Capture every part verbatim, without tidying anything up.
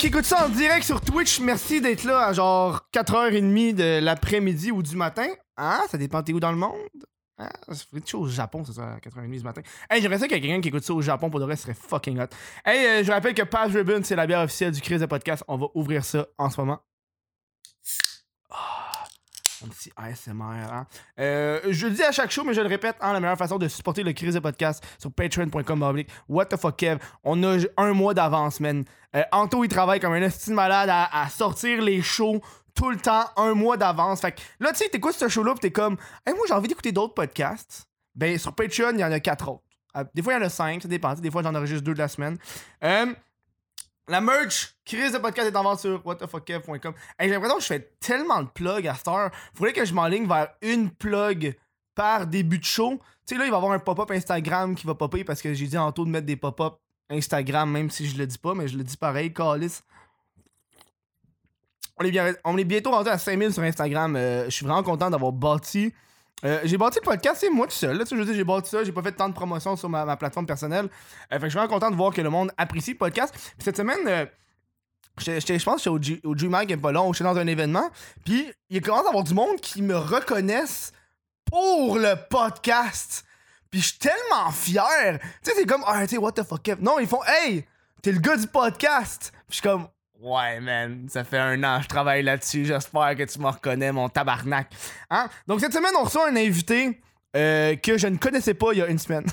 qui écoute ça en direct sur Twitch, merci d'être là à genre quatre heures trente de l'après-midi ou du matin. Hein? Ça dépend t'es où dans le monde? Hein? Ça ferait chaud au Japon, c'est ça, à quatre heures trente du matin. Hey, j'aimerais ça qu'il y ait quelqu'un qui écoute ça au Japon pour de vrai, ce serait fucking hot. Hey, euh, je vous rappelle que Paz Ribbon, c'est la bière officielle du Chris de Podcast. On va ouvrir ça en ce moment. Un petit A S M R, hein? Euh, je le dis à chaque show, mais je le répète, hein, la meilleure façon de supporter le Chris de Podcast sur patreon point com oblique what the fuck Kev. On a un mois d'avance, man. Euh, Anto, il travaille comme un hostile malade à, à sortir les shows tout le temps, un mois d'avance. Fait que là, tu sais, t'écoutes ce show-là pis t'es comme, hey, moi, j'ai envie d'écouter d'autres podcasts. Ben, sur Patreon, il y en a quatre autres. Euh, des fois, il y en a cinq, ça dépend. Des fois, j'en aurai juste deux de la semaine. Euh... La merch, Chris de Podcast est en vente sur what the fuck kev point com. Hey, j'ai l'impression que je fais tellement de plugs à cette heure. Faudrait que je m'enligne vers une plug par début de show. Tu sais, là, il va y avoir un pop-up Instagram qui va popper parce que j'ai dit en tôt de mettre des pop-up Instagram, même si je le dis pas, mais je le dis pareil, calice. On est, bien, on est bientôt rendu à cinq mille sur Instagram. Euh, je suis vraiment content d'avoir bâti. Euh, j'ai bâti le podcast, c'est moi tout seul. Là, je veux dire, j'ai bâti ça, j'ai pas fait tant de promotions sur ma, ma plateforme personnelle. Euh, fait que je suis vraiment content de voir que le monde apprécie le podcast. Puis cette semaine, euh, je pense que j'étais au, G- au G-Mag il y a pas long, j'étais dans un événement. Puis il commence à y avoir du monde qui me reconnaissent pour le podcast. Puis je suis tellement fier. Tu sais, c'est comme, ah, tu sais, what the fuck. Non, ils font, hey, t'es le gars du podcast. Puis je suis comme, ouais, man, ça fait un an que je travaille là-dessus. J'espère que tu me reconnais, mon tabarnak. Hein? Donc, cette semaine, on reçoit un invité euh, que je ne connaissais pas il y a une semaine.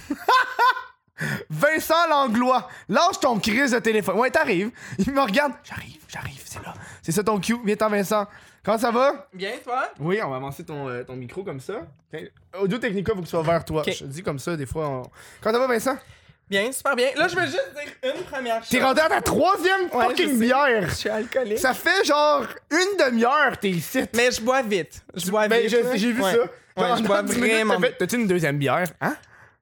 Vincent Langlois. Lâche ton crise de téléphone. Ouais, t'arrives. Il me regarde. J'arrive, j'arrive, c'est là. C'est ça ton cue. Viens-t'en, Vincent. Comment ça va? Bien, toi? Oui, on va avancer ton, euh, ton micro comme ça. Okay. Audio Technica, faut que tu sois vers toi. Okay. Je te dis comme ça, des fois. On... Comment ça va, Vincent? Bien, super bien. Là, je veux juste dire une première chose. T'es rendu à ta troisième Ouais, fucking je sais. bière. Je suis alcoolique. Ça fait genre une demi-heure t'es ici. Mais je bois vite. Je bois Ben, vite. je- là. j'ai vu Ouais. ça. Ouais, Genre, je dans bois dix minutes, vraiment t'as fait, T'as-tu une deuxième bière? Hein?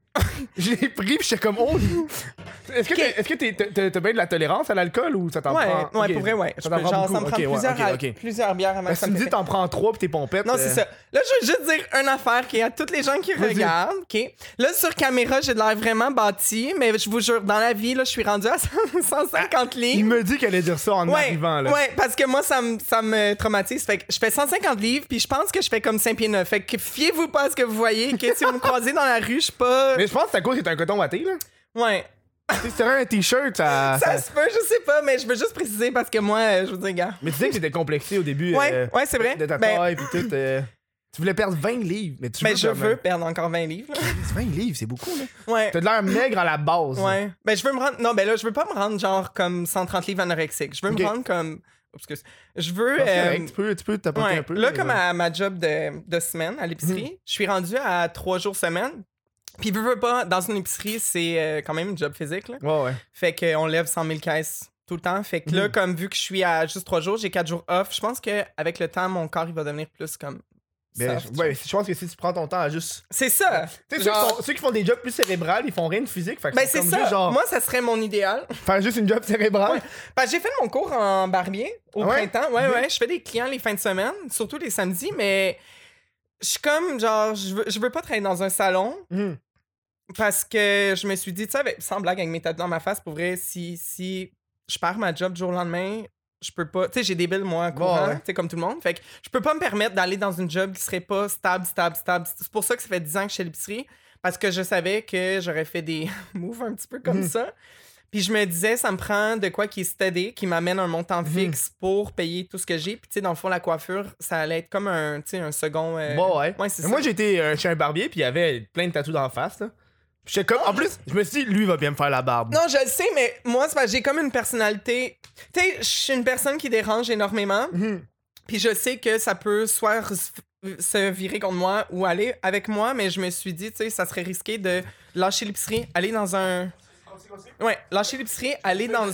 Je l'ai pris pis j'étais comme oh. Est-ce que Okay. t'es- est-ce que t'es- t'as t'as bien de la tolérance à l'alcool ou ça t'en Ouais, prend? ouais, Ok. pour vrai, ouais. Ça Je t'en peux- prend genre, beaucoup. ça me prend Ok, ouais, plusieurs, ok, al- ok. plusieurs bières avant Parce que ça que tu me me dis fait- t'en prends trois pis t'es pompette. Non, euh, c'est ça. Là, je veux juste dire une affaire qui est à toutes les gens qui Vas-y. regardent, OK? Là, sur caméra, j'ai de l'air vraiment bâti, mais je vous jure, dans la vie, là, je suis rendue à cent cinquante Il livres. me dit qu'elle allait dire ça en Ouais, arrivant là. ouais, parce que moi, ça me, ça me traumatise. Fait que je fais cent cinquante livres, puis je pense que je fais comme cinq pieds neuf. Fait que fiez-vous pas à ce que vous voyez, que si vous me croisez dans la rue, je suis pas... Mais je pense que c'est à cause que t'es un coton watté là. Ouais. Tu sais, si t'aurais un t-shirt, ça. Ça ça- se peut, je sais pas, mais je veux juste préciser parce que moi, euh, je veux dire, gars. Mais tu sais que t'étais complexé au début. Ouais, euh, ouais, c'est vrai. De ta Ben- taille pis tout. euh, Tu voulais perdre vingt livres. Mais tu Ben, veux je quand veux même. perdre encore vingt livres. là. vingt livres, c'est beaucoup là. Ouais. T'as de l'air maigre à la base. Ouais. Ben, je veux me rendre. Non, ben là, je veux pas me rendre genre comme cent trente livres anorexique. Je veux Ok. me rendre comme. Oups, excuse. Je veux. Non, c'est euh, correct, Tu peux, tu peux t'apporter ouais. un peu. Là, mais, comme euh, à ma job de, de semaine à l'épicerie, Mhm. je suis rendu à trois jours semaine. Puis, veux, veux pas, dans une épicerie, c'est euh, quand même une job physique. Là. Ouais, ouais. Fait qu'on lève cent mille caisses tout le temps. Fait que là, Mhm. comme vu que je suis à juste trois jours, j'ai quatre jours off, je pense qu'avec le temps, mon corps, il va devenir plus comme. Ben, soft. je- ouais, je pense que si tu prends ton temps à juste. C'est ça. Tu sais, ceux, qui Genre- font- ceux qui font des jobs plus cérébrales, ils font rien de physique. Fait que Ben, c'est comme ça. juste, genre, Moi, ça serait mon idéal. faire juste une job cérébrale. Ouais. Parce que j'ai fait mon cours en barbier au Ah ouais? printemps. Ouais, Mhm. ouais. Je fais des clients les fins de semaine, surtout les samedis, mais je suis comme, genre, je veux, je veux pas travailler dans un salon Mhm. parce que je me suis dit, tu sais, avec- sans blague, avec mes tatous dans ma face, pour vrai, si, si je perds ma job du jour au lendemain, je peux pas. Tu sais, j'ai des billes, moi, courant, ouais. tu sais, comme tout le monde. Fait que je peux pas me permettre d'aller dans une job qui serait pas stable, stable, stable. C'est pour ça que ça fait dix ans que je suis à l'épicerie, parce que je savais que j'aurais fait des moves un petit peu comme Mhm. ça. Puis je me disais, ça me prend de quoi qui est steady, qui m'amène un montant Mhm. fixe pour payer tout ce que j'ai. Puis tu sais, dans le fond, la coiffure, ça allait être comme un, tu sais, un second. euh, Bon, ouais. Ouais, c'est Mais ça. moi, j'ai été euh, chez un barbier, puis il y avait plein de tatous d'en face. Là. Puis j'étais comme. En plus, je me suis dit, lui, il va bien me faire la barbe. Non, je le sais, mais moi, c'est parce que j'ai comme une personnalité. Tu sais, je suis une personne qui dérange énormément. Mhm. Puis je sais que ça peut soit res- se virer contre moi ou aller avec moi, mais je me suis dit, tu sais, ça serait risqué de lâcher l'épicerie, aller dans un. Ouais, lâcher l'épicerie, aller dans.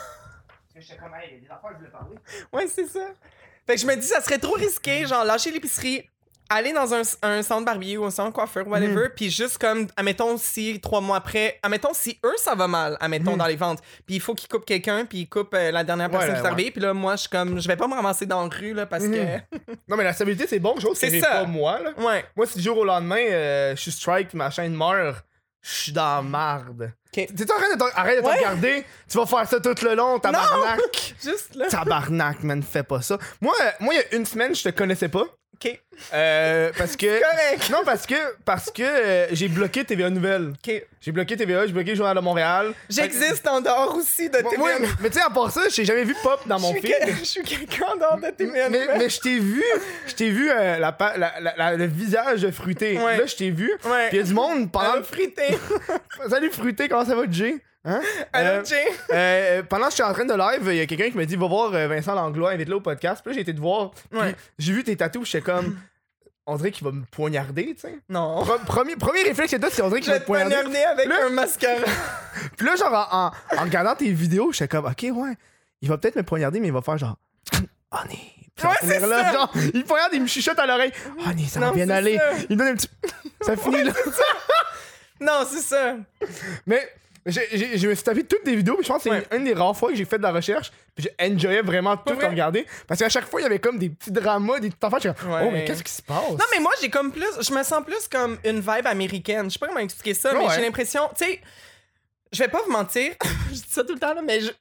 Ouais, c'est ça. Fait que je me dis, ça serait trop risqué, genre, lâcher l'épicerie, aller dans un, un centre barbier ou un centre coiffeur, whatever, puis juste comme, admettons, si trois mois après, admettons, si eux, ça va mal, admettons, Mhm. dans les ventes, puis il faut qu'ils coupent quelqu'un, puis ils coupent euh, la dernière personne Ouais, qui est ouais. arrivée, puis là, moi, je suis comme, je vais pas me ramasser dans la rue, là, parce Mhm. que. Non, mais la stabilité, c'est bon, chose que C'est j'ai ça. pas moi. Là. Ouais. Moi, si du jour au lendemain, euh, je suis strike, ma chaîne meurt, je suis dans la marde. Okay. T'es en train de te, arrête de te Ouais. regarder, tu vas faire ça tout le long, tabarnak. Juste là. Tabarnak, man, fais pas ça. Moi, euh, moi, il y a une semaine, je te connaissais pas. OK. Euh, parce que. Correct. Non, parce que parce que euh, j'ai bloqué T V A Nouvelles. OK. J'ai bloqué T V A, j'ai bloqué le Journal de Montréal. J'existe en dehors aussi de Fait que- T V A. Moi, mais mais tu sais, à part ça, j'ai jamais vu Pop dans mon Je suis feed. que- Je suis quelqu'un en dehors de T V A. Mais, mais je t'ai vu, je t'ai vu euh, la, pa- la, la- la- le visage fruité. Ouais. Là, je t'ai vu. Ouais. Puis il y a du monde pendant. Pendant frité. Salut fruité, comment ça va, Jay? Hein? Allô, Euh, Jay? euh, pendant que j'étais en train de live, il y a quelqu'un qui m'a dit va voir euh, Vincent Langlois, invite-le au podcast. Puis là, j'ai été te voir. Puis Ouais. j'ai vu tes tatous, j'étais comme. On dirait qu'il va me poignarder, tu sais. Non. Pre- premier, premier réflexe que t'as, c'est on dirait Je qu'il va vais te te poignarder. poignarder avec Là- un mascara. Puis là, genre, en, en, en regardant tes vidéos, j'étais comme, ok, ouais, il va peut-être me poignarder, mais il va faire genre, Honey. Puis Ouais, ça va finir c'est là, ça. genre, il me poignarde, il me chuchote à l'oreille, Honey, ça va Non, bien c'est aller. ça. Il me donne un petit. Ça finit là. Non, c'est ça. Mais j'ai- j'ai- je me suis tapé toutes tes vidéos, puis je pense que c'est Ouais. une, une des rares fois que j'ai fait de la recherche, puis j'ai enjoyé vraiment tout vrai? à regarder. Parce qu'à chaque fois, il y avait comme des petits dramas, des petites affaires, j'étais comme, Ouais. oh, mais qu'est-ce qui se passe? Non, mais moi, j'ai comme plus. Je me sens plus comme une vibe américaine. Je sais pas comment expliquer ça, mais Ouais. j'ai l'impression. Tu sais, je vais pas vous mentir. Je dis ça tout le temps, là, mais je.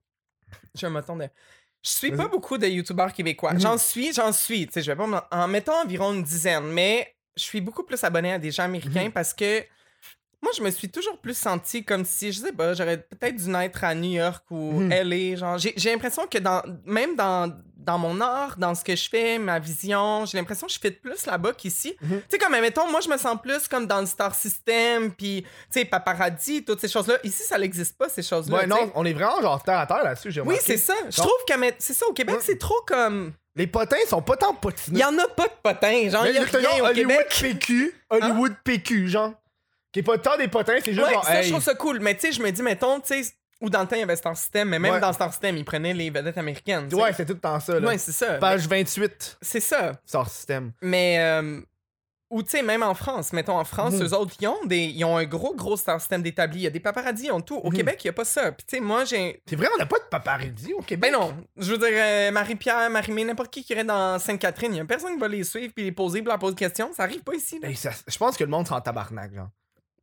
Je vais m'attendre. Je suis pas Vas-y. beaucoup de youtubeurs québécois. Mhm. J'en suis, j'en suis. Tu sais, je vais pas m'en- en mettant environ une dizaine, mais je suis beaucoup plus abonné à des gens américains Mhm. parce que moi, je me suis toujours plus senti comme si, je sais pas, j'aurais peut-être dû naître à New York ou Mhm. L A. Genre, j'ai j'ai l'impression que dans, même dans, dans mon art, dans ce que je fais, ma vision, j'ai l'impression que je fit plus là-bas qu'ici. Mhm. Tu sais, comme, mettons, moi, je me sens plus comme dans le Star System, puis, tu sais, paparazzi, toutes ces choses-là. Ici, ça n'existe pas, ces choses-là. Ouais, tu sais. non, on est vraiment genre terre à terre là-dessus, j'ai Oui, remarqué. c'est ça. Je Non. trouve que mais- c'est ça, au Québec, Ouais. c'est trop comme. Les potins sont pas tant Il potinés. y en a pas de potins. Genre, il y a Mais t'as rien genre au Hollywood Québec. P Q, Hollywood P Q, genre. Qui est pas tant des potins, c'est juste Ouais, genre, ça, hey. je trouve ça cool. Mais tu sais, je me dis, mettons, tu sais, ou dans le temps, il y avait Star System, mais même Ouais. dans Star System, ils prenaient les vedettes américaines. tu sais. Ouais, c'est tout le temps ça, là. Ouais, c'est ça. Page vingt-huit, C'est ça. Star System. Mais. euh, ou tu sais, même en France, mettons en France, Mhm. eux autres, ils ont, des, ils ont un gros, gros Star System d'établi. Il y a des paparazzis, ils ont tout. Au Mhm. Québec, il n'y a pas ça. Puis tu sais, moi, j'ai. C'est vrai, on n'a pas de paparazzi au Québec. Ben non, je veux dire, euh, Marie-Pierre, Marie-Mé, n'importe qui qui irait dans Sainte-Catherine, il y a personne qui va les suivre puis les poser puis leur poser des questions. Ça arrive pas ici. là. Hey, ça- je pense que le monde sera en tabarnak, genre.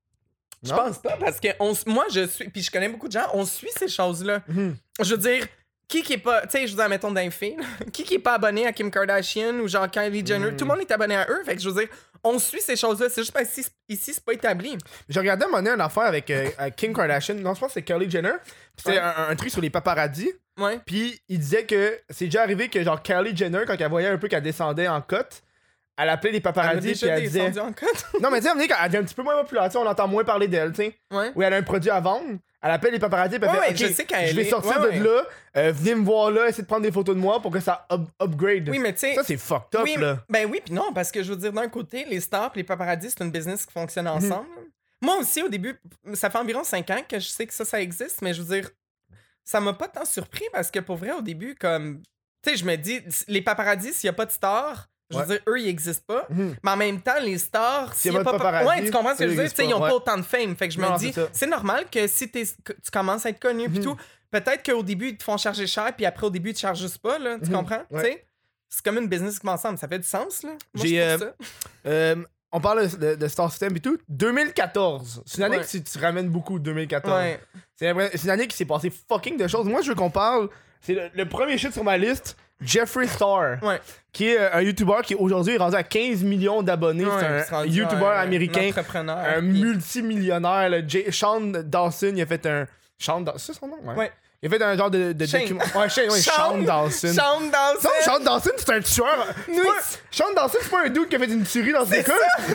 Je Non? pense pas parce que on, s- moi, je suis. Puis je connais beaucoup de gens, on suit ces choses-là. Mhm. Je veux dire, qui qui est pas. Tu sais, je veux dire, mettons d'un film, qui qui est pas abonné à Kim Kardashian ou genre Kylie Jenner, Mhm. tout le monde est abonné à eux. Fait que je veux dire, on suit ces choses-là. C'est juste parce que ici, ici, c'est pas établi. J'ai regardé à un moment donné une affaire avec, euh, avec Kim Kardashian. Non, je pense que c'est Kylie Jenner. Puis C'était Ouais. un, un truc sur les paparazzis. Ouais. Puis il disait que c'est déjà arrivé que, genre, Kylie Jenner, quand elle voyait un peu qu'elle descendait en cote, elle appelait les Elle a paparazzis. Puis déjà elle disait. descendu en cote. Non, mais tu sais, à un moment donné, quand elle devient un petit peu moins populaire, tu sais, on entend moins parler d'elle, tu sais. Ouais. Où elle a un produit à vendre. Elle appelle les paparazzis. Puis elle Ouais, fait, ouais, OK, je sais qu'elle je vais est- sortir ouais, de ouais. là. euh, venez me voir là, essayez de prendre des photos de moi pour que ça up- upgrade. Oui, mais tu sais. Ça, c'est fucked up, oui, là. Ben oui, puis non, parce que je veux dire, d'un côté, les stars et les paparazzis, c'est une business qui fonctionne ensemble. Moi aussi, au début, ça fait environ cinq ans que je sais que ça, ça existe, mais je veux dire, ça m'a pas tant surpris parce que pour vrai, au début, comme. Tu sais, je me dis, les paparazzis, s'il y a pas de stars, je veux Ouais. dire, eux, ils existent pas. Mhm. Mais en même temps, les stars, S'il y a pas de pa- paparazzi, ouais, tu comprends ce que eux, je veux dire? Tu existent sais, ils ont pas, pas ouais. autant de fame. Fait que je Non, me c'est dis, ça. c'est normal que si t'es- que tu commences à être connu pis Mhm. tout, peut-être qu'au début, ils te font charger cher, puis après, au début, ils te chargent juste pas, là. Tu Mhm. comprends? Ouais. Tu sais? C'est comme une business qui va ensemble. Ça fait du sens, là. Moi, J'ai, je trouve euh, ça. Euh, on parle de, de Star System et tout. deux mille quatorze. C'est une année Ouais. que tu, tu ramènes beaucoup, deux mille quatorze. Ouais. C'est vrai- c'est une année qui s'est passé fucking de choses. Moi, je veux qu'on parle. C'est le, le premier shit sur ma liste. Jeffree Star. Ouais. Qui est euh, un YouTuber qui aujourd'hui est rendu à quinze millions d'abonnés. Ouais, c'est c'est un rendu YouTuber un- américain. Un entrepreneur. Un puis- multimillionnaire. Là. Jay- Sean Dawson, il a fait un. Sean Dawson, c'est son nom? Ouais. Ouais. Il a fait un genre de, de Shane. document. Ouais, Shane, ouais, Sean Dawson. Sean Dawson. Non, Sean Dawson, c'est un tueur. C'est Oui. pas- Sean Dawson, c'est pas un dude qui a fait une tuerie dans ses écoles.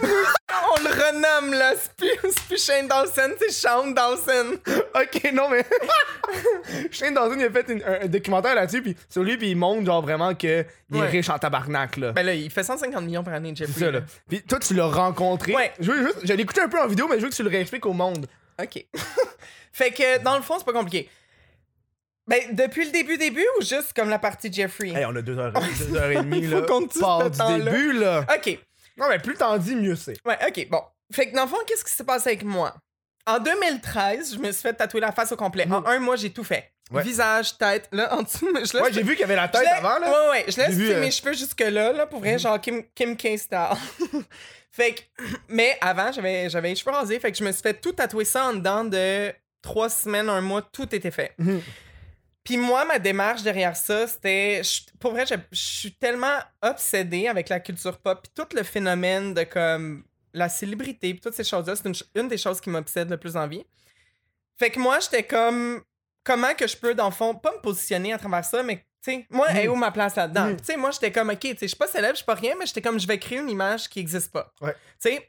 On le renomme, là. C'est plus, c'est plus Shane Dawson, c'est Sean Dawson. Ok, non, mais. Shane Dawson, il a fait une- un, un documentaire là-dessus, puis sur lui, puis il montre, genre, vraiment qu'il est Ouais. riche en tabarnak, là. Ben là, il fait cent cinquante millions par année, Jeffrey. c'est ça, là. Puis toi, tu l'as rencontré. Ouais. Je veux juste. Je l'ai écouté un peu en vidéo, mais je veux que tu le réexpliques au monde. OK. Fait que, dans le fond, c'est pas compliqué. Ben, depuis le début, début ou juste comme la partie Jeffrey? Hey, on a deux heures, deux heures et demie, Faut là. qu'on tue Part ce du temps-là. début, là. OK. Non, mais plus t'en dis, mieux c'est. Ouais, OK, bon. Fait que, dans le fond, qu'est-ce qui s'est passé avec moi? En deux mille treize, je me suis fait tatouer la face au complet. En un mois, j'ai tout fait. Ouais. Visage, tête, là, en dessous. Je laisse Ouais, j'ai vu qu'il y avait la tête je laisse- avant, là. Ouais, ouais, je laisse vu, pousser euh, mes cheveux jusque-là, là, pour vrai, genre Kim, Kim K style. Fait que, mais avant, j'avais, j'avais les cheveux rasés, fait que je me suis fait tout tatouer ça en dedans de trois semaines, un mois, tout était fait. Mhm. Puis moi, ma démarche derrière ça, c'était... je- Pour vrai, je, je suis tellement obsédée avec la culture pop, puis tout le phénomène de comme la célébrité, puis toutes ces choses-là, c'est une, ch- une des choses qui m'obsède le plus en vie. Fait que moi, j'étais comme... Comment que je peux, dans le fond, pas me positionner à travers ça, mais, tu sais, moi, Mm. elle est où ma place là-dedans? Mm. Tu sais, moi, j'étais comme, OK, tu sais, je suis pas célèbre, je suis pas rien, mais j'étais comme, je vais créer une image qui existe pas. Ouais. Tu sais...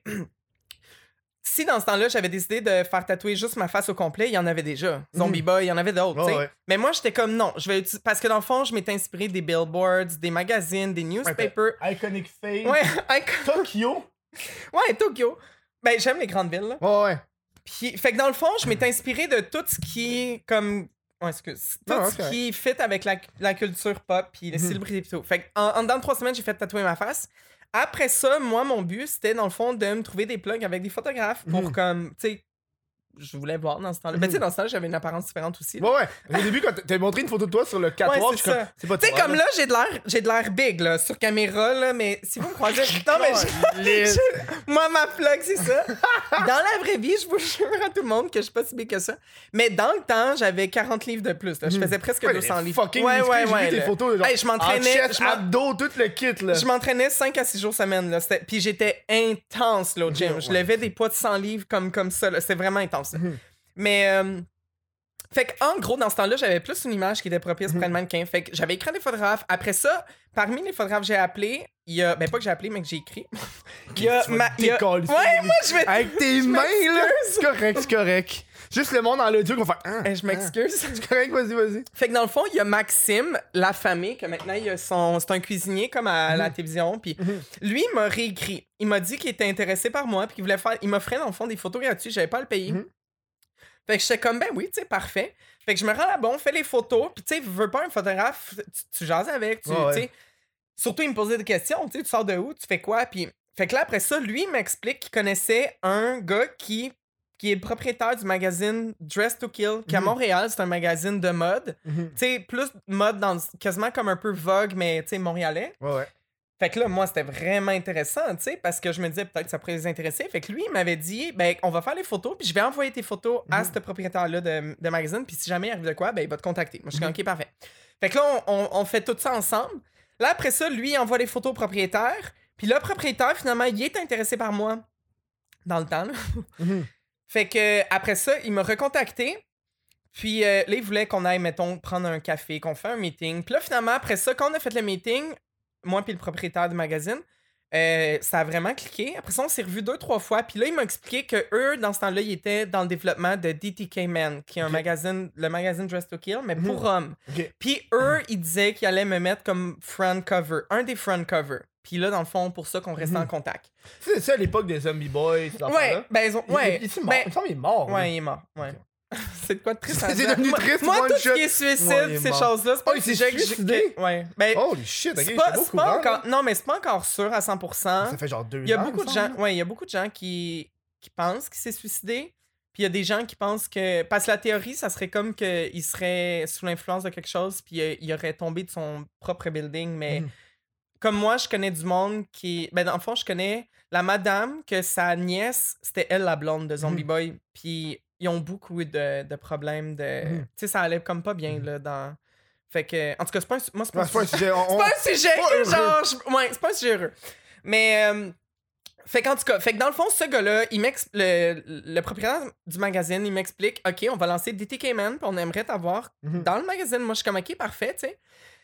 Si dans ce temps-là, j'avais décidé de faire tatouer juste ma face au complet, il y en avait déjà. Zombie Mm. Boy, il y en avait d'autres, Oh, tu sais. ouais. Mais moi, j'étais comme non, je vais utiliser... Parce que dans le fond, je m'étais inspiré des billboards, des magazines, des newspapers. Iconic Face. Ouais, icon- Tokyo. ouais, Tokyo. Ben, j'aime les grandes villes, là. Ouais, ouais. Puis, fait que dans le fond, je m'étais inspiré de tout ce qui, comme... Ouais, excuse. Tout Non, ce ok. qui fit avec la, la culture pop puis les Mhm. célébrités pis tout. Fait que en, en dedans de trois semaines, j'ai fait tatouer ma face. Après ça, moi, mon but, c'était, dans le fond, de me trouver des plugs avec des photographes pour, Mhm. comme, tu sais... Je voulais voir dans ce temps-là. Mais tu sais, dans ce temps-là, j'avais une apparence différente aussi. là. Ouais, ouais. Au début, quand t'as montré une photo de toi sur le catwalk, Ouais, je c'est suis comme, ça. c'est pas Tu sais, toi, comme là, j'ai de l'air, j'ai de l'air big, là, sur caméra, là, mais si vous me croisez... non, mais je- Les- moi, ma plug, c'est ça. Dans la vraie vie, je vous jure à tout le monde que je suis pas si big que ça. Mais dans le temps, j'avais quarante livres de plus, là. Je faisais presque Ouais, deux cents les livres. fucking ouais, musclés, ouais, j'ai ouais. vu tes là. photos, genre, Hey, je en m'entraînais... chest, je m'en- abdos, tout le kit, là. Je m'entraînais cinq à six jours semaine, là. C'était- Puis j'étais intense, là, au gym. Je Ouais. levais des poids de cent livres comme, comme ça, là. C'était vraiment intense, là. Mhm. Mais... euh, Fait que, en gros, dans ce temps-là, j'avais plus une image qui était propice pour Mhm. être mannequin. Fait que j'avais écrit des photographes. Après ça, parmi les photographes que j'ai appelés, il y a. Ben, pas que j'ai appelé, mais que j'ai écrit. Il y a. Tu vas ma- il y a- décoller. Ouais, moi, je vais. Avec tes Je mains, là. m'excuse. C'est correct, c'est correct. Juste le monde dans l'audio qu'on fait. Ah, Eh, Je m'excuse. ah. C'est correct, vas-y, vas-y. Fait que dans le fond, il y a Maxime, la famille, que maintenant, il a son... c'est un cuisinier comme à la télévision. Puis lui, il m'a réécrit. Il m'a dit qu'il était intéressé par moi, puis qu'il voulait faire. Il m'offrait, dans le fond, des photos gratuites. J'avais pas à le payer. Mhm. Fait que j'étais comme, ben oui, tu sais, parfait. Fait que je me rends là-bas, on fait les photos, puis tu sais, veux pas un photographe, tu, tu jases avec, tu Ouais, ouais. tu sais. Surtout, il me posait des questions, tu sais, tu sors de où, tu fais quoi, puis... Fait que là, après ça, lui, il m'explique qu'il connaissait un gars qui, qui est le propriétaire du magazine Dress to Kill, qui à Mhm. Montréal, c'est un magazine de mode. Mhm. Tu sais, plus mode dans quasiment comme un peu Vogue, mais tu sais, montréalais. Ouais, ouais. Fait que là, moi, c'était vraiment intéressant, tu sais, parce que je me disais peut-être que ça pourrait les intéresser. Fait que lui, il m'avait dit, ben, on va faire les photos, puis je vais envoyer tes photos à Mhm. ce propriétaire-là de, de magazine, puis si jamais il arrive de quoi, ben, il va te contacter. Moi, je suis Mhm. comme, OK, parfait. Fait que là, on, on- on fait tout ça ensemble. Là, après ça, lui, il envoie les photos au propriétaire, puis le propriétaire, finalement, il est intéressé par moi dans le temps, là. Mhm. Fait que après ça, il m'a recontacté. Puis euh, là, il voulait qu'on aille, mettons, prendre un café, qu'on fait un meeting. Puis là, finalement, après ça, quand on a fait le meeting, moi puis le propriétaire du magazine, euh, ça a vraiment cliqué. Après ça, on s'est revus deux, trois fois. Puis là, il m'a expliqué que eux, dans ce temps-là, ils étaient dans le développement de D T K Man, qui est un Ok. magazine, le magazine Dress to Kill, mais pour Mhm. hommes. Ok. Puis eux, ils disaient qu'ils allaient me mettre comme front cover, un des front covers. Puis là, dans le fond, pour ça qu'on restait Mhm. en contact. C'est ça à l'époque des Zombie Boys, ces Ouais, enfants-là. ben, ils ont. Il- Ouais, Il, il, il, ben, il me semble qu'il est mort. ouais, là. il est mort. Ouais. C'est de quoi de triste à C'est dire. devenu Moi- triste, Moi, one tout ce shot. qui est suicide, Ouais, il est ces mort. choses-là, c'est pas Oh, un il s'est sujet que j'ai. suicidé? que- Ouais. Ben, Holy shit, ok, c'est j'étais pas, pas au c'est pas courant, encore. là. Non, mais c'est pas encore sûr à cent pour cent. Ça fait genre deux ans. Il y a beaucoup me de semble. gens. Ouais, il y a beaucoup de gens qui, qui pensent qu'il s'est suicidé. Puis il y a des gens qui pensent que. Parce que la théorie, ça serait comme qu'il serait sous l'influence de quelque chose, puis euh, il aurait tombé de son propre building. Mais Mhm. comme moi, je connais du monde qui. Ben, dans le fond, je connais la madame que sa nièce, c'était elle la blonde de Zombie Mhm. Boy. Puis ils ont beaucoup de, de problèmes de. Mhm. Tu sais, ça allait comme pas bien, là, dans. Fait que. En tout cas, c'est pas un. su- Moi, c'est pas, Ouais, un c'est pas un sujet- sujet. on- c'est on- pas un sujet pas que heureux. genre. je- Ouais, c'est pas un sujet heureux. Mais. euh, Fait qu'en tout cas, fait que dans le fond, ce gars-là, il m'ex- le, le propriétaire du magazine, il m'explique, OK, on va lancer D T K Man, puis on aimerait t'avoir Mhm. dans le magazine. Moi, je suis comme, OK, parfait, tu sais.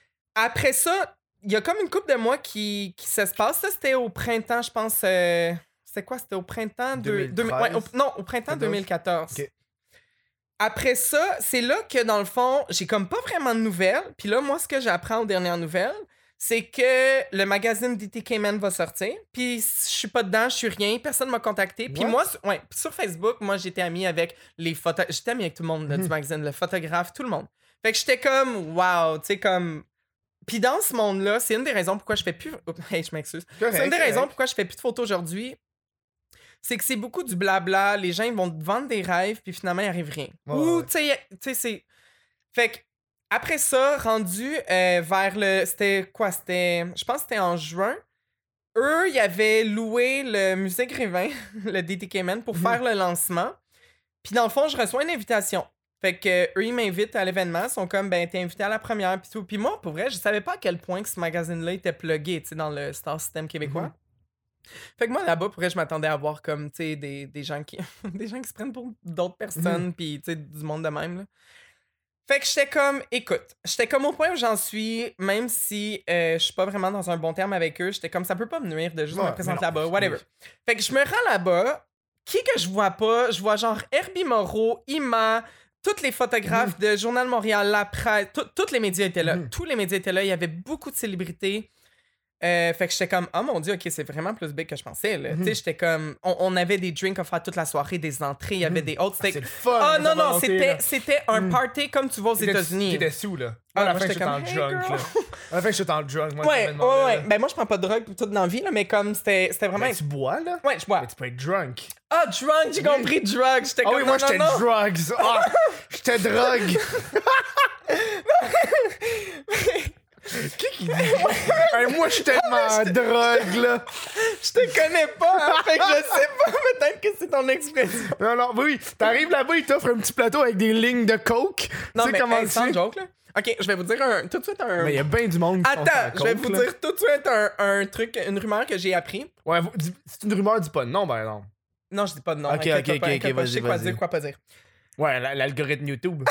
Après ça, il y a comme une couple de mois qui, qui ça se passe. Ça, c'était au printemps, je pense. euh, C'était quoi? C'était au printemps de, deux mille deux- treize. ouais, au- non, au printemps quatorze. deux mille quatorze. Ok. Après ça, c'est là que, dans le fond, j'ai comme pas vraiment de nouvelles. Puis là, moi, ce que j'apprends aux dernières nouvelles, c'est que le magazine D T K Man va sortir. Puis je suis pas dedans, je suis rien, personne m'a contacté. Puis What? moi, sur- ouais, puis sur Facebook, moi, j'étais ami avec les photos. J'étais ami avec tout le monde là, du Mhm. magazine, le photographe, tout le monde. Fait que j'étais comme, wow, tu sais, comme. Puis dans ce monde-là, c'est une des raisons pourquoi je fais plus. Hey, je m'excuse. Correct, C'est une des correct. raisons pourquoi je fais plus de photos aujourd'hui. c'est que c'est beaucoup du blabla. Les gens, ils vont te vendre des rêves, puis finalement, il arrive rien. Ouais, Ou, ouais. tu sais, tu sais, c'est... Fait que, après ça, rendu euh, vers le... C'était quoi? C'était... Je pense que c'était en juin. Eux, ils avaient loué le musée Grévin, le D T K Man, pour Mhm. faire le lancement. Puis dans le fond, je reçois une invitation. Fait que euh, eux, ils m'invitent à l'événement. Ils sont comme, ben, t'es invité à la première, puis tout. Puis moi, pour vrai, je savais pas à quel point que ce magazine-là était plugué, tu sais, dans le Star System québécois. Mhm. Fait que moi, là-bas, pour vrai, je m'attendais à voir comme, tu sais, des, des gens qui des gens qui se prennent pour d'autres personnes, Mhm. puis, tu sais, du monde de même, là. Fait que j'étais comme, écoute, j'étais comme au point où j'en suis, même si euh, je suis pas vraiment dans un bon terme avec eux, j'étais comme, ça peut pas me nuire de juste Ouais, me présenter mais non, là-bas, whatever. oui. Fait que je me rends là-bas, qui que je vois pas, je vois genre Herbie Moreau, Ima, tous les photographes de Journal de Montréal, La Presse, tout- tous les médias étaient là. Mhm. Tous les médias étaient là, il y avait beaucoup de célébrités. Euh, fait que j'étais comme, oh mon dieu, ok, c'est vraiment plus big que je pensais. Là. Mhm. Tu sais, j'étais comme, on, on avait des drinks offerts toute la soirée, des entrées, il y avait Mhm. des autres. Ah, c'est C'était... le fun. Ah les non, non, volontés, c'était, là. c'était un Mhm. party comme tu vas aux T'étais- États-Unis. T'étais sous, là. Ah, à la moi, fin, j'étais j'étais en comme, hey, drunk, girl. là. À la fin, j'étais en drunk. Moi, Ouais, je me ouais, demandais, ouais. là. Ben moi, je prends pas de drogue tout dans la vie, là, mais comme c'était, c'était vraiment. Ben, tu bois, là? Ouais, je bois. Mais tu peux être drunk. Ah, drunk, j'ai Oui. compris, drug. J'étais Ah comme, oui, moi, non, j'étais non, non. drugs. Ah, j'étais drogue. Qui qui dit? Hey, moi, je suis tellement drogue, là. Je te connais pas, hein, fait que je sais pas, peut-être que c'est ton expression. Non, non, oui, t'arrives là-bas, ils t'offrent un petit plateau avec des lignes de coke. Non, tu sais mais comment hey, sans c'est? joke, là. Ok, je vais vous dire un, tout de suite un. Mais il y a bien du monde qui font ça à Attends, je vais coke, vous là. dire tout de suite un, un truc, une rumeur que j'ai appris. Ouais, vous- dis- c'est une rumeur, dis pas de nom, ben non. Non, je dis pas de nom. Ok, inquiète-toi ok, pas, ok, inquiète ok, pas, je sais vas-y, quoi vas-y. dire, quoi pas dire. Ouais, la- l'algorithme YouTube.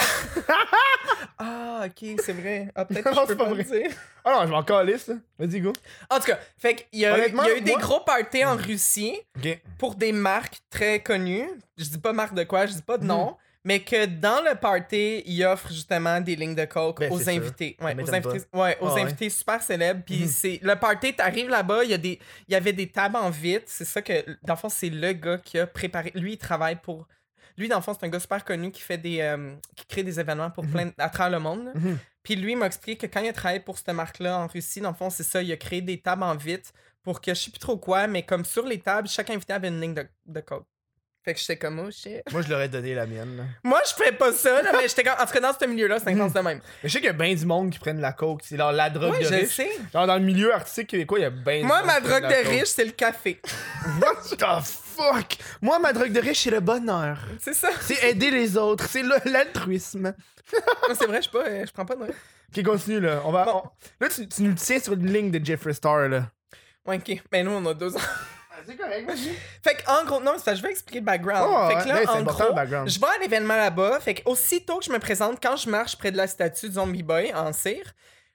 Ah, ok, c'est vrai. Ah, peut-être Non, que je c'est peux pas pas vrai. le dire. Ah non, je m'en calisse, là. Vas-y, go. En tout cas, fait qu'il y a, Honnêtement, il y a eu des moi- gros parties en Russie Ok. pour des marques très connues. Je dis pas marque de quoi, je dis pas de Mhm. nom. Mais que dans le party, ils offrent justement des lignes de coke Ben, aux c'est sûr. invités. Ouais, Ça aux m'étonne invités, ouais, aux Ah ouais. invités super célèbres. Puis Mhm. c'est le party, t'arrives là-bas, il y a des, il y avait des tables en vitre. C'est ça que, dans le fond, c'est le gars qui a préparé. Lui, il travaille pour. Lui, dans le fond, c'est un gars super connu qui fait des, euh, qui crée des événements pour plein à travers le monde. là. Mhm. Puis lui, il m'a expliqué que quand il a travaillé pour cette marque-là en Russie, dans le fond, c'est ça, il a créé des tables en vitre pour que je sais plus trop quoi, mais comme sur les tables, chaque invité avait une ligne de, de coke. Fait que j'étais comme, oh shit. Moi, je leur ai donné la mienne, là. Moi, je fais pas ça, là, mais j'étais comme. En tout cas, dans ce milieu-là, c'est intense de même. Mais je sais qu'il y a bien du monde qui prennent la coke. C'est genre la drogue Oui, de je riche. sais. Genre dans le milieu artistique québécois, il y a bien Moi, ma drogue de riche, c'est le café. What the fuck? Moi, ma drogue de riche, c'est le bonheur. C'est ça. C'est aider les autres. C'est le- l'altruisme. Moi, c'est vrai, je suis pas, euh, je prends pas de drogue. Ok, continue, là. On va, Bon. on- Là, tu, tu nous tiens sur une ligne de Jeffree Star, là. Ouais, ok. Ben, nous, on a deux ans. C'est correct, vas-y. Fait que, en gros, non, c'est ça, je vais expliquer le background. Oh, fait que ouais, là, ouais, c'est en important, gros, le background. je vais à l'événement là-bas. Fait que, aussitôt que je me présente, quand je marche près de la statue de Zombie Boy en cire,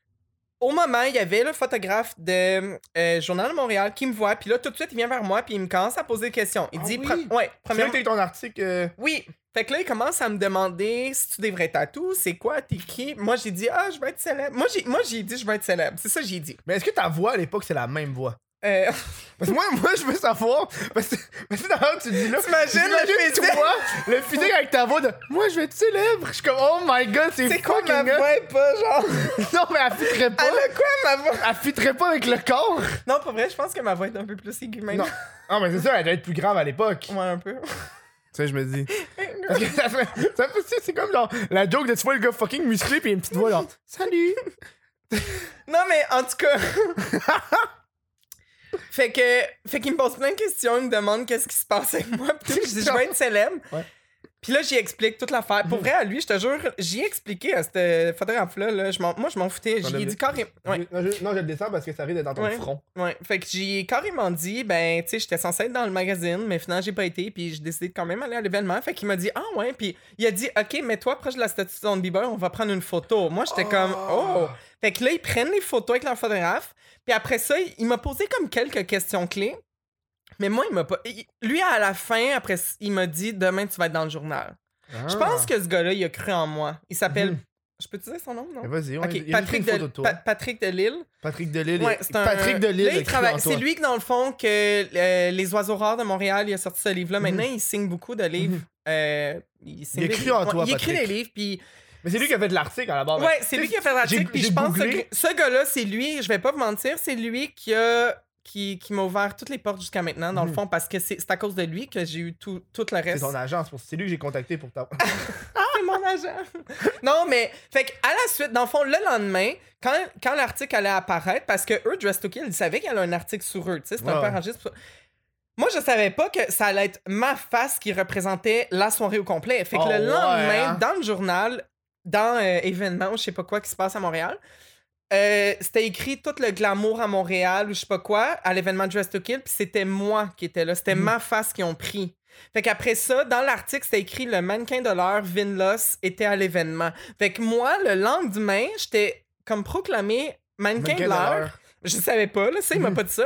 au moment, il y avait le photographe de euh, Journal de Montréal qui me voit, puis là, tout de suite, il vient vers moi, puis il me commence à poser des questions. Il Ah dit, oui? pre- ouais, C'est là premièrement, que t'as eu ton article. euh, oui. Fait que là, il commence à me demander si tu des vrais tatous, c'est quoi, t'es qui? Moi, j'ai dit, ah, je veux être célèbre. Moi, j'ai, moi, j'ai dit, je veux être célèbre. C'est ça que j'ai dit. Mais est-ce que ta voix à l'époque, c'est la même voix? Euh, Parce que moi, moi je veux savoir. Parce que, parce que d'ailleurs, tu dis là. T'imagines le j'imagine physique? toi, le physique avec ta voix de. Moi, je vais être célèbre. Je suis comme, oh my god, c'est c'est quoi fucking ma hot. voix est pas, genre? Non, mais elle fitterait pas. Elle a quoi, ma voix? Elle fitterait pas avec le corps. Non, pas vrai, je pense que ma voix est un peu plus aiguë maintenant. Non. Non, mais c'est ça, elle doit être plus grave à l'époque. Ouais, un peu. Tu sais, je me dis. Parce que ça fait. Ça fait c'est comme genre la joke de tu vois le gars fucking musclé pis une petite voix genre. Salut! Non, mais en tout cas. fait que. Fait qu'il me pose plein de questions, il me demande qu'est-ce qui se passe avec moi. Puis tout, je dis, je vais être célèbre. Ouais. Puis là, j'y explique toute l'affaire. Pour vrai, à lui, je te jure, j'y ai expliqué à ce photographe-là. Là, je m'en- moi, je m'en foutais. J'y ai dit carrément. Ouais. Non, je, non, je le descends parce que ça risque d'être dans ton Ouais. front. Ouais, fait que j'ai carrément dit, ben, tu sais, j'étais censé être dans le magazine, mais finalement, j'ai pas été, puis j'ai décidé de quand même aller à l'événement. Fait qu'il m'a dit, ah ouais, puis il a dit, ok, mets-toi proche de la statue de Zombie Boy, on va prendre une photo. Moi, j'étais comme, oh! Fait que là, ils prennent les photos avec leur photographe, puis après ça, il, il m'a posé comme quelques questions clés, mais moi, il m'a pas. il- lui, à la fin, après, il m'a dit, demain, tu vas être dans le journal. Je pense que ce gars-là, il a cru en moi. Il s'appelle. Mhm. Je peux te dire son nom, non? Mais Vas-y, on Ok, il y a juste Patrick, une photo de, de toi. Pa- Patrick Delisle. Patrick Delisle. Ouais, c'est un... Patrick Delisle. Là, il écrit travaille... en toi. C'est lui que, dans le fond, que euh, Les Oiseaux Rares de Montréal, il a sorti ce livre-là. Maintenant, il signe beaucoup de livres. Mhm. Euh, il, signe Il des écrit livres. en toi, Ouais, il écrit Patrick. des livres, puis... Mais c'est lui qui a fait de l'article à la base. Ouais, c'est lui qui a fait l'article, J'ai- puis j'ai je pense que googlé. ce gars-là, c'est lui, je vais pas vous mentir, c'est lui qui a qui, qui m'a ouvert toutes les portes jusqu'à maintenant, dans Mhm. le fond, parce que c'est, c'est à cause de lui que j'ai eu tout, tout le C'est reste. ton agence, c'est lui que j'ai contacté pour ta. C'est mon agent. Non, mais, fait à la suite, dans le fond, le lendemain, quand, quand l'article allait apparaître, parce que eux, Dress to Kill, ils savaient qu'il y avait un article sur eux, tu sais, c'était un Ouais. peu arrangé. c'est pour ça. Moi, je savais pas que ça allait être ma face qui représentait la soirée au complet. Fait que Oh, le lendemain, ouais, hein? dans le journal, dans euh, événement, ou je sais pas quoi qui se passe à Montréal, euh, c'était écrit tout le glamour à Montréal ou je sais pas quoi à l'événement Dress to Kill, puis c'était moi qui étais là. C'était Mhm. ma face qu'ils ont pris. Fait qu'après ça, dans l'article, c'était écrit le mannequin de l'heure, Vin Loss, était à l'événement. Fait que moi, le lendemain, j'étais comme proclamé mannequin, Mannequin de de l'heure. l'heure. Je savais pas, là, ça, il m'a Mhm. pas dit ça.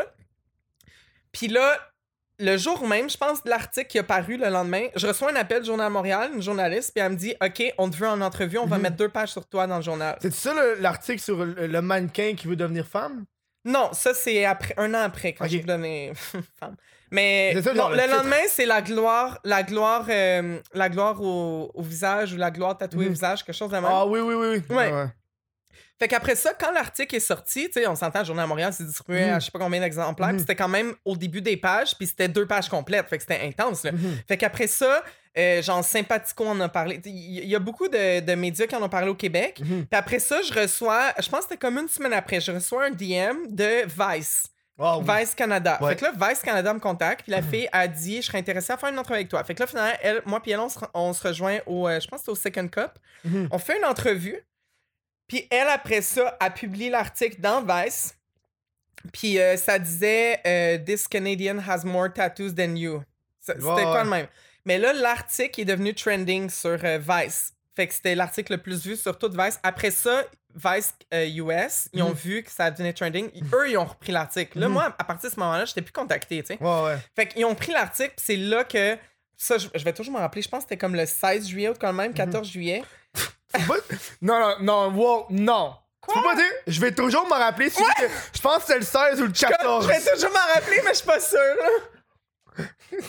Puis là, le jour même, je pense de l'article qui a paru le lendemain, je reçois un appel du Journal Montréal, une journaliste, puis elle me dit « OK, on te veut en entrevue, on va Mhm. mettre deux pages sur toi dans le journal. » C'est ça le- l'article sur le, le mannequin qui veut devenir femme? Non, ça, c'est après, un an après, quand Ok. j'ai donné femme. Mais C'est ça, non, genre, le, le titre. lendemain, c'est la gloire, la gloire, euh, la gloire au, au visage ou la gloire tatouée Mhm. au visage, quelque chose de même. Ah oui, oui, oui. oui. Ouais. Fait qu'après ça, quand l'article est sorti, tu sais, on s'entend, le Journal à Montréal, c'est distribué Mhm. à je sais pas combien d'exemplaires, Mhm. puis c'était quand même au début des pages, puis c'était deux pages complètes, fait que c'était intense, là. Mhm. Fait qu'après ça, euh, genre Sympathico en a parlé. Il y, y a beaucoup de, de médias qui en ont parlé au Québec. Mhm. Puis après ça, je reçois, je pense que c'était comme une semaine après, je reçois un D M de Vice. Ah oui. Vice Canada. Ouais. Fait que là, Vice Canada me contacte, puis la fille a dit, je serais intéressée à faire une entrevue avec toi. Fait que là, finalement, elle, moi puis elle, on se, on se rejoint au, euh, je pense que c'était au Second Cup. Mhm. On fait une entrevue, puis elle, après ça, a publié l'article dans Vice, puis euh, ça disait euh, This Canadian has more tattoos than you. Ça- C'était Ouais, quoi ouais. le même? Mais là, l'article est devenu trending sur euh, Vice. Fait que c'était l'article le plus vu sur toute Vice. Après ça, Vice euh, U S, ils ont Mhm. vu que ça devenait trending. Ils- Eux, ils ont repris l'article. Là, Mhm. moi, à partir de ce moment-là, je n'étais plus contacté, tu sais. Ouais, ouais. Fait qu'ils ont pris l'article, puis c'est là que. Ça, je, je vais toujours me rappeler, je pense que c'était comme le seize juillet ou quand même, quatorze juillet. Faut pas- Non, non, non, wow, non. Tu peux pas dire, je vais toujours me rappeler si que- je pense que c'est le seize ou le Je quatorze. vais toujours m'en rappeler, mais je suis pas sûre, là.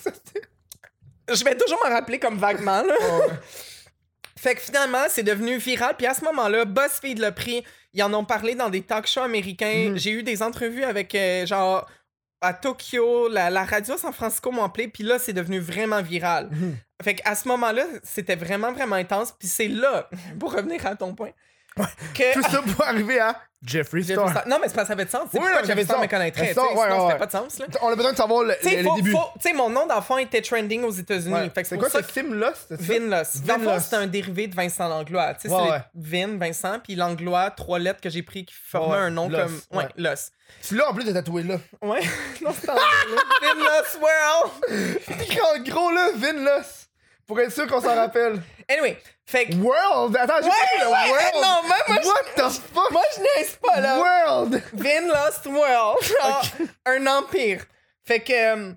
Je vais toujours m'en rappeler comme vaguement, là. Ouais. Fait que finalement, c'est devenu viral. Puis à ce moment-là, BuzzFeed l'a pris. Ils en ont parlé dans des talk shows américains. Mhm. J'ai eu des entrevues avec, euh, genre, à Tokyo, la, la radio San Francisco m'ont appelé. Puis là, c'est devenu vraiment viral. Mhm. Fait qu'à ce moment-là, c'était vraiment, vraiment intense. Puis c'est là, pour revenir à ton point, que... Tout ça pour arriver à Jeffree Jeffree Star. Star- Non, mais c'est parce que ça avait de sens. C'est Oui, pourquoi non, Jeffree j'avais Star ça. me connaîtrait. Mais tu ça, sais, ouais, sinon, ça ouais, fait ouais. pas de sens, là. On a besoin de savoir le, Tu sais, le- faut- les débuts. faut- tu sais, mon nom d'enfant était trending aux États-Unis. Ouais. Fait que C'est pour quoi ça ça, Tim Loss? C'est ça? Vin Loss. Dans le fond, Loss. c'était un dérivé de Vincent Langlois. Tu sais, Ouais, c'est ouais. les Vin, Vincent, puis Langlois, trois lettres que j'ai pris qui formaient Ouais, un nom Loss, comme. Ouais, ouais. Loss. Celui-là, en plus, de tatoué là. Ouais. Non, c'est en Vin Loss World. Écrit en gros, là, Vin Loss. Pour être sûr qu'on s'en rappelle. Anyway, fait que. World! Attends, j'ai Ouais, pas dit le ouais, World! non, moi, moi, je- What the fuck? Moi, je niaise pas, là. World! Vin Lost World. Genre, un empire. Fait que. euh,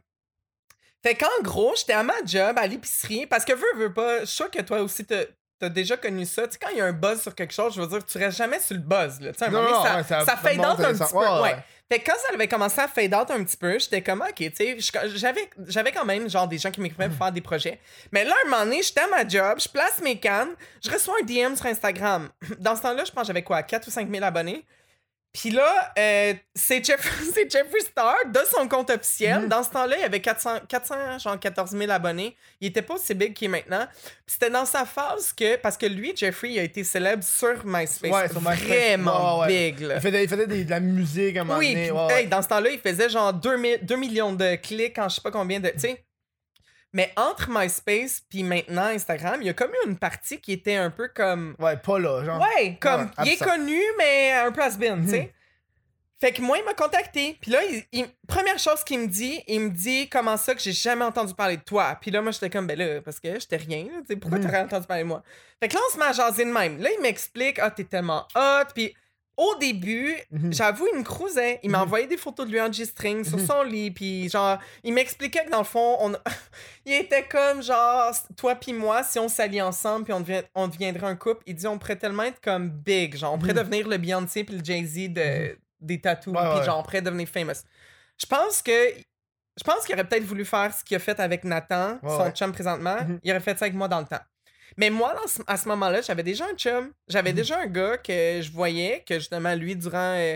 Fait qu'en gros, j'étais à ma job à l'épicerie parce que veux, veux pas, je suis sûr que toi aussi t'as t'as déjà connu ça. Tu sais, quand il y a un buzz sur quelque chose, je veux dire, tu restes jamais sur le buzz. Là. Tu sais, à un Non, moment donné, non, ça, ouais, ça- ça ça fade monte out un intéressant. petit peu. Ouais, Ouais. ouais. Fait que quand ça avait commencé à fade out un petit peu, j'étais comme, ok, tu sais, je- j'avais, j'avais quand même genre des gens qui m'écrivaient pour faire des projets. Mais là, un moment donné, j'étais à ma job, je place mes cannes, je reçois un D M sur Instagram. Dans ce temps-là, je pense que j'avais quoi, quatre ou cinq mille abonnés. Puis là, euh, c'est Jeff, c'est Jeffree Star de son compte officiel. Mhm. Dans ce temps-là, il y avait quatre cents, quatre cents, genre quatorze mille abonnés. Il était pas aussi big qu'il est maintenant. Puis c'était dans sa phase que, parce que lui, Jeffree, il a été célèbre sur MySpace. Ouais, sur MySpace. Vraiment Ouais, ouais. big, là. Il faisait, il faisait des- de la musique à un moment Oui, donné. puis, ouais, ouais. hey, dans ce temps-là, il faisait genre deux millions de clics en je sais pas combien de. Tu sais. Mais entre MySpace puis maintenant Instagram, il y a comme eu une partie qui était un peu comme. Ouais, pas là, genre. Ouais, comme. Ouais, il est absent. connu, mais un peu has-been, tu sais. Mhm. Fait que moi, il m'a contacté. Puis là, il, il- première chose qu'il me dit, il me dit comment ça que j'ai jamais entendu parler de toi. Puis là, moi, j'étais comme, ben là, parce que j'étais rien. là, tu sais, pourquoi Mhm. t'aurais entendu parler de moi? Fait que là, on se met à jaser de même. Là, il m'explique, ah, t'es tellement hot. Puis au début, Mhm. j'avoue, il me cruisait. Il m'a Mhm. envoyé des photos de lui en G-string sur Mhm. son lit. Puis genre, il m'expliquait que dans le fond, on... il était comme genre, toi puis moi, si on s'allie ensemble puis on, devient... on deviendrait un couple, il dit, on pourrait tellement être comme big. Genre, on pourrait Mhm. devenir le Beyoncé puis le Jay-Z de... des tattoos. Ouais, Puis ouais. genre, on pourrait devenir famous. Je pense que. Je pense qu'il aurait peut-être voulu faire ce qu'il a fait avec Nathan, Ouais, son ouais. chum présentement. Mhm. Il aurait fait ça avec moi dans le temps. Mais moi, dans ce- à ce moment-là, j'avais déjà un chum. J'avais Mhm. déjà un gars que je voyais, que justement, lui, durant. euh,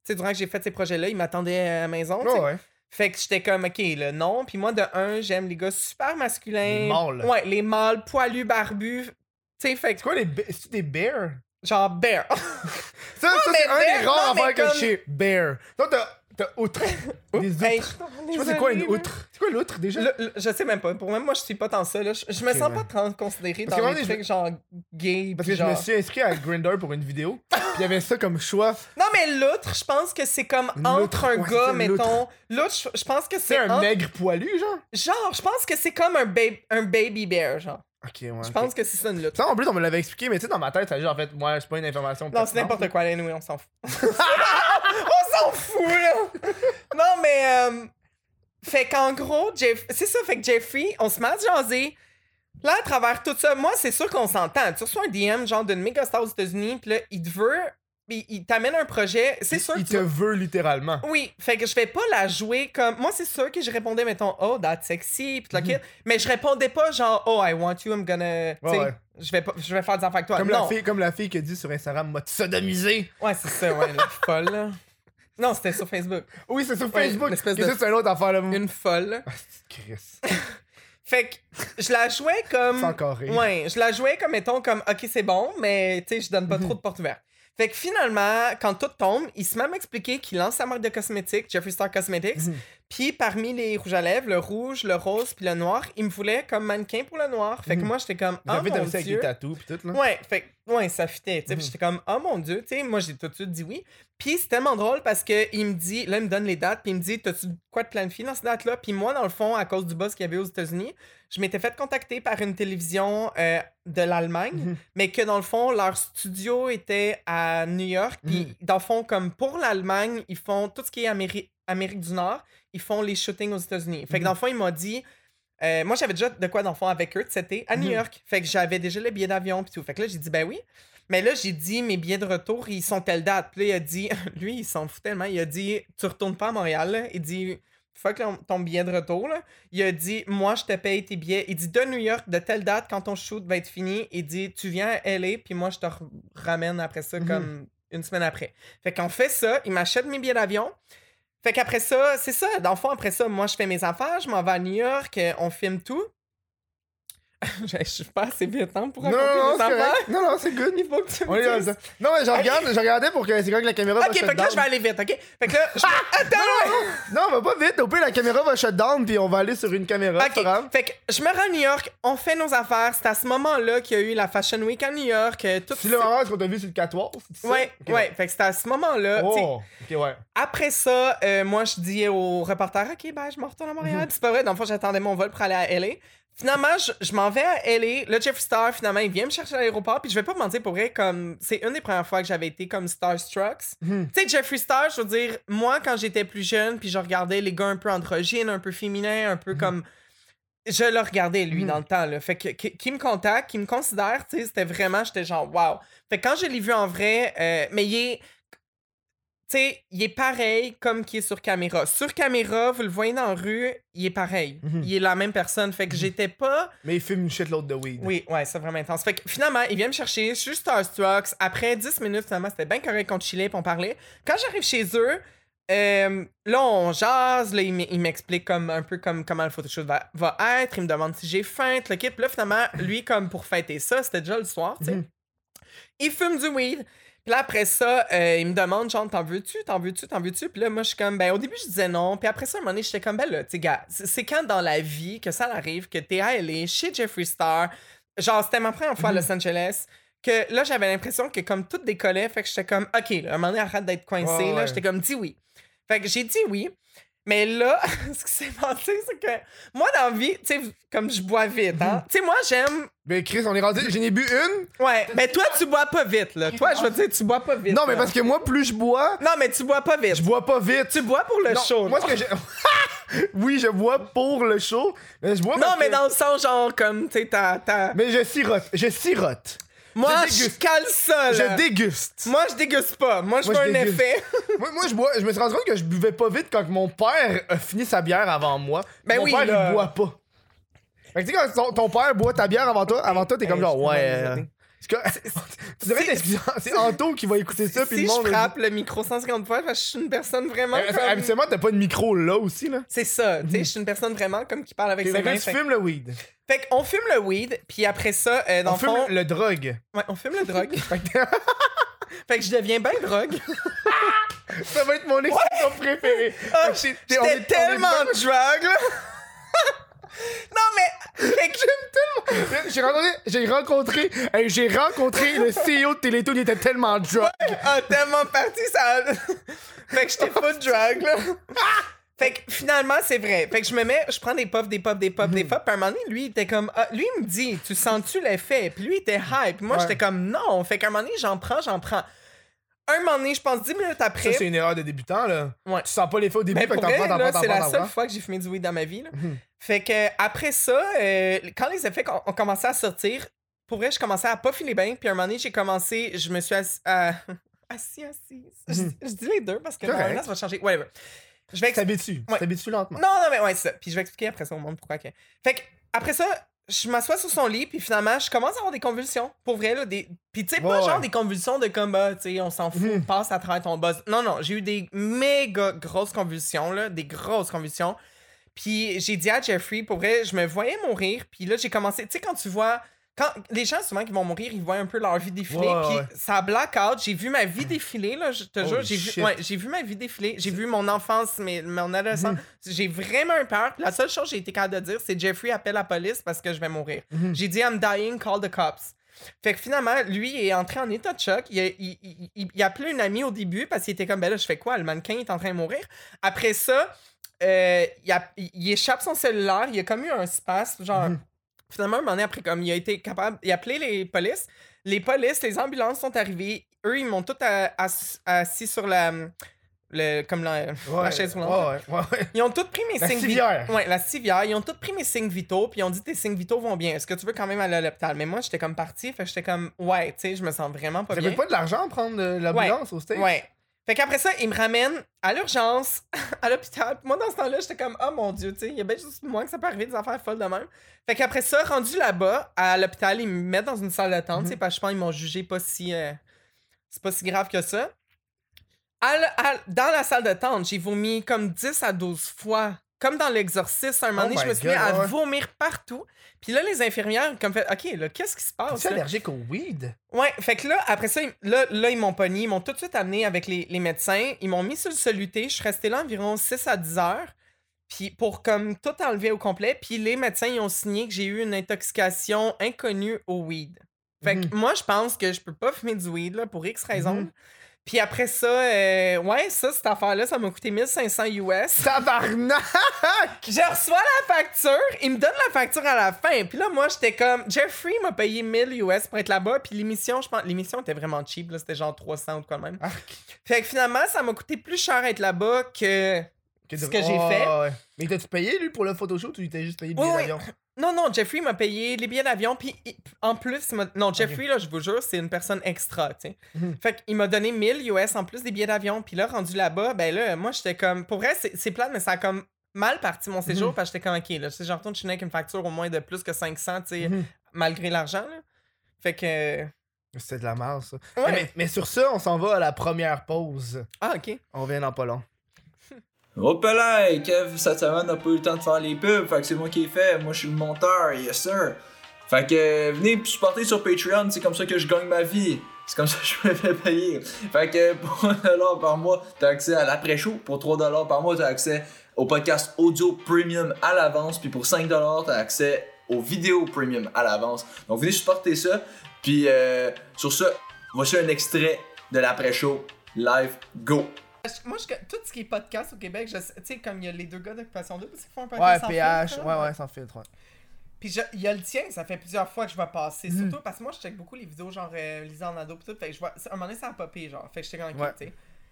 sais, durant que j'ai fait ces projets-là, il m'attendait à la maison, tu sais. Ouais, ouais. Fait que j'étais comme, OK, le non. Puis moi, de un, j'aime les gars super masculins. Les mâles. Ouais, les mâles, poilus, barbus. Tu sais, fait que C'est quoi les. ba- C'est-tu des bears? genre bear. Ça, ça mais c'est un bear, des rares non, mais affaires que comme- je sais. Bear. Toi, t'as. T'as outre. Des outres. Hey, Je sais pas c'est quoi une outre. C'est quoi l'outre déjà? Le- le- je sais même pas. Pour moi, moi, je suis pas tant ça. Là. Je, je me Ok, sens ouais. pas tant considérée Parce dans que les moi, trucs genre gay. Parce puis que je me genre... suis inscrit à Grindr pour une vidéo. Puis il y avait ça comme choix. Non, mais l'autre, je pense que c'est comme Une entre loutre. un Ouais, gars, c'est une mettons. L'autre, je, je pense que C'est c'est un entre- nègre poilu, genre? Genre, je pense que c'est comme un, ba- un baby bear, genre. Ok, ouais. Je ok. pense que c'est ça une loutre. Ça, en plus, on me l'avait expliqué, mais tu sais, dans ma tête, ça a juste en fait, moi, c'est pas une information. Non, c'est pertinente. n'importe quoi, là, nous, on s'en fout. On s'en fout, là! Non, mais... euh, fait qu'en gros, Jeff... c'est ça, fait que Jeffrey, on se met à jaser. Là, à travers tout ça, moi, c'est sûr qu'on s'entend. Tu reçois un D M, genre, d'une méga star aux États-Unis, pis là, il te veut... Il, il t'amène un projet, c'est sûr Il que te tu- veut littéralement. Oui, fait que je vais pas la jouer comme... Moi, c'est sûr que je répondais, mettons, « Oh, that's sexy », pis tout le kit. Mais je répondais pas genre « Oh, I want you, I'm gonna... tu sais, Ouais, ouais. Je vais, pas, je vais faire des affaires avec toi. Comme non. la, fille, comme la fille qui a dit sur Instagram, m'a sodomisé. Ouais, c'est ça, ouais, la folle, là. Non, c'était sur Facebook. Oui, c'est sur Ouais, Facebook. l'espèce Et de- ça, c'est une autre affaire, là. Une folle. Ah, c'est Chris. Fait que je la jouais comme... C'est encore rire. Ouais, je la jouais comme, mettons, comme, OK, c'est bon, mais, tu sais, je donne pas trop de portes ouvertes. Fait que finalement, quand tout tombe, il se met à m'expliquer qu'il lance sa marque de cosmétiques, Jeffree Star Cosmetics. Mhm. Puis parmi les rouges à lèvres, le rouge, le rose, puis le noir, il me voulait comme mannequin pour le noir. Fait que Mhm. moi, j'étais comme, Vous oh avez mon aussi avec Dieu. des tatous pis tout, là. Ouais, fait que, ouais, ça fitait, tu sais. Mhm. Puis j'étais comme, oh mon Dieu, tu sais. Moi, j'ai tout de suite dit oui. Puis c'est tellement drôle parce que il me dit, là, il me donne les dates, puis il me dit, t'as-tu quoi de planifié dans ces dates-là? Puis moi, dans le fond, à cause du buzz qu'il y avait aux États-Unis, je m'étais fait contacter par une télévision euh, de l'Allemagne, Mhm. mais que dans le fond, leur studio était à New York. Puis Mhm. dans le fond, comme pour l'Allemagne, ils font tout ce qui est Améri- Amérique du Nord, ils font les shootings aux États-Unis. Fait que Mhm. dans le fond, il m'a dit. Euh, moi, j'avais déjà de quoi dans le fond avec eux, c'était à New Mhm. York. Fait que j'avais déjà le billet d'avion puis tout. Fait que là, j'ai dit, ben oui. Mais là, j'ai dit, mes billets de retour, ils sont telle date. Puis là, il a dit, lui, il s'en fout tellement. Il a dit, tu retournes pas à Montréal. Là. Il dit, fuck ton- ton billet de retour. Là. Il a dit, moi, je te paye tes billets. Il dit, de New York, de telle date, quand ton shoot va être fini. Il dit, tu viens à L A, puis moi, je te r- ramène après ça, Mhm. comme une semaine après. Fait qu'on fait ça. Il m'achète mes billets d'avion. Fait qu'après ça, c'est ça. Dans le fond, après ça, moi, je fais mes affaires. Je m'en vais à New York. euh, On filme tout. Je suis pas assez vite hein, pour Non, raconter non, non, mes c'est affaires. correct. Non, non, c'est good. Il faut que tu me On est dans dises. le temps. Non, mais je regarde, je regardais pour que c'est quand que la caméra va Ok, shut fait que là, down. je vais aller vite, ok? Fait que là, je... Attends! Non, on va pas vite. Au pire, la caméra va shut down, puis on va aller sur une caméra. C'est pas Ok, grave. fait que je me rends à New York, on fait nos affaires. C'est à ce moment-là qu'il y a eu la Fashion Week à New York. euh, Tout C'est le moment qu'on t'a vu sur le quatorze, c'est ça? Ouais, Ok, ouais. Fait que c'était à ce moment-là. tu sais. Oh, ok, ouais. Après ça, euh, moi, je dis au reporter, OK, ben, je me retourne à Montréal. Mhm. C'est pas vrai, dans le fond, j'attendais mon vol pour aller à L A. Finalement, je, je m'en vais à L A. Le Jeffree Star, finalement, il vient me chercher à l'aéroport. Puis je vais pas me mentir, pour vrai, comme c'est une des premières fois que j'avais été comme starstruck. Mhm. Tu sais, Jeffree Star, je veux dire, moi, quand j'étais plus jeune, puis je regardais les gars un peu androgynes, un peu féminins, un peu comme. Je le regardais, lui, Mhm. dans le temps, là. Fait que, qui, qui me contacte, qui me considère, tu sais, c'était vraiment, j'étais genre, wow. Fait que quand je l'ai vu en vrai, euh, mais il est. Tu sais, il est pareil comme qu'il est sur caméra. Sur caméra, vous le voyez dans la rue, il est pareil. Mhm. Il est la même personne. Fait que j'étais pas. Mais il filme une shitload de weed. Oui, ouais, c'est vraiment intense. Fait que finalement, il vient me chercher, je suis starstruck. Après dix minutes, finalement, c'était bien correct qu'on chillait et on parlait. Quand j'arrive chez eux, euh, là, on jase, là, il m- il m'explique comme, un peu comme, comment le photoshoot va, va être. Il me demande si j'ai faim, tout le kit. Puis là, finalement, lui, comme pour fêter ça, c'était déjà le soir, tu sais. Mhm. Il fume du weed. Puis là, après ça, euh, il me demande, genre, t'en veux-tu, t'en veux-tu, t'en veux-tu? Puis là, moi, je suis comme, ben, au début, je disais non. Puis après ça, à un moment donné, j'étais comme, ben là, tu sais, gars, c'est c'est quand dans la vie que ça arrive que t'es à L A, chez Jeffree Star, genre, c'était ma première fois à Los Angeles, que là, j'avais l'impression que comme tout décollait, fait que j'étais comme, OK, là, à un moment donné, arrête d'être coincé, Ouais, là. ouais. J'étais comme, dis oui. Fait que j'ai dit oui. Mais là, ce qui s'est passé, c'est que moi, dans la vie, tu sais, comme je bois vite, hein. Tu sais, moi, j'aime. Ben, Chris, on est rendu. J'en ai bu une. Ouais, mais toi, tu bois pas vite, là. Toi, je veux dire, tu bois pas vite. Non, mais là. parce que moi, plus je bois, Non, mais tu bois pas vite. je bois pas vite. Tu bois pour le Non, show. Moi, là. ce que j'ai. Oui, je bois pour le show, mais je bois Non, parce mais que- dans le sens, genre, comme, tu sais, t'as. t'as- Mais je sirote. Je sirote. Moi, je je déguste. cale ça, là. Je déguste. Moi, je déguste pas. Moi, je Moi, veux je un déguste. effet. moi, moi, je bois. Je me suis rendu compte que je buvais pas vite quand mon père a fini sa bière avant moi. Ben mon oui, père, là. il boit pas. Fait que tu sais, quand ton, ton père boit ta bière avant toi, avant toi, t'es comme Hey, genre, je suis ouais. vraiment euh, désolée. C'est que- tu devrais t'excuser. C'est Anto qui va écouter ça, puis Si le monde. je frappe le micro cent cinquante fois, parce que je suis une personne vraiment. Euh, comme- Habituellement, t'as pas de micro là aussi, là. C'est ça, tu sais, je suis une personne vraiment comme qui parle avec Fait ses mains. que tu Fait, fumes le weed. fait qu'on fume le weed, puis après ça, euh, dans On le fume fond. le drogue. Ouais, on fume le drogue. Fait que Fait que je deviens bien drogue. ça va être mon expression préférée. Ah, Fait que t'es- on est- on J'étais est tellement pas- drogue, là. Non, mais. Fait que J'ai rencontré, j'ai rencontré, hey, j'ai rencontré le C E O de Télétoon, il était tellement drunk. ah, tellement parti, ça. Fait que j'étais full drug, là. Fait que finalement, c'est vrai. Fait que je me mets, je prends des puffs, des puffs, des puffs, des puffs. Puis à un moment donné, lui, il était comme. Ah, lui, il me dit, tu sens-tu l'effet? Puis lui, il était hype. Puis moi, Ouais. j'étais comme, non. Fait qu'à un moment donné, j'en prends, j'en prends. Un moment donné, je pense dix minutes après. Ça, c'est une erreur de débutant, là. Ouais. Tu sens pas l'effet au début, Mais fait que pour t'en vrai, prends, t'en là, prends, t'en c'est prends, la t'en seule prends. fois que j'ai fumé du weed dans ma vie. Là. Mhm. Fait que après ça, euh, quand les effets ont commencé à sortir, pour vrai, je commençais à pas filer bien. Puis à un moment donné, j'ai commencé, je me suis assis, à... assis, assis. Je, Mhm. je dis les deux parce que Correct. normalement, ça va changer. Whatever. Je vais Tu expli- t'habitues, tu Ouais. t'habitues lentement. Non, non, mais ouais, c'est ça. Puis je vais expliquer après ça au monde pourquoi. Que... Fait que après ça, je m'assois sur son lit, puis finalement, je commence à avoir des convulsions. Pour vrai, là. Des... Puis tu sais, pas Ouais, genre ouais. des convulsions de comme, bah, tu sais, on s'en fout, Mhm. passe à travers ton buzz. Non, non, j'ai eu des méga grosses convulsions, là. Des grosses convulsions. Puis j'ai dit à Jeffrey, pour vrai, je me voyais mourir. Puis là, j'ai commencé. Tu sais, quand tu vois. Quand les gens, souvent, qui vont mourir, ils voient un peu leur vie défiler. Ouais, Puis ouais. ça a blackout. J'ai vu ma vie défiler, là. Je te Holy jure, j'ai vu, shit. ouais, j'ai vu ma vie défiler. J'ai vu mon enfance, mes, mon adolescence. Mhm. J'ai vraiment eu peur. Puis la seule chose que j'ai été capable de dire, c'est Jeffrey appelle la police parce que je vais mourir. Mhm. J'ai dit I'm dying, call the cops. Fait que finalement, lui est entré en état de choc. Il a, il, il, il- il a appelé une amie au début parce qu'il était comme, ben là, je fais quoi? Le mannequin est en train de mourir. Après ça, euh, il, a- il- il échappe son cellulaire. Il a comme eu un spasme, genre. Mhm. Finalement, un moment donné, après, comme il a été capable, il a appelé les polices. Les polices, les ambulances sont arrivées. Eux, ils m'ont tous a- as- assis sur la. Le, comme la, la Ouais, chaise roulante. ouais, ouais, ouais. Ils ont tous pris mes La signes civière. vitaux. Ouais, la civière. Ils ont tous pris mes signes vitaux, puis ils ont dit tes signes vitaux vont bien. Est-ce que tu veux quand même aller à l'hôpital? Mais moi, j'étais comme partie, fait que j'étais comme, ouais, tu sais, je me sens vraiment pas Ça bien. coûte pas de l'argent prendre euh, l'ambulance au States? Ouais. Fait qu'après ça, ils me ramènent à l'urgence, à l'hôpital. Puis moi, dans ce temps-là, j'étais comme, oh mon Dieu, tu sais, il y a bien juste moi que ça peut arriver des affaires folles de même. Fait qu'après ça, rendu là-bas, à l'hôpital, ils me mettent dans une salle d'attente, tu sais, Mhm. parce que je pense qu'ils m'ont jugé pas si. euh, c'est pas si grave que ça. À l- à- dans la salle d'attente, j'ai vomi comme dix à douze fois. Comme dans l'exorcisme, à un moment Oh donné, je my me suis mis God, à ouais. vomir partout. Puis là, les infirmières, comme fait, OK, là, qu'est-ce qui se passe? Es-tu là? allergique au weed? Ouais, fait que là, après ça, ils- là, là ils m'ont pogné, ils m'ont tout de suite amené avec les, les médecins, ils m'ont mis sur le soluté, je suis resté là environ six à dix heures, puis pour comme tout enlever au complet, puis les médecins, ils ont signé que j'ai eu une intoxication inconnue au weed. Fait que Mhm. moi, je pense que je peux pas fumer du weed, là, pour X raisons. Mhm. Puis après ça, euh, ouais, ça, cette affaire-là, ça m'a coûté mille cinq cents U S. Tabarnak! Je reçois la facture, il me donne la facture à la fin. Puis là, moi, j'étais comme, Jeffrey m'a payé mille U S pour être là-bas. Puis l'émission, je pense, l'émission était vraiment cheap, là, c'était genre trois cents ou de quoi de même. Arc. Fait que finalement, ça m'a coûté plus cher être là-bas que. Que Ce de- que j'ai Oh, fait. ouais. Mais t'as-tu payé, lui, pour le photoshoot ou il t'a juste payé le Oui, billet oui. d'avion? Non, non, Jeffrey m'a payé les billets d'avion. Puis il- en plus, il m'a- non, Jeffrey, là, je vous jure, c'est une personne extra, tu sais. Mhm. Fait qu'il m'a donné mille U S en plus des billets d'avion. Puis là, rendu là-bas, ben là, moi, j'étais comme. Pour vrai, c'est c'est plate, mais ça a comme mal parti mon séjour. Mhm. Parce que j'étais comme, ok, là, si je retourne chez nous avec une facture au moins de plus que cinq cents, tu sais, Mhm. malgré l'argent, là. Fait que. C'était de la merde, ça. Ouais. Mais, mais sur ça, on s'en va à la première pause. Ah, ok. On revient dans pas long. Hop là, Kev, cette semaine n'a pas eu le temps de faire les pubs, fait que c'est moi qui ai fait, moi je suis le monteur, yes sir. Fait que euh, venez me supporter sur Patreon, c'est comme ça que je gagne ma vie. C'est comme ça que je me fais payer. Fait que pour un dollar par mois, t'as accès à l'après-show. Pour trois dollars par mois, t'as accès au podcast audio premium à l'avance. Puis pour cinq dollars, t'as accès aux vidéos premium à l'avance. Donc venez supporter ça. Puis euh, sur ça, voici un extrait de l'après-show. Live, go! Moi, je, tout ce qui est podcast au Québec, je sais- tu sais, comme il y a les deux gars d'Occupation double, c'est qu'ils font un Ouais, podcast sans P H, filtre, ouais, là. ouais, sans filtre, ouais. Puis je- il y a le tien, ça fait plusieurs fois que je vais passer. Mhm. Surtout parce que moi, je check beaucoup les vidéos, genre euh, Lisa en ado pis tout. Fait que je vois. À un moment donné, ça a popé, genre. Fait que j'étais comme, Ouais. ok, tu sais.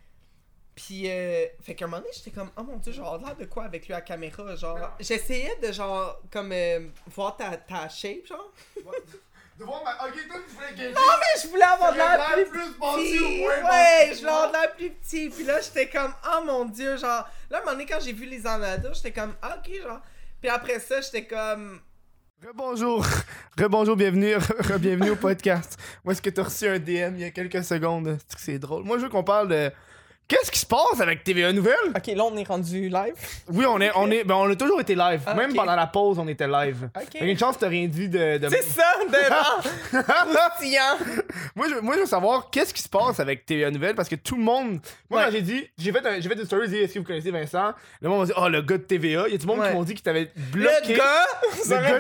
Puis, euh, fait qu'à un moment donné, j'étais comme, oh mon dieu, genre, l'air de quoi avec lui à la caméra, genre. J'essayais de, genre, comme, euh, voir ta, ta shape, genre. De voir ma. Ok, toi, tu voulais gagner. Non, mais je voulais avoir de l'air plus plus petit. Ouais, je voulais avoir de l'air plus petit. Puis là, j'étais comme, oh mon dieu, genre. Là, à un moment donné, quand j'ai vu les en ado, j'étais comme, ah, ok, genre. Puis après ça, j'étais comme. Rebonjour, rebonjour, bienvenue, bienvenue au podcast. Où est-ce que t'as reçu un D M il y a quelques secondes? C'est que c'est drôle. Moi, je veux qu'on parle de... Qu'est-ce qui se passe avec T V A Nouvelles? Ok, là, on est rendu live. Oui, on est, on est, ben on a toujours été live. Ah, Même ok. pendant la pause, on était live. Ok. Fait une chance, t'as rien dit de... de... C'est ça, de croustillant. moi, je, moi, je veux savoir qu'est-ce qui se passe avec T V A Nouvelles parce que tout le monde... Moi, Ouais. quand j'ai dit... J'ai fait, un, j'ai fait une story, j'ai dit, est-ce que vous connaissez Vincent? Le monde m'a dit, oh, le gars de T V A. Il y a du monde Ouais. qui m'ont dit qu'il t'avait bloqué. Le gars, Le ça gars...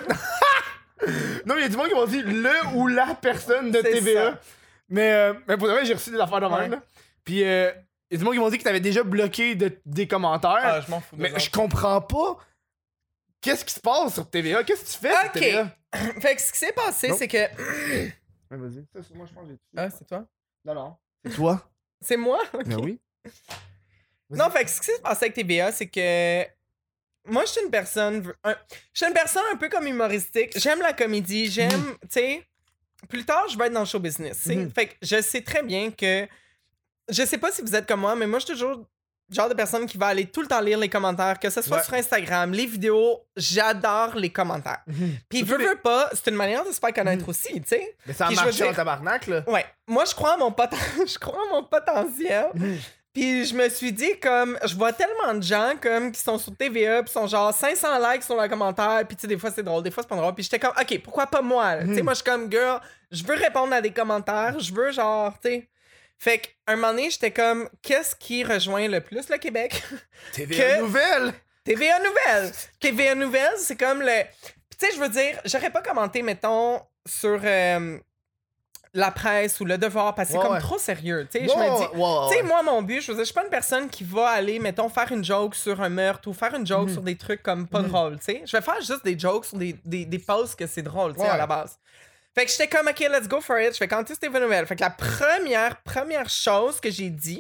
non, mais il y a du monde qui m'ont dit le ou la personne de C'est T V A. ça. Mais, euh, mais pour de vrai, j'ai reçu des affaires de même. Ouais. là. Puis, euh, il y a du monde qui m'ont dit que t'avais déjà bloqué de- des commentaires. Ah, je m'en fous. mais je comprends pas. Qu'est-ce qui se passe sur T V A? Qu'est-ce que tu fais sur Ok. T V A? Fait que ce qui s'est passé, Non. c'est que. Ouais, vas-y. Ça, c'est moi, je pense que j'ai Ah, c'est toi? Non, non. C'est toi? C'est moi? Ok. Ben oui. Vas-y. Non, fait que ce qui s'est passé avec T V A, c'est que. Moi, je suis une personne. un- Je suis une personne un peu comme humoristique. J'aime la comédie. J'aime. Tu sais. Plus tard, je vais être dans le show business. tu sais. Mhm. Fait que je sais très bien que. Je sais pas si vous êtes comme moi, mais moi, je suis toujours le genre de personne qui va aller tout le temps lire les commentaires, que ce soit Ouais. sur Instagram, les vidéos. J'adore les commentaires. Mhm. Puis, Surtout veux, les- veux pas, c'est une manière de se faire connaître Mhm. aussi, tu sais. Mais ça a Puis je veux marché dire- en tabarnak, là. Ouais. Moi, je crois à mon, poten... je crois à mon potentiel. Mhm. Puis je me suis dit, comme, je vois tellement de gens, comme, qui sont sur T V A, puis sont genre cinq cents likes sur leurs commentaires, puis tu sais, des fois c'est drôle, des fois c'est pas drôle. Puis j'étais comme, ok, pourquoi pas moi? là? Tu sais, Mhm. moi, je suis comme, girl, je veux répondre à des commentaires, je veux, genre, tu sais. Fait qu'à un moment donné, j'étais comme, qu'est-ce qui rejoint le plus le Québec? T V A Que- Nouvelles! T V A Nouvelles! T V A Nouvelles, c'est comme le. Puis tu sais, je veux dire, j'aurais pas commenté, mettons, sur euh, la presse ou le devoir, parce que c'est Ouais, comme ouais. trop sérieux. Tu sais, je Ouais, me dis. ouais, ouais, Tu sais, ouais. moi, mon but, je veux dire, je suis pas une personne qui va aller, mettons, faire une joke sur un meurtre ou faire une joke Mhm. sur des trucs comme pas Mhm. drôles, tu sais. Je vais faire juste des jokes sur des, des, des posts que c'est drôle, tu sais, Ouais. à la base. Fait que j'étais comme, OK, let's go for it. Je fais quand est-ce que c'était nouvelle. Fait que la première, première chose que j'ai dit,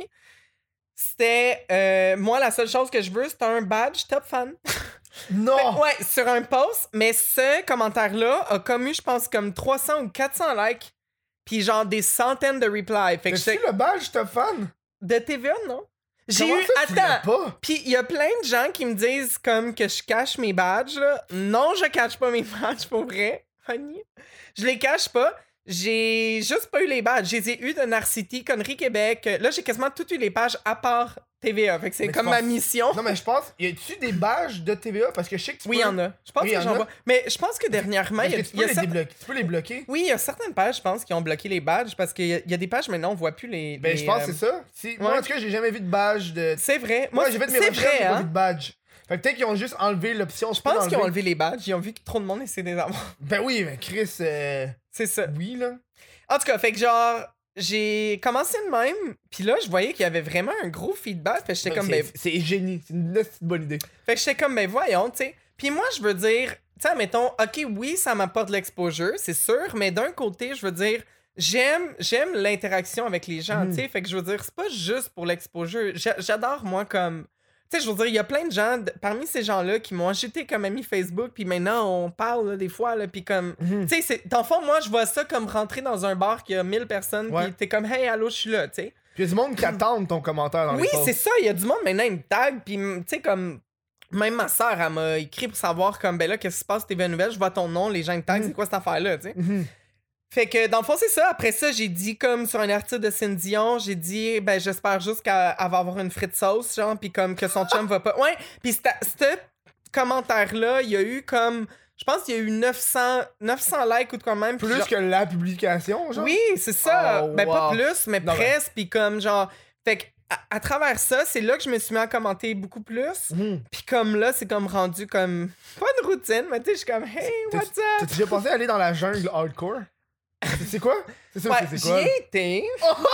c'était, euh, moi, la seule chose que je veux, c'est un badge top fan. Non! Fait- ouais, sur un post, mais ce commentaire-là a comme eu, je pense, comme trois cents ou quatre cents likes, puis genre des centaines de replies. Fait que T'as-tu j'étais... le badge, top fan? De T V A, non? J'ai Comment eu... ça, tu l'as Attends! pas? Puis il y a plein de gens qui me disent comme que je cache mes badges, là. Non, je cache pas mes badges, pour vrai, Fanny. Je les cache pas. J'ai juste pas eu les badges. Je les ai eu de Narcity, Connerie Québec. Là, j'ai quasiment toutes eu les pages à part T V A. Fait que c'est Mais tu comme penses- ma mission. Non, mais je pense, y a-tu des badges de T V A? Parce que je sais que tu Oui, il peux... y en a. Je pense Oui, que y en j'en a. vois. Mais je pense que dernièrement, il Est-ce y a, que tu il y a peux, les certain- débloquer? tu peux les bloquer? Oui, il y a certaines pages, je pense, qui ont bloqué les badges parce qu'il y, a- il y a des pages maintenant, on voit plus les. Ben, les, je pense euh, que c'est ça. Si... Moi, ouais. en tout cas, j'ai jamais vu de badge de... C'est vrai. Moi, Moi, j'ai fait mes c'est recherches, vrai, j'ai pas hein. vu de badge. Fait que peut-être qu'ils ont juste enlevé l'option. Je pense qu'ils ont enlevé les badges. Ils ont vu que trop de monde essaie de les avoir. Ben oui, mais Chris, euh... C'est ça. oui, là. En tout cas, fait que genre, j'ai commencé de même, puis là, je voyais qu'il y avait vraiment un gros feedback. Fait que j'étais Ben, comme, c'est- ben, C'est génie. C'est une petite bonne idée. fait que j'étais comme, ben voyons, tu sais. Puis moi, je veux dire, tu sais, mettons, ok, oui, ça m'apporte de l'exposure, c'est sûr, mais d'un côté, je veux dire, j'aime j'aime l'interaction avec les gens, Mm. tu sais. Fait que je veux dire, c'est pas juste pour l'exposure. J'a- J'adore, moi, comme. Tu sais, je veux dire, il y a plein de gens, de- parmi ces gens-là, qui m'ont ajouté comme ami Facebook, puis maintenant, on parle là, des fois, là, puis comme. Mhm. Tu sais, c'est- dans le fond, moi, je vois ça comme rentrer dans un bar qui a mille personnes, Ouais. puis t'es comme, hey, allô, je suis là, tu sais. Puis y a du monde qui attend ton commentaire dans Oui, les posts. c'est ça, il y a du monde maintenant, ils me tag, puis tu sais, comme. Même ma soeur, elle m'a écrit pour savoir, comme, ben là, qu'est-ce qui se passe, T V Nouvelles, je vois ton nom, les gens me taguent, Mhm. c'est quoi cette affaire-là, tu sais. Mhm. Fait que, dans le fond, c'est ça. Après ça, j'ai dit, comme sur un article de Céline Dion, j'ai dit, ben, j'espère juste qu'elle elle va avoir une frite sauce, genre, puis comme que son chum va pas. Ouais, puis ce commentaire-là, il y a eu comme. Je pense qu'il y a eu neuf cents, neuf cents likes ou de quoi même. puis Plus genre- que la publication, genre. Oui, c'est ça. Oh, ben, pas wow. plus, mais Non, mais- presque. Puis comme, genre. Fait que, à, à travers ça, c'est là que je me suis mis à commenter beaucoup plus. Mhm. Puis comme là, c'est comme rendu comme. Pas une routine, mais tu sais, je suis comme, hey, what's up? T'as déjà pensé à aller dans la jungle hardcore? C'est- C'est quoi? C'est ça, Ouais, c'est- c'est j'y quoi? ai été.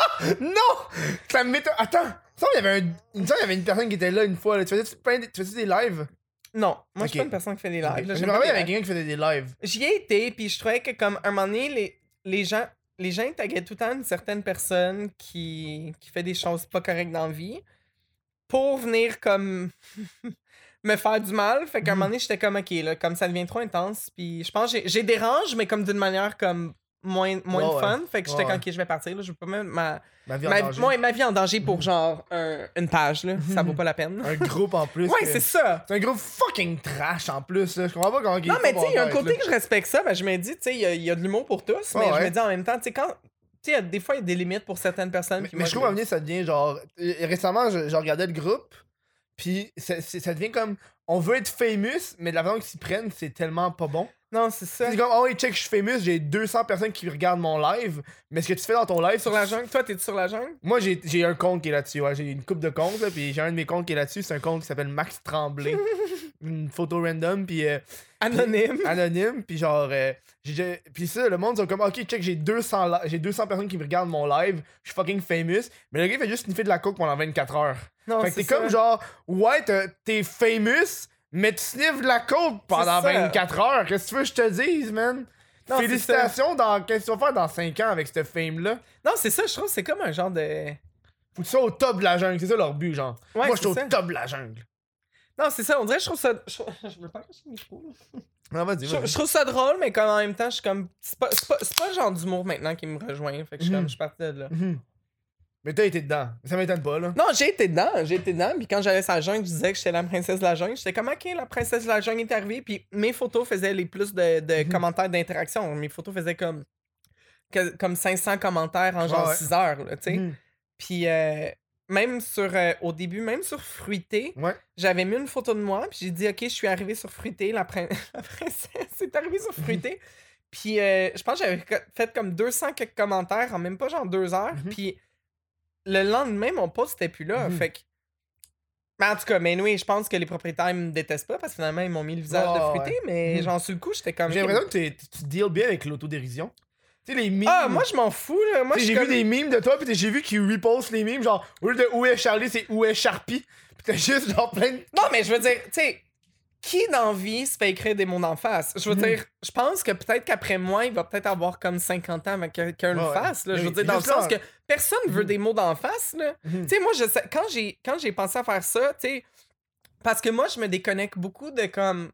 Non! Ça me met... Attends! Il me semble qu'il y avait un... il me semble qu'il y avait une personne qui était là une fois. Là. Tu faisais-tu plein de- tu faisais des lives? Non, moi, je suis Ok. pas une personne qui fait des lives. là, Je j'aime me pas rappelle, il y les avait lives. quelqu'un qui faisait des lives. J'y ai été, puis je trouvais que comme un moment donné, les, les gens les gens taguaient tout le temps une certaine personne qui, qui fait des choses pas correctes dans la vie pour venir comme me faire du mal. Fait qu'à un Mhm. moment donné, j'étais comme ok, là, comme ça devient trop intense. Puis je pense que j'ai- j'ai dérange, mais comme d'une manière comme moins, moins Ouais, de fun. ouais. Fait que j'étais Ouais, comme, ouais. ok, je vais partir. Là, je veux pas mettre ma, Ma vie en ma, danger. ouais, ma vie en danger pour genre un- une page. Là. Ça vaut pas la peine. Un groupe en plus. Ouais, que- c'est ça. C'est un groupe fucking trash en plus. Là. Je comprends pas comment il Non, est mais pas tu sais, il y a un bon côté là. que je respecte ça. Ben, je me dis, tu sais, il y, a- il y a de l'humour pour tous. Mais Ouais, je ouais. me dis en même temps, tu sais, quand. Tu sais, des fois, il y a des limites pour certaines personnes. Mais, puis mais moi, je trouve à un moment donné, ça devient genre. euh, Récemment, je, je regardais le groupe, puis ça, c'est- ça devient comme. On veut être famous, mais de la façon qu'ils s'y prennent, c'est tellement pas bon. Non, c'est ça. C'est comme, oh, hey, check, je suis famous, j'ai deux cents personnes qui regardent mon live, mais ce que tu fais dans ton live. Sur la jungle. Toi, t'es sur la jungle? Moi, j'ai j'ai un compte qui est là-dessus. Ouais. J'ai une coupe de comptes, là, puis j'ai un de mes comptes qui est là-dessus. C'est un compte qui s'appelle Max Tremblay. Une photo random, puis. euh, Anonyme. anonyme, puis genre. euh, j'ai- j'ai- puis ça, le monde, ils sont comme, ok, check, j'ai deux cents, li- j'ai deux cents personnes qui me regardent mon live, je suis fucking famous, mais le gars, il fait juste sniffer de la coke pendant vingt-quatre heures. Non, fait que c'est t'es comme ça. genre, ouais, t'as- t'es famous, mais tu sniffes de la coke pendant C'est ça. vingt-quatre heures. Qu'est-ce que tu veux que je te dise, man? Non, c'est Félicitations dans qu'est-ce que tu vas faire dans cinq ans avec cette fame-là. Non, c'est ça, je trouve que c'est comme un genre de. Faut que tu sois au top de la jungle, c'est ça leur but, genre. Ouais, Moi, je suis au c'est ça. top de la jungle. Non, c'est ça, on dirait que je trouve ça. Je, je veux pas cacher le micro. là. Non, vas-y, Je, vas-y. je trouve ça drôle, mais comme en même temps, je suis comme. C'est pas, c'est pas, c'est pas le genre d'humour maintenant qui me rejoint. Fait que je suis Mhm. comme, je suis parti de là. Mhm. Mais t'as été dedans. Ça m'étonne pas, là. Non, j'ai été dedans, j'ai été dedans. Puis quand j'allais sur la jungle, je disais que j'étais la princesse de la jungle. J'étais comme, ok, la princesse de la jungle est arrivée. Puis mes photos faisaient les plus de, de Mhm. commentaires d'interaction. Mes photos faisaient comme, que- comme cinq cents commentaires en genre Ouais, ouais. six heures, là, tu sais. Mhm. Puis euh, même sur, euh, au début, même sur Fruité, Ouais. j'avais mis une photo de moi. Puis j'ai dit, ok, je suis arrivée sur Fruité. La, prin- la princesse est arrivée sur Fruité. Puis euh, je pense que j'avais co- fait comme deux cents quelques commentaires en même pas genre deux heures. Mhm. Puis le lendemain, mon post était plus là. Mhm. Fait que. Mais en tout cas, mais oui, je pense que les propriétaires me détestent pas parce que finalement, ils m'ont mis le visage Ouais, de ouais. Fruité. Mais Mhm. genre, sur le coup, j'étais comme. J'ai l'impression que t'es- tu deals bien avec l'autodérision. Tu sais, les mimes. Ah, moi, je m'en fous, là. Moi, Tu je sais, suis j'ai comme. vu des mimes de toi, pis t'sais, j'ai vu qu'ils repostent les mimes, genre, au lieu de où est Charlie, c'est où est Sharpie. Pis t'as juste genre plein de. Non, mais je veux dire, tu sais, qui dans vie se fait écrire des mots d'en face? Je veux Mhm. dire, je pense que peut-être qu'après moi, il va peut-être avoir comme cinquante ans avant que quelqu'un Ouais, le ouais. fasse. Là. Je Mais veux dire, dans le juste sens là- que personne veut Mhm. des mots d'en face. Là. Mhm. Tu sais, moi, je sais, quand j'ai quand j'ai pensé à faire ça, tu sais, parce que moi, je me déconnecte beaucoup de comme.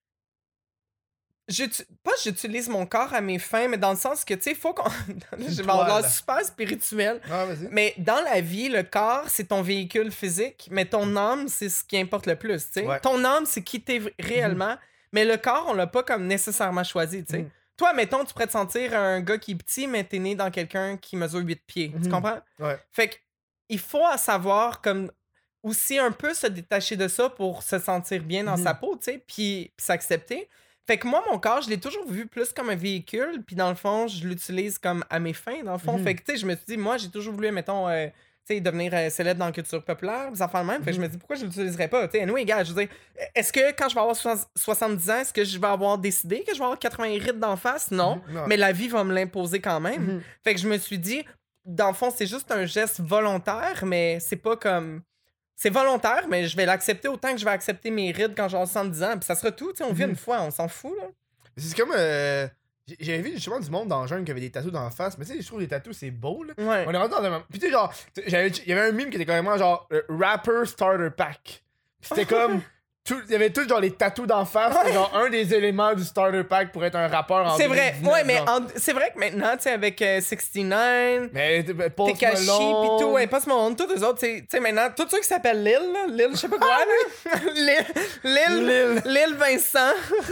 J'uti- Pas j'utilise mon corps à mes fins, mais dans le sens que, tu sais, faut qu'on. Je vais avoir Toile. l'air super spirituel. Ah, vas-y. Mais dans la vie, le corps, c'est ton véhicule physique, mais ton âme, c'est ce qui importe le plus, tu sais. Ouais. Ton âme, c'est qui t'es v- réellement, mais le corps, on l'a pas comme nécessairement choisi, tu sais. Mhm. Toi, mettons, tu pourrais te sentir un gars qui est petit, mais t'es né dans quelqu'un qui mesure huit pieds, tu Mhm. comprends? Ouais. Fait que, il faut à savoir, comme, aussi un peu se détacher de ça pour se sentir bien dans Mhm. sa peau, tu sais, puis puis s'accepter. Fait que moi, mon corps, je l'ai toujours vu plus comme un véhicule, puis dans le fond, je l'utilise comme à mes fins, dans le fond. Mhm. Fait que, tu sais, je me suis dit, moi, j'ai toujours voulu, mettons, euh, tu sais, devenir euh, célèbre dans la culture populaire, des enfants de même. Fait que je me dis, pourquoi je l'utiliserais pas? Tu sais, anyway, gars, je veux dire, est-ce que quand je vais avoir soix- soixante-dix ans, est-ce que je vais avoir décidé que je vais avoir quatre-vingts rides d'en face? Non. Mhm. Non. Mais la vie va me l'imposer quand même. Mhm. Fait que je me suis dit, dans le fond, c'est juste un geste volontaire, mais c'est pas comme. C'est volontaire, mais je vais l'accepter autant que je vais accepter mes rides quand j'aurai soixante-dix ans. Puis ça sera tout, tu sais, on vit Mhm. une fois, on s'en fout, là. C'est comme. euh, j'ai- J'avais vu justement du monde dans le jungle qui avait des tatous dans la face, mais tu sais, je trouve que les tatous, c'est beau, là. Ouais. On est rentré dans un. Puis tu sais, genre, tu sais, j'avais- il y avait un meme qui était carrément genre euh, Rapper Starter Pack. Puis c'était comme. tout- Il y avait tous genre les tatous d'en face, c'était genre un des éléments du Starter Pack pour être un rappeur en C'est vrai, deux mille dix-neuf, ouais, mais genre. en- c'est vrai que maintenant, tu sais, avec euh, soixante-dix-neuf, Mais euh, Post Tekashi, Malone. pis tout, ouais, pas ce monde, tous les autres, tu sais- tu sais, maintenant, tous ceux qui s'appellent Lil, là, Lil, je sais pas quoi, là. Lil, Lil, Lil. Lil Vincent.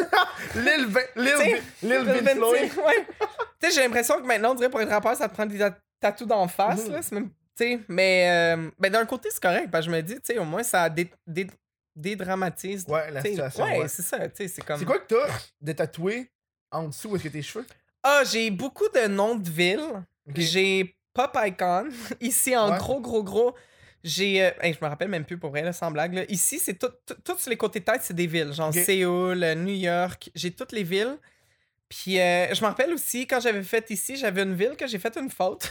Lil, Vin- Lil, Tu sais, Vin- Lil Lil Vince Lloyd. Vinci, ouais. Tu sais, j'ai l'impression que maintenant, on dirait pour être rappeur, ça te prend des ta- tatous d'en face, Mhm. là. C'est même. Tu sais, mais euh, ben, d'un côté, c'est correct, parce que je me dis, tu sais, au moins, ça dé- dé- dédramatise. Ouais, la tu sais. situation. Ouais, ouais. c'est ça, tu sais, c'est comme. C'est quoi que t'as de tatoué en dessous où est-ce que tes cheveux? Ah, j'ai beaucoup de noms de villes. Ok. J'ai Pop Icon. Ici, en Ouais. gros, gros, gros. J'ai. euh, hey, je me rappelle même plus pour vrai, là, sans blague. Là. Ici, c'est tout, tout, tout sur les côtés de tête, c'est des villes. Genre Ok. Séoul, euh, New York. J'ai toutes les villes. Puis, euh, je me rappelle aussi, quand j'avais fait ici, j'avais une ville que j'ai fait une faute.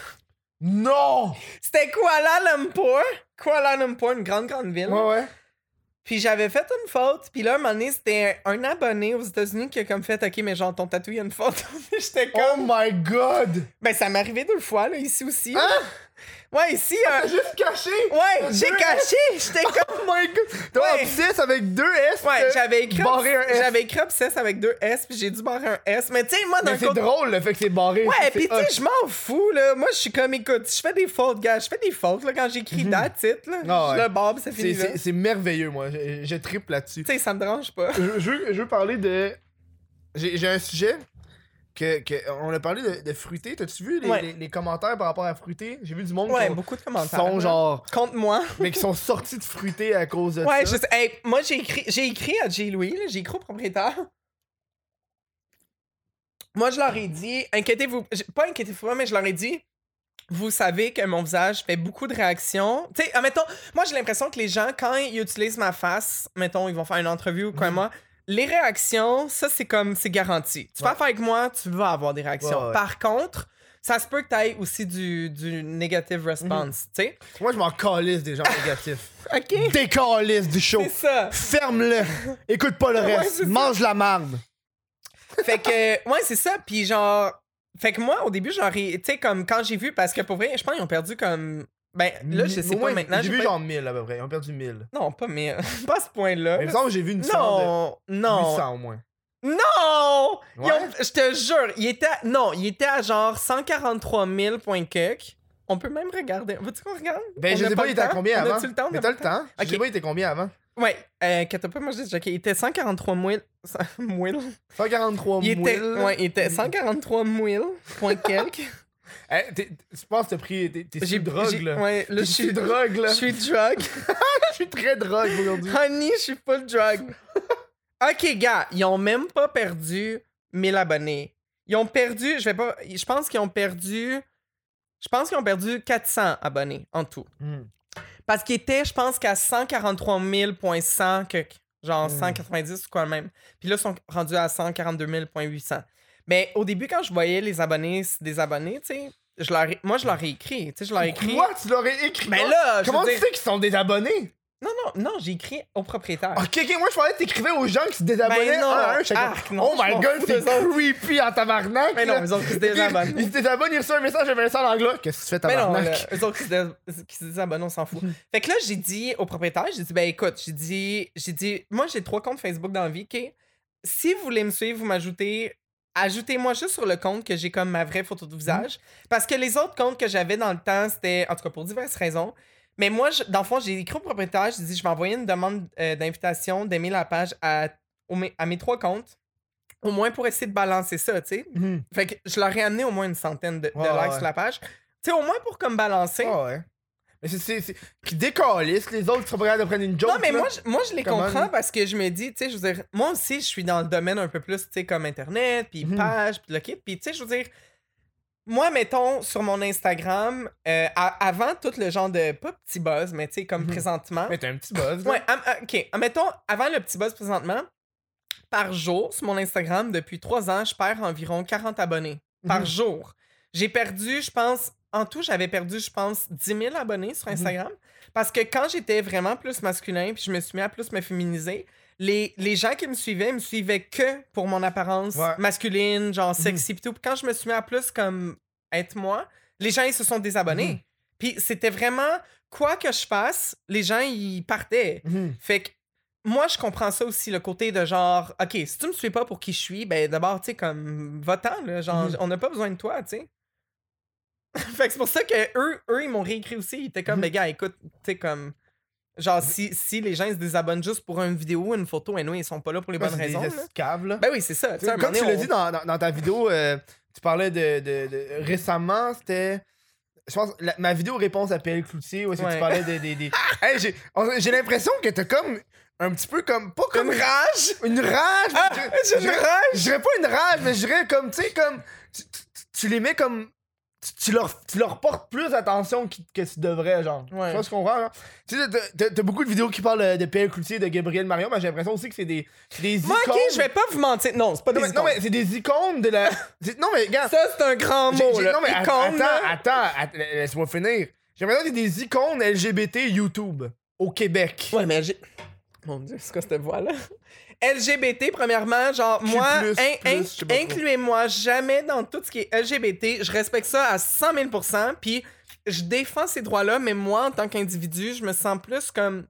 Non! C'était Kuala Lumpur. Kuala Lumpur, une grande, grande ville. Ouais, ouais. Puis j'avais fait une faute. Puis là, un moment donné, c'était un, un abonné aux États-Unis qui a comme fait, OK, mais genre, ton tatou, il y a une faute. J'étais Oh comme. my god! Ben, ça m'est arrivé deux fois, là, ici aussi. là. Hein? Ouais, ici. Euh... T'as juste caché! Ouais, j'ai deux caché! J'étais comme. Oh my god! T'as Ouais. obsesse avec deux S! Ouais, j'avais écrit, barré un S. j'avais écrit obsesse avec deux S, puis j'ai dû barrer un S. Mais tu sais, moi, dans Mais le c'est côté- drôle le fait que c'est barré. Ouais, c'est pis tu hot. sais, je m'en fous, là. Moi, je suis comme, écoute, je fais des fautes, gars. Je fais des fautes, là, quand j'écris that's it, là. Ah ouais. Je le barre, pis c'est C'est- fini, là. C'est c'est merveilleux, moi. Je, je trippe là-dessus. Tu sais, ça me dérange pas. je, je veux, je veux parler de. J'ai j'ai un sujet que, que. On a parlé de, de fruité. T'as-tu vu les, Ouais. les, les commentaires par rapport à fruité? J'ai vu du monde Ouais, qui, ont- beaucoup de qui commentaires. sont là. genre. Contre moi. Mais qui sont sortis de fruité à cause de Ouais, ça. je sais. Hey, moi, j'ai écrit, j'ai écrit à J. Louis, là, j'ai écrit au propriétaire. Moi, je leur ai dit, inquiétez-vous, j- pas inquiétez-vous pas, mais je leur ai dit, vous savez que mon visage fait beaucoup de réactions. Tu sais, admettons, moi, j'ai l'impression que les gens, quand ils utilisent ma face, mettons, ils vont faire une entrevue ou quoi, Mhm. moi, les réactions, ça, c'est comme, c'est garanti. Tu fais Ouais. affaire avec moi, tu vas avoir des réactions. Ouais, ouais. Par contre, ça se peut que tu aies aussi du, du negative response, tu sais. Moi, je m'en calisse des gens négatifs. OK? Décalisse du show. C'est ça. Ferme-le. Écoute pas le Ouais, reste. c'est ça. Mange la marde. Fait que, ouais, c'est ça. Puis genre, fait que moi, au début, genre, tu sais, comme quand j'ai vu, parce que pour vrai, je pense qu'ils ont perdu comme. Ben, là, je sais Au pas moins, maintenant. J'ai vu pas... genre mille à peu près. Ils ont perdu mille. Non, pas mais pas à ce point-là. Mais il me semble que j'ai vu une différence Non, de non. huit cents au moins. Non! Ils Ouais? ont- Je te jure, il était à... Non, il était à genre cent quarante-trois mille points quelques. On peut même regarder. Veux-tu qu'on regarde? Ben, On je a sais pas, le il était à temps? combien On avant? a-tu le temps? On Mais a t'as pas le temps. Je Ok. sais pas, il était combien avant? Ouais, euh, inquiète pas, moi je dis, ok, il était cent quarante-trois mille. mille. cent quarante-trois Il était, mille. ouais, il était cent quarante-trois mille points quelques. Hey, t'es- je pense que t'as pris. T'es t'es J'ai sous drogue, j'ai- là. Ouais, là, T'es je sous suis drogue, là. Je suis drug. Je suis très drogue aujourd'hui. Honey, je suis full drug. Ok, gars, ils ont même pas perdu mille abonnés. Ils ont perdu, je vais pas. Je pense qu'ils ont perdu. Je pense qu'ils ont perdu quatre cents abonnés en tout. Hmm. Parce qu'ils étaient, je pense, qu'à cent quarante-trois mille cent, que, genre Mm. cent quatre-vingt-dix ou quoi même. Puis là, ils sont rendus à cent quarante-deux mille huit cents. Mais au début, quand je voyais les abonnés des abonnés, tu sais, je leur ai- moi, je leur ai écrit. Tu sais, je leur ai écrit. Quoi? Tu l'aurais écrit? Mais là, je Comment veux tu dire- sais qu'ils sont des abonnés? Non, non, non, j'ai écrit au propriétaire. Ok, ok, moi je parlais que t'écrivais aux gens qui se désabonnaient Ben non. un à un. J'étais comme, Arc, non, oh my je m'en god, fous c'est d'eux autres. creepy en tabarnak. Mais non, là. eux autres qui se désabonnent. Ils se désabonnent, ils reçoivent un message de Vincent Langlois. Qu'est-ce que tu fais, Mais non, tabarnak? là, eux autres qui se, dés- qui se désabonnent, on s'en fout. Fait que là, j'ai dit au propriétaire, j'ai dit, ben écoute, j'ai dit, j'ai dit, moi j'ai trois comptes Facebook dans la vie, ok? Si vous voulez me suivre, vous m'ajoutez, ajoutez-moi juste sur le compte que j'ai comme ma vraie photo de visage. Parce que les autres comptes que j'avais dans le temps, c'était, en tout cas pour diverses raisons. Mais moi, je- dans le fond, j'ai écrit au propriétaire, j'ai dit, je vais envoyer une demande euh, d'invitation d'aimer la page à, au- à mes trois comptes. Au moins pour essayer de balancer ça, tu sais. Mhm. Fait que je leur ai amené au moins une centaine de, de Ouais, likes ouais. sur la page. Tu sais, au moins pour comme balancer. Ah ouais. Mais c'est. c'est- c'est- Qui décalissent, les autres qui sont pas capables de prendre une joke. non, mais là. moi je, moi, je les Comment- comprends parce que je me dis, tu sais, je veux dire, moi aussi, je suis dans le domaine un peu plus, tu sais, comme Internet, puis Mhm. page, puis le kit. Puis, tu sais, je veux dire, moi, mettons, sur mon Instagram, euh, à- avant tout le genre de, pas petit buzz, mais tu sais, comme Mhm. présentement. Mais t'as un petit buzz. là. Ouais, am- ah, ok. Mettons, avant le petit buzz présentement, par jour, sur mon Instagram, depuis trois ans, je perds environ quarante abonnés par Mhm. jour. J'ai perdu, je pense, en tout, j'avais perdu, je pense, dix mille abonnés sur Instagram. Parce que quand j'étais vraiment plus masculin, puis je me suis mis à plus me féminiser, les, les gens qui me suivaient, me suivaient que pour mon apparence Ouais. masculine, genre sexy, pis tout. Puis quand je me suis mis à plus comme être moi, les gens, ils se sont désabonnés. Mhm. Puis c'était vraiment, quoi que je fasse, les gens, ils partaient. Mhm. Fait que moi, je comprends ça aussi, le côté de genre, OK, si tu me suis pas pour qui je suis, ben d'abord, tu sais, comme, va-t'en, là, genre, Mhm. on n'a pas besoin de toi, tu sais. Fait que c'est pour ça que eux, eux ils m'ont réécrit aussi. Ils étaient comme, Mhm. les gars, écoute, tu sais, comme, genre, si, si les gens ils se désabonnent juste pour une vidéo ou une photo, et nous, ils sont pas là pour les Ouais, bonnes c'est des raisons. là. escaves, là. Ben oui, c'est ça. tu sais, à un Comme moment tu donné, l'as on- dit dans, dans, dans ta vidéo, euh, tu parlais de, de, de- récemment, c'était. Je pense la- ma vidéo réponse à P L Cloutier, où est-ce que Ouais. tu parlais des. des, des... Hey, j'ai, on- j'ai l'impression que t'as comme. Un petit peu comme. Pas comme. Une rage! Une rage! Ah, je- j'ai je une dirais- rage! Je dirais pas une rage, mais je dirais comme. Tu sais, comme. Tu, tu- tu les mets comme. Tu, tu leur, tu leur portes plus attention que, que tu devrais, genre. Ouais. Tu vois ce qu'on comprend, genre? Tu sais, t'as- t'as, t'as beaucoup de vidéos qui parlent euh, de P L Cloutier, de Gabriel Marion, mais j'ai l'impression aussi que c'est des, c'est des Moi, icônes. OK, je vais pas vous mentir. Non, c'est pas Non, des mais, non, icônes. mais c'est des icônes de la. c'est- Non, mais regarde. Ça, c'est un grand j'ai- mot, j'ai- là. non, mais att- Icône, là. attends, attends, att- laisse-moi finir. J'ai l'impression que c'est des icônes L G B T YouTube au Québec. Ouais, mais j'ai. Mon Dieu, c'est quoi cette voix-là? L G B T, premièrement, genre, Q moi, plus, in- plus, in- je sais pas trop. incluez-moi jamais dans tout ce qui est L G B T. Je respecte ça à cent mille pour cent. Puis, je défends ces droits-là, mais moi, en tant qu'individu, je me sens plus comme...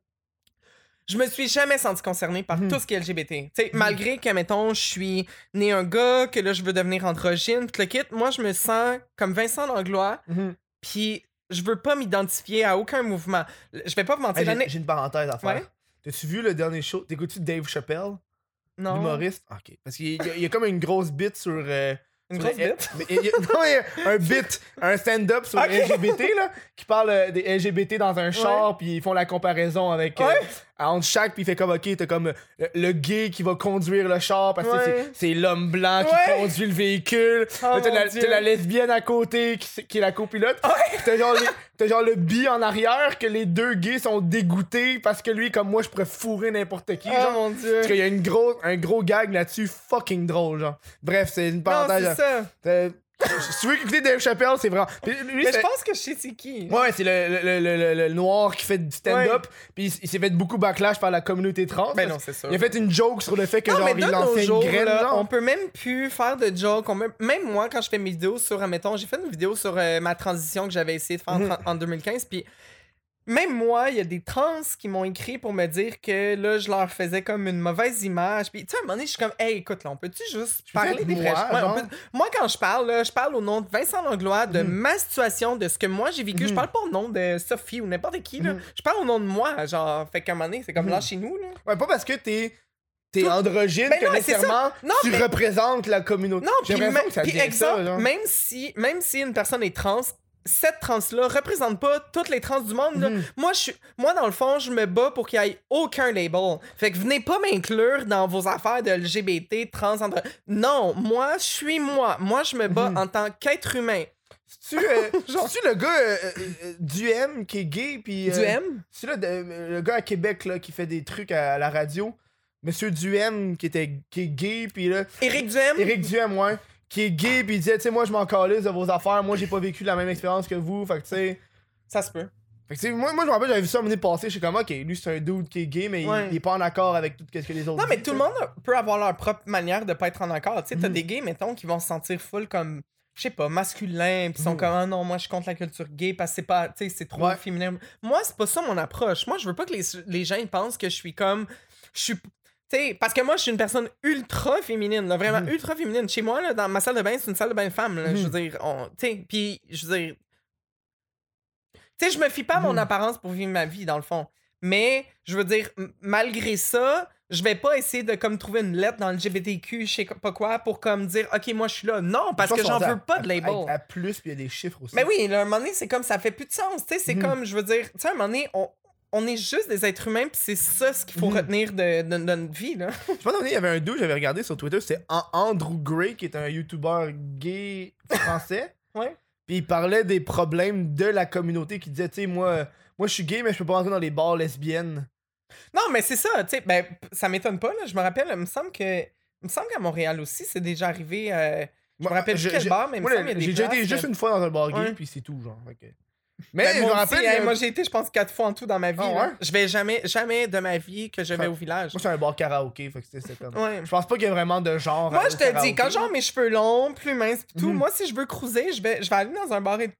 Je me suis jamais senti concernée par Mhm. tout ce qui est L G B T. Tu sais, Mhm. malgré que, mettons, je suis né un gars, que là, je veux devenir androgyne, tout le kit, moi, je me sens comme Vincent Langlois, Mhm. puis je veux pas m'identifier à aucun mouvement. Je vais pas vous mentir, Hey, j'ai, l'année... j'ai une parenthèse à faire. Ouais. T'as-tu vu le dernier show? T'écoutes-tu Dave Chappelle, Non. l'humoriste? Ah, ok. Parce qu'il y a, il y a comme une grosse bit sur. euh, Une sur grosse les- bite? Mais il y a- non, il y a un bit, un stand-up sur Ok. les L G B T, là, qui parle euh, des L G B T dans un char, puis ils font la comparaison avec. euh, Ouais. entre chaque, puis il fait comme, ok, t'as comme euh, le, le gay qui va conduire le char, parce que Ouais. c'est, c'est l'homme blanc qui Ouais. conduit le véhicule. Oh Là, t'as, mon la, Dieu. t'as la lesbienne à côté qui, c'est- qui est la copilote. Puis T'as genre, les- t'as genre le bi en arrière, que les deux gays sont dégoûtés parce que lui, comme moi, je pourrais fourrer n'importe qui. Oh genre. mon Dieu. Parce qu'il y a une gros, un gros gag là-dessus, fucking drôle, genre. Bref, c'est une Non, parenthèse. c'est ça. Euh, si tu veux écouter Dave Chappelle, c'est vraiment. Puis lui, Mais c'est- je pense que je sais c'est qui. Ouais, c'est le, le, le, le, le noir qui fait du stand-up, puis il, il s'est fait beaucoup backlash par la communauté trans. Ben non, c'est ça. Il a fait une joke sur le fait que Non, genre mais il de nos lançait jours, une graine, là, genre. on peut même plus faire de jokes. on peut- Même moi, quand je fais mes vidéos sur, admettons, j'ai fait une vidéo sur euh, ma transition que j'avais essayé de faire en Mhm. tra- en deux mille quinze, puis même moi, il y a des trans qui m'ont écrit pour me dire que là, je leur faisais comme une mauvaise image. Puis, tu sais, à un moment donné, je suis comme, hey, écoute, là, on peut-tu juste Tu fais parler de des moi, vrais- Ouais, on genre? peut- Moi, quand je parle, là, je parle au nom de Vincent Langlois, de Mhm. ma situation, de ce que moi j'ai vécu. Je Mhm. parle pas au nom de Sophie ou n'importe qui, là. Mhm. Je parle au nom de moi, genre. Fait qu'à un moment donné, c'est comme Mhm. là chez nous, là. Ouais, pas parce que t'es. T'es Tout- androgyne Ben que non, mais c'est ça. nécessairement Non, tu mais- représentes la communauté. Non, J'ai puis l'impression me- que ça puis devient exemple, ça, genre. même si, même si une personne est trans, cette trans-là représente pas toutes les trans du monde. là. Mhm. Moi, je suis, moi, dans le fond, je me bats pour qu'il y ait aucun label. Fait que venez pas m'inclure dans vos affaires de L G B T, trans, entre... Non, moi, je suis moi. Moi, je me bats Mhm. en tant qu'être humain. C'est-tu, euh, c'est-tu le gars euh, euh, euh, du M qui est gay, puis. euh, Du M? C'est là, de- euh, le gars à Québec là, qui fait des trucs à, à la radio. Monsieur Duhem qui était qui est gay, puis là. Éric Duhem? Éric Duhem, ouais. Qui est gay, puis il disait, tu sais, moi, je m'en calisse de vos affaires. Moi, j'ai pas vécu la même expérience que vous. Fait que, tu sais. Ça se peut. Fait que, tu sais, moi, moi, je me rappelle, j'avais vu ça l'année passée. Je suis comme, ok, lui, c'est un dude qui est gay, mais il- Ouais. il, est pas en accord avec tout ce que les autres Non, mais disent, tout le tu sais. monde peut avoir leur propre manière de pas être en accord. Tu sais, t'as Mhm. des gays, mettons, qui vont se sentir full comme, je sais pas, masculins, pis sont Mhm. comme, ah non, moi, je suis contre la culture gay parce que c'est pas, tu sais, c'est trop Ouais. féminin. Moi, c'est pas ça mon approche. Moi, je veux pas que les, les gens ils pensent que je suis comme, je suis. Tu sais, parce que moi, je suis une personne ultra féminine, là, vraiment Mhm. ultra féminine. Chez moi, là, dans ma salle de bain, c'est une salle de bain de femmes. là, Mhm. Je veux dire, on- tu sais, puis je veux dire. Tu sais, je me fie pas à mon Mhm. apparence pour vivre ma vie, dans le fond. Mais, je veux dire, m- malgré ça, je vais pas essayer de comme trouver une lettre dans le L G B T Q, je sais pas quoi, pour comme dire, OK, moi, je suis là. Non, parce Je pense que j'en qu'on dit veux à- pas de à- label. À, à plus, puis il y a des chiffres aussi. Mais oui, là, à un moment donné, c'est comme ça fait plus de sens. Tu sais, c'est Mhm. comme, je veux dire, tu sais, à un moment donné, on, on est juste des êtres humains, puis c'est ça ce qu'il faut Mhm. retenir de, de- de notre vie, là. Je pense qu'il y avait un dude, j'avais regardé sur Twitter, c'était An- Andrew Gray, qui est un YouTuber gay français. Ouais. Puis il parlait des problèmes de la communauté, qui disait, tu sais, moi, moi je suis gay, mais je peux pas rentrer dans les bars lesbiennes. Non, mais c'est ça, tu sais, ben, p- ça m'étonne pas, là. Je me rappelle, il me semble que. Il me semble qu'à Montréal aussi, c'est déjà arrivé. euh, Je me Moi, rappelle plus je- quel je- bar, mais il me Moi, semble qu'il y a des j'ai déjà été places, juste là. une fois dans un bar gay, Ouais. puis c'est tout, genre. fait que- Mais Ben, je me moi rappelle, aussi, il y a hey, un- moi j'ai été, je pense, quatre fois en tout dans ma vie. Ah là. ouais? Je vais jamais, jamais de ma vie que je vais Ah. au village. moi, c'est un bar karaoké, fait que c'était c'était comme. Ouais. Je pense pas qu'il y ait vraiment de genre. Moi, à- je au te dis, karaoké. quand genre mes cheveux longs, plus minces pis tout, Mhm. moi, si je veux cruiser, je vais, je vais aller dans un bar hé-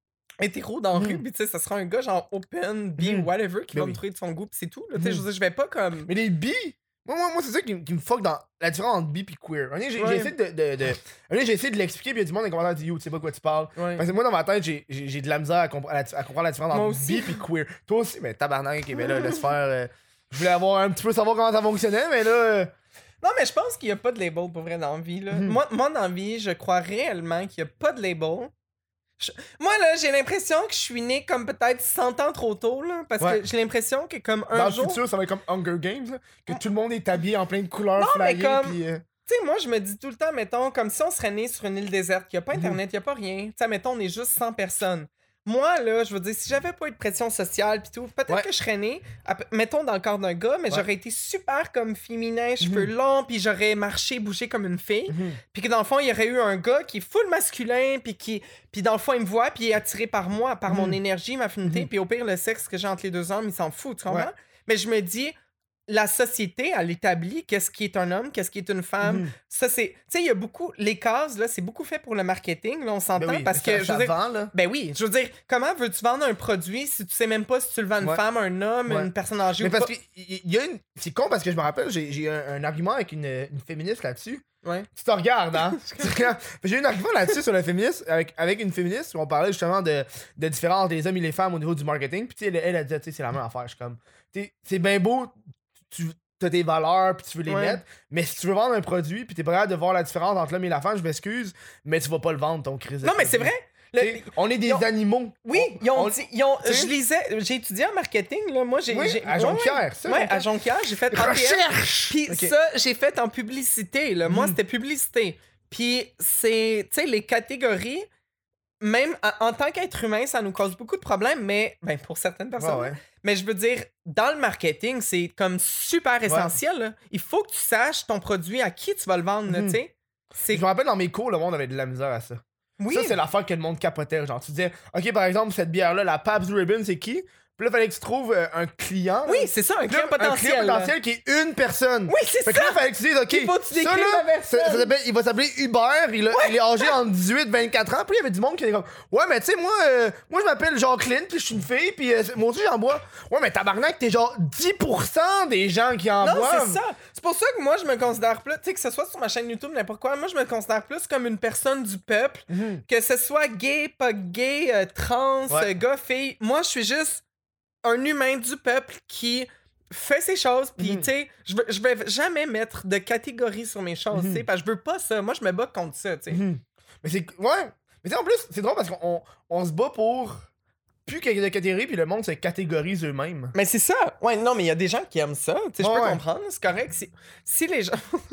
hétéro dans la rue, Mhm. pis tu sais, ça sera un gars genre open, bi, Mhm. whatever, qui Ben va oui. me trouver de son goût, pis c'est tout. Là, tu sais, Mhm. je veux dire, je vais pas comme. Mais les bi, moi, moi, moi c'est ça qui, qui me fuck dans la différence entre bi et queer. Un moment donné, J'ai Ouais. j'ai essayé de. de, de... un moment donné, j'ai essayé de l'expliquer, puis il y a du monde dans les commentaires qui dit Yo, tu sais pas de quoi tu parles. Ouais. Parce que moi, dans ma tête, j'ai- j'ai j'ai de la misère à, compre- à la- à comprendre la différence Moi entre aussi. bi et queer. Toi aussi, mais tabarnak, ok, ben là, laisse faire. euh, Je voulais avoir un petit peu savoir comment ça fonctionnait, mais là. euh, Non, mais je pense qu'il y a pas de label pour vrai dans la vie. Là. Mhm. Moi, moi, dans la vie, je crois réellement qu'il y a pas de label. Je- Moi, là, j'ai l'impression que je suis né comme peut-être cent ans trop tôt, là, parce Ouais. que j'ai l'impression que comme un Dans jour... le futur, ça va être comme Hunger Games, là, que tout le monde est habillé en plein de couleurs Non, mais flyées, comme- puis. euh, Tu sais, moi, je me dis tout le temps, mettons, comme si on serait né sur une île déserte, qu'il n'y a pas Mhm. Internet, il n'y a pas rien. Tu sais, mettons, on est juste cent personnes. Moi, là, je veux dire, si j'avais pas eu de pression sociale pis tout, peut-être Ouais. que je serais né, à p- mettons, dans le corps d'un gars, mais Ouais. j'aurais été super comme féminin, cheveux Mhm. longs, puis j'aurais marché, bougé comme une fille. mhm. Puis que dans le fond, il y aurait eu un gars qui est full masculin, puis qui, puis dans le fond, il me voit, puis il est attiré par moi, par mon Mhm. énergie, ma affinité, Mhm. puis au pire, le sexe que j'ai entre les deux hommes, il s'en fout, tu comprends? Ouais. Mais je me dis, la société, elle établit qu'est-ce qui est un homme, qu'est-ce qui est une femme. Mhm. Ça, c'est... Tu sais, il y a beaucoup... Les cases, là, c'est beaucoup fait pour le marketing, là, on s'entend, Ben oui, parce mais que... ça, je veux ça dire, vend, là. ben oui, je veux dire, comment veux-tu vendre un produit si tu sais même pas si tu le vends à une Ouais. femme, un homme, Ouais. une personne âgée Mais ou parce pas? que y, y a une. C'est con parce que je me rappelle, j'ai j'ai un, un argument avec une, une féministe là-dessus. Ouais. Tu te regardes, hein? Tu te regardes. J'ai eu un argument là-dessus sur le féminisme avec, avec une féministe où on parlait justement de, de différence des hommes et les femmes au niveau du marketing. Puis tu sais, elle, elle a dit, tu sais, c'est la même affaire. Je suis comme, tu sais, c'est bien beau, tu as tes valeurs puis tu veux les Ouais. mettre, mais si tu veux vendre un produit puis t'es pas capable de voir la différence entre l'homme et la femme, je m'excuse, mais tu vas pas le vendre ton crise. de Non, mais c'est produit. vrai. Le- Tu sais, on est des ils ont- animaux. Oui, On- ils ont, on- dit- ils ont- tu sais? je lisais, j'ai étudié en marketing, là. Moi, j'ai. Oui, j'ai- à ouais, Jonquière, ça, Ouais, Jonquière. à Jonquière, j'ai fait A P M. Recherche! Puis Ok. ça, j'ai fait en publicité, là. Moi, Mhm. c'était publicité. Puis c'est, tu sais, les catégories, même en, en tant qu'être humain, ça nous cause beaucoup de problèmes, mais, ben, pour certaines personnes. Ouais, ouais. Mais je veux dire, dans le marketing, c'est comme super essentiel, là. Il faut que tu saches ton produit, à qui tu vas le vendre, là, Mhm. tu sais. C'est... Je me rappelle dans mes cours, le monde avait de la misère à ça. Oui, Ça, c'est l'affaire que le monde capotait. Genre, tu disais, OK, par exemple, cette bière-là, la Pabst Blue Ribbon, c'est qui? Puis là, il fallait que tu trouves euh, un client. là. oui, c'est ça, un Puis là, client potentiel. Un client là. potentiel qui est une personne. Oui, c'est Fait ça! que là, il fallait que tu dises, OK, Il faut que tu ça, décrives là, la personne. ça- ça s'appelle- il va s'appeler Hubert, il, a- il est âgé entre dix-huit et vingt-quatre ans. Puis il y avait du monde qui était comme, ouais, mais tu sais, moi, euh, moi je m'appelle Jacqueline, puis je suis une fille, puis euh, moi aussi j'en bois. Ouais, mais tabarnak, t'es genre dix pour cent des gens qui en Non, boivent. c'est ça. C'est pour ça que moi, je me considère plus, tu sais, que ce soit sur ma chaîne YouTube, n'importe quoi, moi, je me considère plus comme une personne du peuple, Mhm. que ce soit gay, pas gay, euh, trans, Ouais. euh, gars, fille. Moi, je suis juste un humain du peuple qui fait ses choses, puis, Mhm. tu sais, je veux- je vais jamais mettre de catégorie sur mes choses, tu sais, Mhm. parce que je veux pas ça. Moi, je me bats contre ça, tu sais. Mhm. Mais c'est. Ouais. Mais tu sais, en plus, c'est drôle parce qu'on on, on se bat pour plus qu'il y ait de catégories, puis le monde se catégorise eux-mêmes. Mais c'est ça. Ouais, non, mais il y a des gens qui aiment ça, tu sais, je Ouais, peux ouais. comprendre, c'est correct. Si, si les gens...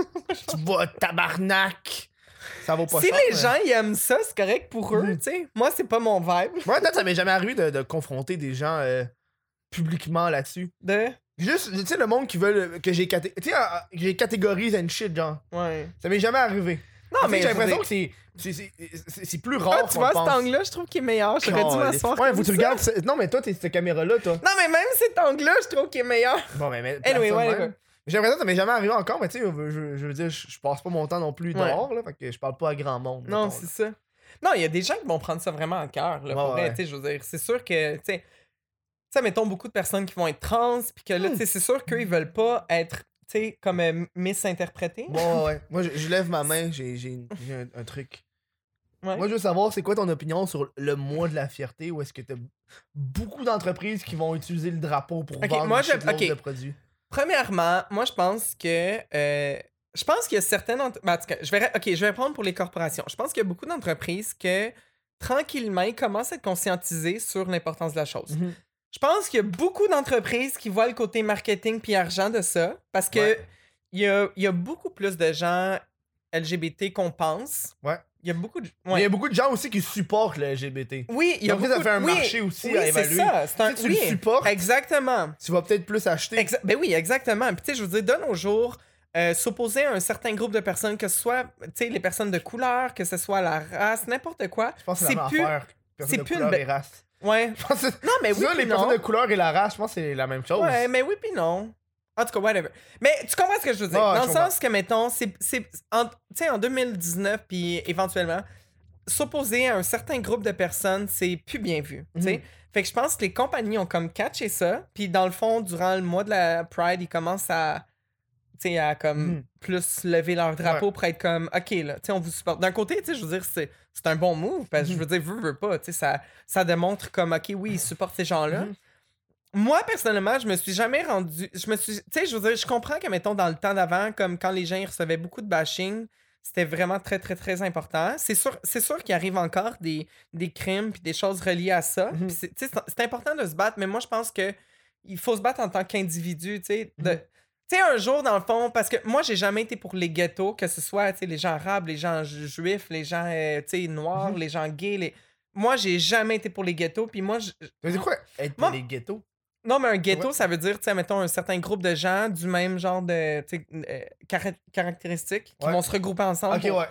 Tu vas, tabarnak! Ça vaut pas Si cher, les mais- gens ils aiment ça, c'est correct pour eux, Mhm. tu sais. Moi, c'est pas mon vibe Moi, peut-être ça m'est jamais arrivé de, de confronter des gens euh, publiquement là-dessus. de... Juste, tu sais, le monde qui veut que j'ai caté- tu sais, euh, que j'ai catégorisé une shit, genre. Ouais. Ça m'est jamais arrivé. Non, Tu sais, mais j'ai je veux l'impression dire- que c'est- c'est- c'est c'est- c'est plus rare Ah, tu qu'on vois, pense. cet angle-là, je trouve qu'il est meilleur. J'aurais dû Oh, m'asseoir Ouais, comme faut que tu ça. regardes. ce- Non, mais toi, t'es cette caméra-là, toi. Non, mais même cet angle-là, je trouve qu'il est meilleur. Bon, mais. mais Anyway, place ça de whatever. même. J'ai l'impression que ça m'est jamais arrivé encore, mais tu sais, je, je- je veux dire, je, je passe pas mon temps non plus Ouais. dehors, là, fait que je parle pas à grand monde. Non, mettons, c'est ça. Non, il y a des gens qui vont prendre ça vraiment à cœur, là, Ouais, pour vrai, ouais. tu sais, je veux dire. C'est sûr que, tu sais, tu sais, mettons beaucoup de personnes qui vont être trans, puis que là, Hmm. tu sais, c'est sûr qu'ils ils veulent pas être, tu sais, comme euh, misinterprétés. là. Ouais, ouais, ouais. Moi, je, je lève ma main, j'ai j'ai une- j'ai un, un truc. Ouais. Moi, je veux savoir, c'est quoi ton opinion sur le mois de la fierté, ou est-ce que t'as beaucoup d'entreprises qui vont utiliser le drapeau pour Ok, vendre moi, des je- shitloads ok. de produits? Premièrement, moi, je pense que. euh, je pense qu'il y a certaines. ent- ben, en tout cas, je vais, ré- ok, je vais répondre pour les corporations. Je pense qu'il y a beaucoup d'entreprises que, tranquillement, ils commencent à être conscientisés sur l'importance de la chose. Mhm. Je pense qu'il y a beaucoup d'entreprises qui voient le côté marketing puis argent de ça parce que Ouais. il y, a, il y a beaucoup plus de gens L G B T qu'on pense. Ouais. Il y a beaucoup de. Mais il ouais. y a beaucoup de gens aussi qui supportent le L G B T. Oui, il y a Donc, beaucoup ça fait un oui, marché aussi oui, à c'est évaluer. ça. C'est un... Si tu oui, le supportes, exactement. tu vas peut-être plus acheter. Exa- ben oui, exactement. Puis tu sais, je veux dire, de nos jours, euh, s'opposer à un certain groupe de personnes, que ce soit, tu sais, les personnes de couleur, que ce soit la race, n'importe quoi, Je pense que c'est la même plus... affaire. Personne c'est de plus couleur une et race. Ouais. Je pense que Non, mais oui, ça, puis les non. personnes de couleur et la race, je pense que c'est la même chose. Ouais, mais oui, puis non. En tout cas, whatever. Mais tu comprends ce que je veux dire? Ouais, ouais, Dans je le sens que, mettons, c'est... c'est en- tu sais, en deux mille dix-neuf, puis éventuellement, s'opposer à un certain groupe de personnes, c'est plus bien vu, tu sais. Mhm. Fait que je pense que les compagnies ont comme catché ça, puis dans le fond, durant le mois de la Pride, ils commencent à... Tu sais, à comme Mhm. plus lever leur drapeau pour être comme, OK, là, tu sais, on vous supporte. D'un côté, tu sais, je veux dire, c'est, c'est un bon move, parce que je veux dire, veux, veux pas, tu sais, ça, ça démontre comme, OK, oui, ils supportent ces gens-là. Mhm. Moi, personnellement, je me suis jamais rendu. Je me suis. Tu sais, je veux dire, je comprends que, mettons, dans le temps d'avant, comme quand les gens ils recevaient beaucoup de bashing, c'était vraiment très, très, très important. C'est sûr, c'est sûr qu'il arrive encore des, des crimes puis des choses reliées à ça. Mhm. Puis c'est, tu sais, c'est- c'est important de se battre, mais moi, je pense que il faut se battre en tant qu'individu, tu sais. de- Mhm. Tu sais, un jour, dans le fond, parce que moi, j'ai jamais été pour les ghettos, que ce soit, tu sais, les gens arabes, les gens ju- juifs, les gens, euh, tu sais, noirs, Mhm. les gens gays. Les... Moi, j'ai jamais été pour les ghettos, puis moi, je- Mais c'est quoi être Moi- dans les ghettos? non, mais un ghetto, Ouais. ça veut dire, tu sais, mettons, un certain groupe de gens du même genre de tu sais, euh, cara- caractéristiques qui Ouais. vont se regrouper ensemble. Ok, pour- ouais.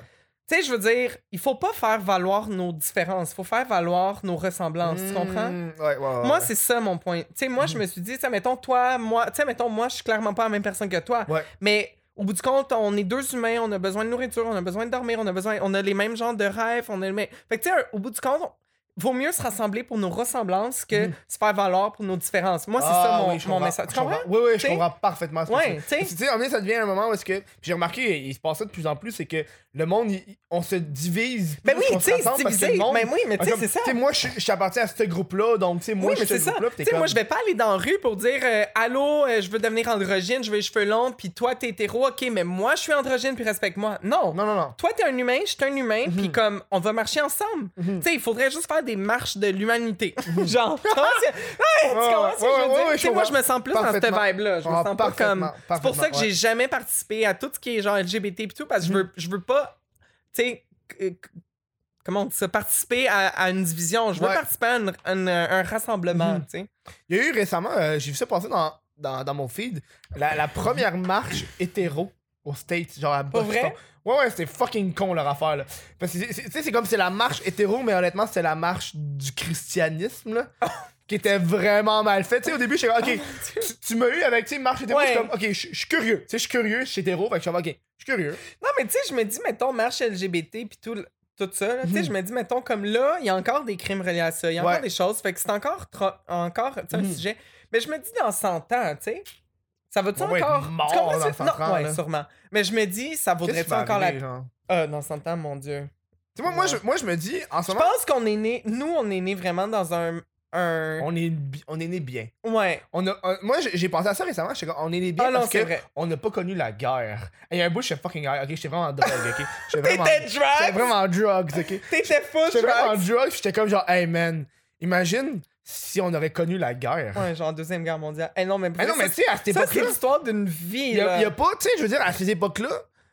Tu sais, je veux dire, il faut pas faire valoir nos différences, il faut faire valoir nos ressemblances, Mmh, tu comprends? Ouais, ouais, ouais. Moi, ouais. c'est ça mon point. Tu sais, moi, je me suis dit, tu sais, mettons, toi, moi, tu sais, mettons, moi, je suis clairement pas la même personne que toi. Ouais. Mais au bout du compte, on est deux humains, on a besoin de nourriture, on a besoin de dormir, on a besoin, on a les mêmes genres de rêves, on a les mêmes... Fait que, tu sais, au bout du compte, vaut mieux se rassembler pour nos ressemblances que Mhm. se faire valoir pour nos différences. Moi, c'est Ah, ça mon, oui, je mon comprends, message. Tu je comprends? Oui, oui, je T'sais? comprends parfaitement ce que Ouais, tu tu sais. Tu sais, en fait, ça devient un moment où est-ce que. Puis j'ai remarqué, il se passe ça de plus en plus, c'est que le monde, il- on se divise. Ben plus oui, qu'on tu se sais, rassemble se parce que diviser. le monde- Ben oui, mais tu Ah, sais, comme, c'est ça. Tu sais, moi, je je t'appartiens à ce groupe-là, donc, tu sais, moi, Oui, je mais suis c'est ce ça. groupe-là. puis Tu t'es sais, moi, comme- je vais pas aller dans la rue pour dire euh, Allô, euh, je veux devenir androgyne, je veux les cheveux longs, puis toi, t'es hétéro, ok, mais moi, je suis androgyne, puis respecte-moi. Non. Non, non, non. Toi, t'es un humain, je suis un humain, puis comme, on va marcher ensemble. Mhm. Tu sais, il faudrait juste faire des marches de l'humanité. Genre, tu comprends ce- ouais, tu Ouais, comprends ouais, ce que je veux ouais, dire? ouais, Tu sais, je moi, je comprends. me sens plus dans cette Parfaitement. vibe-là. Je me Ah, sens pas comme. parfaitement, C'est pour ça que parfaitement, j'ai ouais. jamais participé à tout ce qui est genre L G B T et tout, parce que je veux, je veux pas, tu sais, euh, comment on dit ça, participer à, à une division. Je veux Ouais. participer à une- une- un rassemblement, Mhm. tu sais. Il y a eu récemment, euh, j'ai vu ça passer dans, dans, dans mon feed, la, la première marche hétéro aux States, genre à Pas Boston. vrai? Ouais, ouais, c'était fucking con leur affaire, là. Parce que, c'est- c'est- tu sais, c'est comme c'est la marche hétéro, mais honnêtement, c'est la marche du christianisme, là. Qui était vraiment mal faite. Tu sais, au début, j'étais comme, ok, tu, tu m'as eu avec, tu sais, marche hétéro, Ouais. je suis comme, ok, je je suis curieux. Tu sais, je suis curieux, je suis hétéro, fait que je suis comme, ok, je suis curieux. Non, mais tu sais, je me dis, mettons, marche L G B T puis tout, tout ça, là, tu sais, Mhm. je me dis, mettons, comme là, il y a encore des crimes reliés à ça, il y a Ouais. encore des choses, fait que c'est encore, trop, encore tu sais, un Mhm. sujet. Mais je me dis, dans cent ans, tu sais, ça va-tu On va être encore... mort tu comprends dans ce- cent Non, ans, ouais, là. sûrement. Mais je me dis, ça Qu'est-ce vaudrait-tu qui va encore arriver, la... genre? Ah, dans cent ans, mon Dieu. Tu sais, moi, moi, je, moi, je me dis, en ce Je moment, pense qu'on est né... Nous, on est né vraiment dans un... un... on est, bi- on est né bien. Ouais. On a, on- moi, j'ai j'ai pensé à ça récemment. J'étais comme, on est né bien Ah non, parce c'est que vrai. on n'a pas connu la guerre. Et il y a un bout, j'étais fucking high. Ok, j'étais vraiment en drogue, ok? J'étais vraiment, T'étais j'étais drugs! vraiment en drugs, ok? T'étais full J'étais vraiment en drugs! drugs, j'étais comme genre, hey man, imagine si on aurait connu la guerre. Ouais, genre Deuxième Guerre mondiale. Eh non, mais... Ah non, mais tu sais, à cette ça, c'est époque-là, l'histoire d'une vie, il y, a- là. il y a pas, tu sais, je veux dire, à ces époques-là,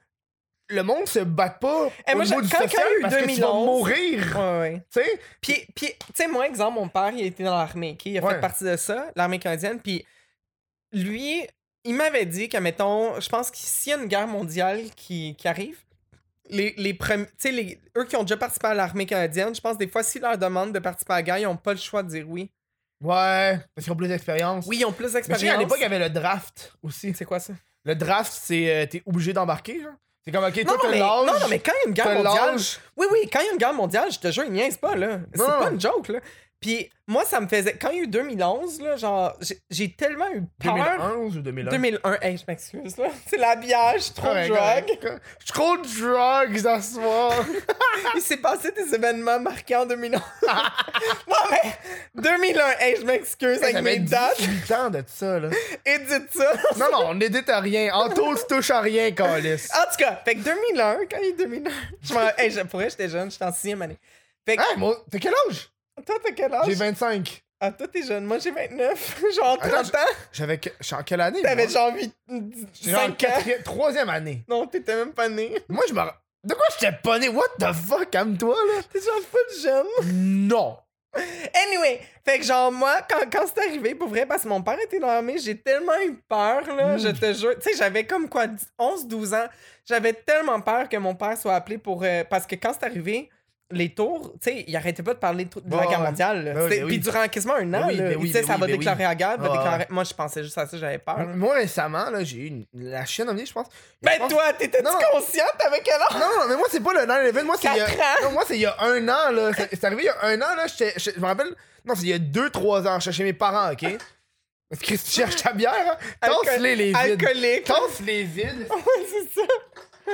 le monde se bat pas Eh, au moi, niveau j'ai- du quand- quand social il y a eu parce que tu vas deux mille onze, mourir, Ouais, ouais. tu sais? Puis, puis tu sais, moi, exemple, mon père, il était dans l'armée, OK? Il a Ouais. fait partie de ça, l'armée canadienne. Puis, lui, il m'avait dit que, mettons, je pense que s'il y a une guerre mondiale qui, qui arrive, les, les premiers, tu sais, les- eux qui ont déjà participé à l'armée canadienne, je pense des fois, s'ils leur demandent de participer à la guerre, ils n'ont pas le choix de dire oui. Ouais, parce qu'ils ont plus d'expérience. Oui, ils ont plus Mais tu sais, d'expérience. à l'époque, il y avait le draft aussi. C'est quoi ça? Le draft, c'est euh, t'es obligé d'embarquer, genre. C'est comme, ok, Non, toi, non, t'as mais, l'âge. non, non, mais quand il y a une guerre t'as mondiale. l'âge. Oui, oui, quand il y a une guerre mondiale, je te jure, il niaise pas, là. C'est Non. pas une joke, là. Puis, moi, ça me faisait. Quand il y a eu deux mille onze, là, genre, j'ai- j'ai tellement eu peur. deux mille onze ou deux mille un? deux mille un, hey, je m'excuse, là. C'est l'habillage, trop Correct, drug. correct. Je suis trop de drugs à ce soir. Il s'est passé des événements marqués en deux mille onze. Non, mais deux mille un, hey, je m'excuse Ça avec fait mes dates. dix-huit ans de ça, là. Édite ça. Non, non, on n'édite à rien. Anto se touche à rien, Calis. En tout cas, fait que deux mille un, quand il est deux mille un, je m'en. Hey, je- pour vrai, j'étais jeune, j'étais en sixième année. Fait que, Hein, moi, t'as quel âge? toi, t'as quel âge? J'ai vingt-cinq. Ah, toi, t'es jeune. Moi, j'ai vingt-neuf. Genre Attends, trente ans. J'avais. que- Je suis en quelle année? T'avais moi? genre huit, J'étais genre en cinq ans. quatrième, troisième année. Non, t'étais même pas né. Moi, je me. ra- De quoi j'étais pas né? What the fuck, calme-toi, là? T'es genre full jeune. Non. Anyway, fait que genre, moi, quand, quand c'est arrivé, pour vrai, parce que mon père était dans l'armée, j'ai tellement eu peur, là, Mm. je te jure. Tu sais, j'avais comme quoi, onze douze ans. J'avais tellement peur que mon père soit appelé pour. euh, parce que quand c'est arrivé, les tours, tu sais, il arrêtait pas de parler de, de la Ouais, guerre ouais. mondiale. là. Ben oui, C'était- ben Puis oui. durant quasiment un an, Ben oui, là, ben il oui, disait ben ça oui, va ben déclarer oui. la guerre, va Ouais, déclarer. ouais. Moi, je pensais juste à ça, j'avais peur. là. Moi, récemment, là, j'ai eu une... la chienne amenée, je pense. Je Ben pense- toi, t'étais-tu Non, non. consciente avec quel âge? Non, non, mais moi, c'est pas le nine eleven. Moi, c'est il y a... Quatre ans. Non, moi, c'est il y a un an, là. C'est c'est arrivé il y a un an, là. j'étais- Je je me rappelle. Non, c'est il y a deux trois ans. J'étais chez mes parents, OK? Est-ce que tu cherches ta bière, hein? Tasse-les les vides. Alcoolique. Tasse-les vides. Ouais, c'est ça.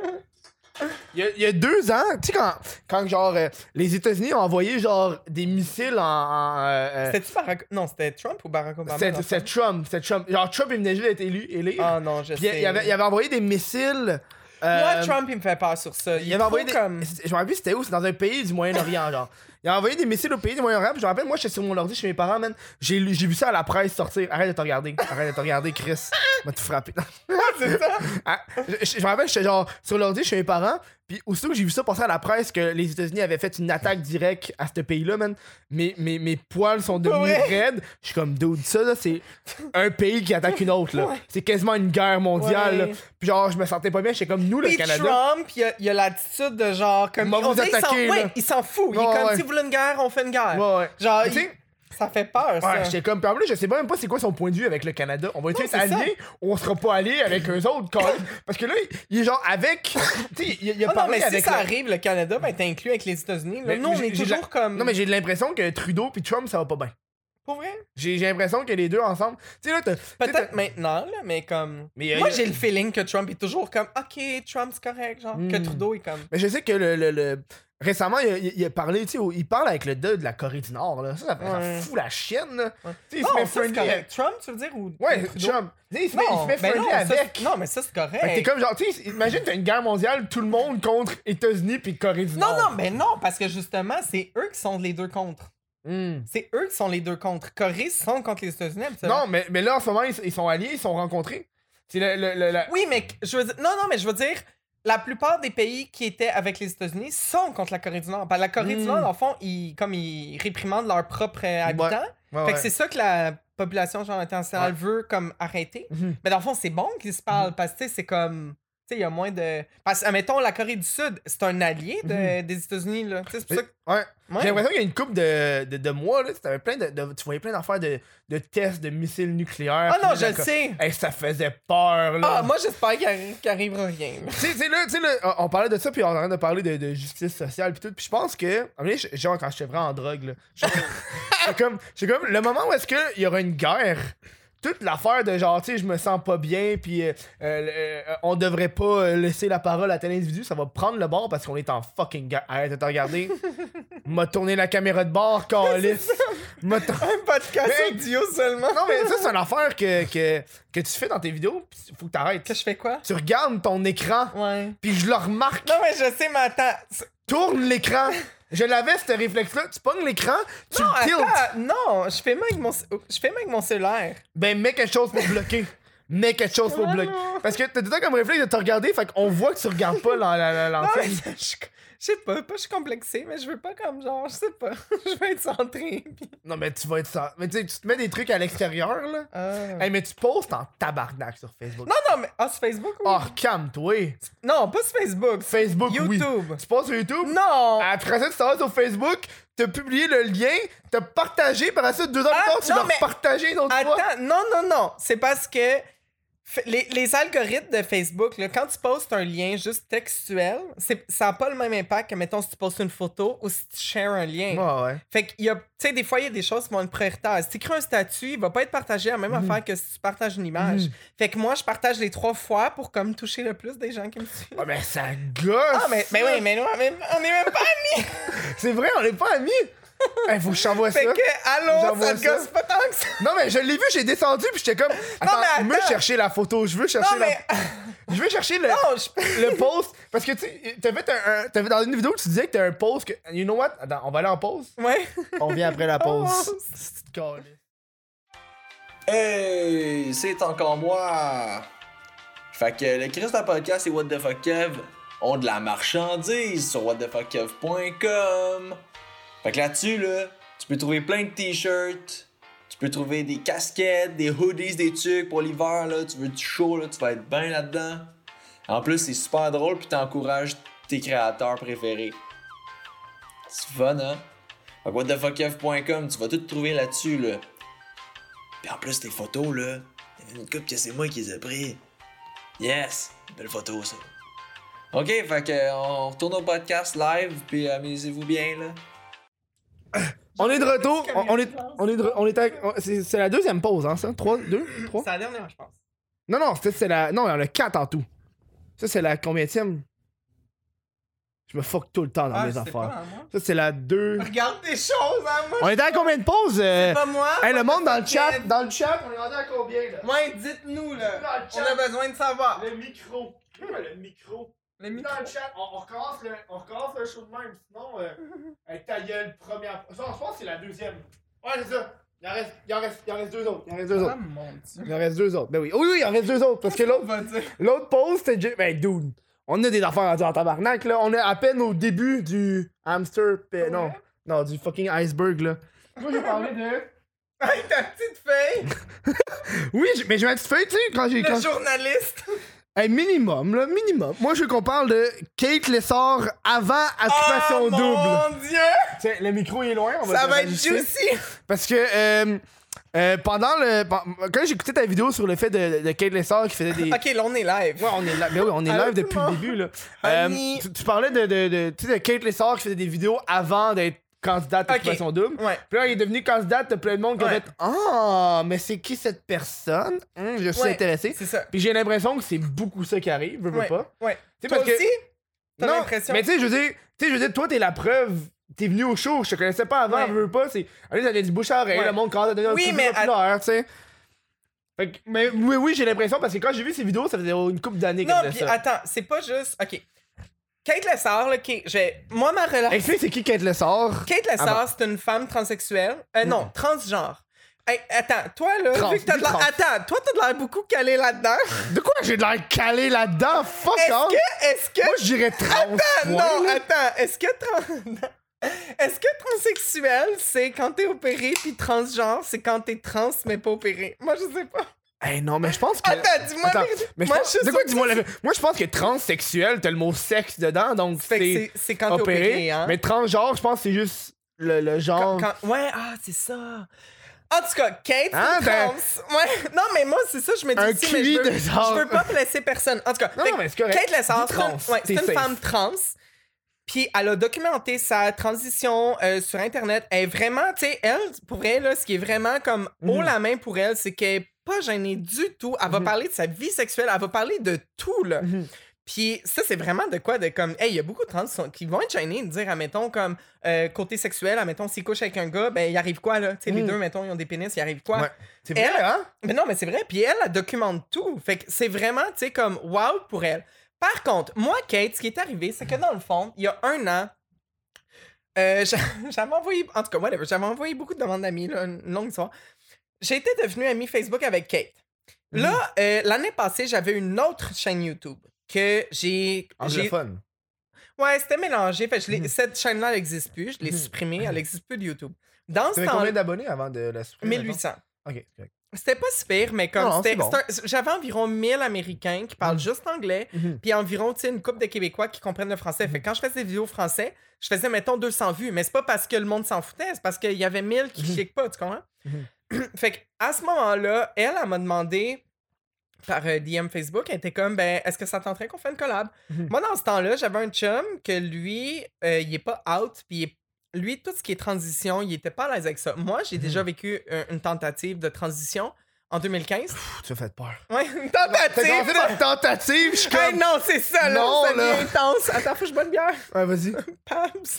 Il y a, il y a deux ans, tu sais, quand, quand genre, euh, les États-Unis ont envoyé, genre, des missiles en. en, euh, euh, C'était-tu Barack... Non, c'était Trump ou Barack Obama? C'était dans c'était ça? Trump. C'était Trump. Genre, Trump, il venait juste d'être élu. élu. Ah non, je Puis sais. il avait, il avait envoyé des missiles. euh, Moi, Trump, il me fait peur sur ça. Il, Il est avait trop envoyé des. comme... Je me rappelle plus c'était où, c'est dans un pays du Moyen-Orient, genre. Il a envoyé des missiles au pays du Moyen-Orient. Je me rappelle, moi, j'étais sur mon ordi chez mes parents, man. J'ai, lu- j'ai vu ça à la presse sortir. Arrête de te regarder. Arrête de te regarder, Chris. M'a tout frappé. C'est ça? Ah, je, je me rappelle, j'étais genre sur l'ordi chez mes parents. Puis aussitôt que j'ai vu ça passer à la presse que les États-Unis avaient fait une attaque directe à ce pays-là, man, mes, mes, mes poils sont devenus Ouais. raides. Je suis comme, dude, ça, là, c'est un pays qui attaque une autre, là. C'est quasiment une guerre mondiale, Ouais. là. Puis genre, je me sentais pas bien. J'étais comme, nous, le Puis Canada. Trump, il a, il a l'attitude de genre comme. Il va on vous dirait qu'il s'en- attaquer, ouais, là. il s'en fout. Il est Ouais, comme ouais. si vous voulez une guerre, on fait une guerre. Ouais, ouais. Genre, Mais tu il- sais, ça fait peur, ça. ouais, j'étais comme, puis en plus, je sais même pas c'est quoi son point de vue avec le Canada. On va être c'est ça. alliés ou on sera pas alliés avec eux autres, quand même. Parce que là, il est genre avec. Tu sais, il, il a Ah non, parlé mais si avec. ça le- arrive, le Canada va être inclus avec les États-Unis. là. Mais Nous, on j'ai- est j'ai toujours la- comme. Non, mais j'ai l'impression que Trudeau puis Trump, ça va pas bien. Pour vrai? J'ai j'ai l'impression que les deux ensemble. Tu sais, là, t'as. tu sais, Peut-être t'as- maintenant, là, mais comme. Mais, euh, Moi, il y a- j'ai le feeling que Trump est toujours comme. Ok, Trump, c'est correct. Genre, que Hmm. Trudeau est comme. Mais je sais que le. le, le- Récemment, il a, il a parlé, tu sais, au- il parle avec le gars de la Corée du Nord, là. Ça, ça, fait- ça Ouais. fout la chienne, là. Ouais. Tu sais, il Non, se met ça, c'est friendly. correct. Trump, tu veux dire? Ou... Ouais, ou Trudeau? Trump. Tu sais, il se met, il se Non, met ben friendly non, ça, avec. c'est- non, mais ça, c'est correct. Fait que t'es comme genre, tu sais, imagine, t'as une guerre mondiale, tout le monde contre États-Unis puis Corée du Non, Nord. non, mais non, parce que justement, c'est eux qui sont les deux contre. Hmm. C'est eux qui sont les deux contre. Corée sont contre les États-Unis, habituellement. Non, mais, mais là, en ce moment, ils, ils sont alliés, ils sont rencontrés. C'est le, le, le- la- Oui, mais je veux dire. Non, non, mais je veux dire. La plupart des pays qui étaient avec les États-Unis sont contre la Corée du Nord. Ben, la Corée du Mm. Nord, dans le fond, ils, comme ils réprimandent leurs propres euh, habitants. Ouais, fait ouais. que c'est ça que la population genre, internationale Ouais. veut comme arrêter. Mhm. Mais dans le fond, c'est bon qu'ils se parlent parce que tu sais, c'est comme. Tu sais, il y a moins de. Parce que, admettons, la Corée du Sud, c'est un allié de- des États-Unis, là. Tu sais, c'est pour Mais- ça que. Ouais. Ouais. J'ai l'impression qu'il y a une couple de, de, de mois, là, t'avais plein de, de- tu voyais plein d'affaires de, de tests de missiles nucléaires. Ah non, puis je là, le sais. Hey, ça faisait peur, là. Ah, moi, j'espère qu'il arri- qu'il arrivera rien. là. Tu sais, tu sais, là, tu sais, là, on on parlait de ça, puis on est en train de parler de, de justice sociale, puis tout. Puis je pense que, à un moment donné, je- genre, quand j'étais vraiment en drogue, là, j'étais j'étais comme, j'étais comme, le moment où est-ce qu'il y aura une guerre, toute l'affaire de genre, tu sais, je me sens pas bien, puis euh, euh, euh, on devrait pas euh, laisser la parole à tel individu, ça va prendre le bord parce qu'on est en fucking guerre. Arrête de te regarder. M'a tourné la caméra de bord, calice. M'a tourné. Un podcast Mais- audio seulement. Non, mais ça, c'est une affaire que, que, que tu fais dans tes vidéos, pis faut que t'arrêtes. Que je fais quoi? Tu regardes ton écran, Ouais. puis je le remarque. Non, mais je sais, mais attends. c'est- Tourne l'écran. Je l'avais, ce réflexe-là. Tu pognes l'écran, tu Non, le tiltes. attends, non, je fais même avec mon, je fais même avec mon cellulaire. Ben, mets quelque chose pour bloquer. Mets quelque chose pour Ah bloquer. non. Parce que t'as tout le temps comme réflexe de te regarder, fait qu'on voit que tu regardes pas la, la, la, Non, mais l'antenne. je, je sais pas, pas je suis complexé, mais je veux pas comme genre, je sais pas. Je veux être centré. Puis... Non, mais tu vas être ça. Mais tu sais, tu te mets des trucs à l'extérieur, là. Ah. Hey, mais tu postes en tabarnak sur Facebook. Non, non, mais. Ah, c'est Facebook ou. Oh, calme-toi. Non, pas sur Facebook. Facebook, oui. YouTube. Tu passes sur YouTube? Non! Après ça, tu t'en vas sur Facebook, t'as publié le lien, t'as partagé, par ça, deux heures plus Ah, tard, tu non, l'as mais- repartagé une autre fois. Attends, non, non, non. C'est parce que fa- les, les algorithmes de Facebook, là, quand tu postes un lien juste textuel, c'est- ça n'a pas le même impact que, mettons, si tu postes une photo ou si tu shares un lien. Ouais, ouais. Fait qu'il y a, tu sais, des fois, il y a des choses qui vont être prioritaires. Si tu écris un statut, il va pas être partagé à la même affaire que si tu partages une image. Mhm. Fait que moi, je partage les trois fois pour comme toucher le plus des gens qui me suivent. Ouais, mais ça gosse! Ah, mais, mais oui, mais nous, on est on est même pas amis! C'est vrai, on est pas amis! Hey, faut que je t'envoie ça. Fait que, allô, J'envoie ça te ça. gosse pas tant que ça! Non, mais je l'ai vu, j'ai descendu, puis j'étais comme. Attends, mais me attends. chercher la photo, je veux chercher Non, la. mais. Je veux chercher le, Non, je. le post. Parce que tu sais, t'as fait un, un- t'as fait dans une vidéo, tu disais que t'as un post que. You know what? Attends, on va aller en pause. Ouais. On revient après la pause. Oh. C'est calé. Hey, c'est encore moi! Fait que le Chris de podcast et What the Fuck Kev ont de la marchandise sur what the fuck kev point com. Fait que là-dessus, là, tu peux trouver plein de t-shirts, tu peux trouver des casquettes, des hoodies, des trucs pour l'hiver, là, tu veux du chaud, là, tu vas être bien là-dedans. En plus, c'est super drôle pis t'encourages tes créateurs préférés. C'est fun, hein? Fait que what the fuck kev point com, tu vas tout trouver là-dessus, là. Pis en plus, tes photos, là, il y en a une couple que c'est moi qui les ai pris. Yes! Belle photo, ça. Ok, fait que on retourne au podcast live, puis amusez-vous bien, là. On est de retour. On, on est, on est de re- on est à- on- c'est, c'est la deuxième pause, hein, ça? Trois, deux, trois? C'est la dernière, je pense. Non, non, c'était, c'est la. Non, il y en a quatre en tout. Ça, c'est la combienième? Je me fuck tout le temps dans Ah, mes c'est affaires. pas à moi. Ça, c'est la deux. Regarde tes choses, hein, moi! On était à combien de pauses? euh? C'est pas moi! Hey, le moi, monde dans le c'est chat, Ken. dans le chat, on est rendu à combien, là? Ouais, dites-nous, là. Dans le On chat. a besoin de savoir. Le micro. Le micro. Le Dans micro. le chat, on, on, recommence le, on recommence le show de même. Sinon, euh, avec ta gueule, première. Non, je pense que c'est la deuxième. Ouais, c'est ça. Il en reste, il en reste, il en reste deux autres. Il en reste deux Ah autres. mon dieu. Il en reste deux autres. Ben oui. Oui, oui, il en reste deux autres. Parce que On l'autre, va dire. l'autre pause, c'était juste. Ben, dude. On a des affaires à dire en tabarnak, là. On est à peine au début du hamster. Pe... Non. Non, du fucking iceberg, là. Moi, j'ai parlé de. Hey, ta petite feuille! Oui, j'ai- mais j'ai ma petite feuille, tu sais, quand j'ai. Le Quand... journaliste! Hey, minimum, là, minimum. Moi, je veux qu'on parle de Kate Lessard avant Occupation Oh Double. mon dieu! Tiens, le micro est loin, on va Ça va être l'ajuster. juicy! Parce que euh, euh, pendant le. pen- Quand j'écoutais ta vidéo sur le fait de, de Kate Lessard qui faisait des. Ok, là on est live. Ouais, on est là. Mais oui, on est Allô, live tout depuis le le monde. début, là. Honey. Euh, tu, tu parlais de, de, de, tu sais, de Kate Lessard qui faisait des vidéos avant d'être candidate à Ok. Occupation Double. Ouais. Puis là, il est devenu candidate, t'as plein de monde qui a Ouais. fait Ah, mais c'est qui cette personne? Hum, je suis Ouais. intéressé. C'est ça. Puis j'ai l'impression que c'est beaucoup ça qui arrive, veux, veux Ouais. pas. Ouais. Tu sais, Toi parce que- aussi? T'as Non, l'impression? mais tu sais, je veux dire, tu sais, je veux dire, toi, t'es la preuve. T'es venu au show, je te connaissais pas avant, Ouais. veux, veux pas. C'est. Allez, ça vient du bouche à oreille, Ouais. le monde commence à donner un Oui, peu mais plus populaire, tu sais. Fait que, mais oui, oui, j'ai l'impression, parce que quand j'ai vu ces vidéos, ça faisait une couple d'années Non, que pis ça. attends, c'est pas juste. Ok. Kate Lessard, là, qui. j'ai- Moi, ma relation. Explique, c'est qui Kate Lessard? Kate Lessard, Ah c'est une femme transsexuelle. Euh, non, transgenre. Hey, attends, toi, là, Trans, vu que t'as de dis l'air. trans. Attends, toi, t'as de l'air beaucoup calé là-dedans. De quoi j'ai de l'air calé là-dedans? Fuck Est-ce off! que. Est-ce que. Moi, je dirais trans. Attends, point, non, là. attends. Est-ce que trans. Est-ce que transsexuel, c'est quand t'es opéré, puis transgenre, c'est quand t'es trans, mais pas opéré? Moi, je sais pas. Hey, non, mais je pense que. Attends, dis-moi. Attends, la vérité. mais je Moi, pense... je De quoi, sais dis-moi que la Moi, je pense que transsexuel, t'as le mot sexe dedans, donc Fait que c'est c'est- c'est quand t'es opéré. opéré, hein? Mais transgenre, je pense que c'est juste le, le genre. Quand- quand- Ouais, ah, c'est ça. En tout cas, Kate, Hein, c'est ben- trans. Ouais. Non, mais moi, c'est ça, je me dis Un aussi, mais cul je veux, de genre. je veux pas blesser personne. En tout cas, Non, fait non, que mais c'est correct. Kate Lessard, Dis c'est une, trans, ouais, c'est t'es une safe. femme trans. Puis elle a documenté sa transition euh, sur Internet. Elle est vraiment, tu sais, elle, pour elle, là, ce qui est vraiment comme haut Mhm. la main pour elle, c'est qu'elle est pas gênée du tout. Elle va Mhm. parler de sa vie sexuelle, elle va parler de tout, là. Mhm. Puis ça, c'est vraiment de quoi? De comme, hey, il y a beaucoup de trans qui sont- qui vont être gênés de dire, admettons, comme, euh, côté sexuel, admettons, s'ils couchent avec un gars, ben, il arrive quoi, là? Tu sais, les Mm. deux, mettons, ils ont des pénis, il arrive quoi? Ouais. C'est vrai, Elle- hein? Mais non, mais c'est vrai. Puis elle, elle documente tout. Fait que c'est vraiment, tu sais, comme, wow pour elle. Par contre, moi, Kate, ce qui est arrivé, c'est que dans le fond, il y a un an, euh, j'a- j'avais envoyé, en tout cas, whatever, j'avais envoyé beaucoup de demandes d'amis, là, une longue histoire. J'ai été devenue amie Facebook avec Kate. Là, euh, l'année passée, j'avais une autre chaîne YouTube que j'ai. j'ai- Anglophone. Ouais, c'était mélangé. Fait que je l'ai- Mhm. Cette chaîne-là, elle n'existe plus. Je l'ai Mhm. supprimée. Elle n'existe plus de YouTube. Dans ce T'avais temps combien d'abonnés avant de la supprimer? mille huit cents. mettons? Ok, correct. C'était pas si pire, mais comme Non, non, c'était. c'est bon. c'est un- J'avais environ mille Américains qui parlent Mhm. juste anglais, Mhm. puis environ, tu sais, une couple de Québécois qui comprennent le français. Fait que quand je faisais des vidéos français, je faisais, mettons, deux cents vues. Mais c'est pas parce que le monde s'en foutait, c'est parce qu'il y avait mille qui Mhm. cliquent pas, tu comprends? Mhm. Fait que à ce moment-là, elle, elle m'a demandé par euh, D M Facebook, elle était comme, ben, est-ce que ça tenterait qu'on fait une collab? Mhm. Moi, dans ce temps-là, j'avais un chum que lui, euh, il est pas out, puis il est- lui, tout ce qui est transition, il était pas à l'aise avec ça. Moi, j'ai Mhm. déjà vécu euh, une tentative de transition en deux mille quinze. Pff, tu as fait peur. Ouais, une T'as tentative! commencé dans une tentative, je suis Hey, comme. non, c'est ça, là! Non, ça là. devient intense. Attends, faut que je bois une bière. Ouais, vas-y. Pabs.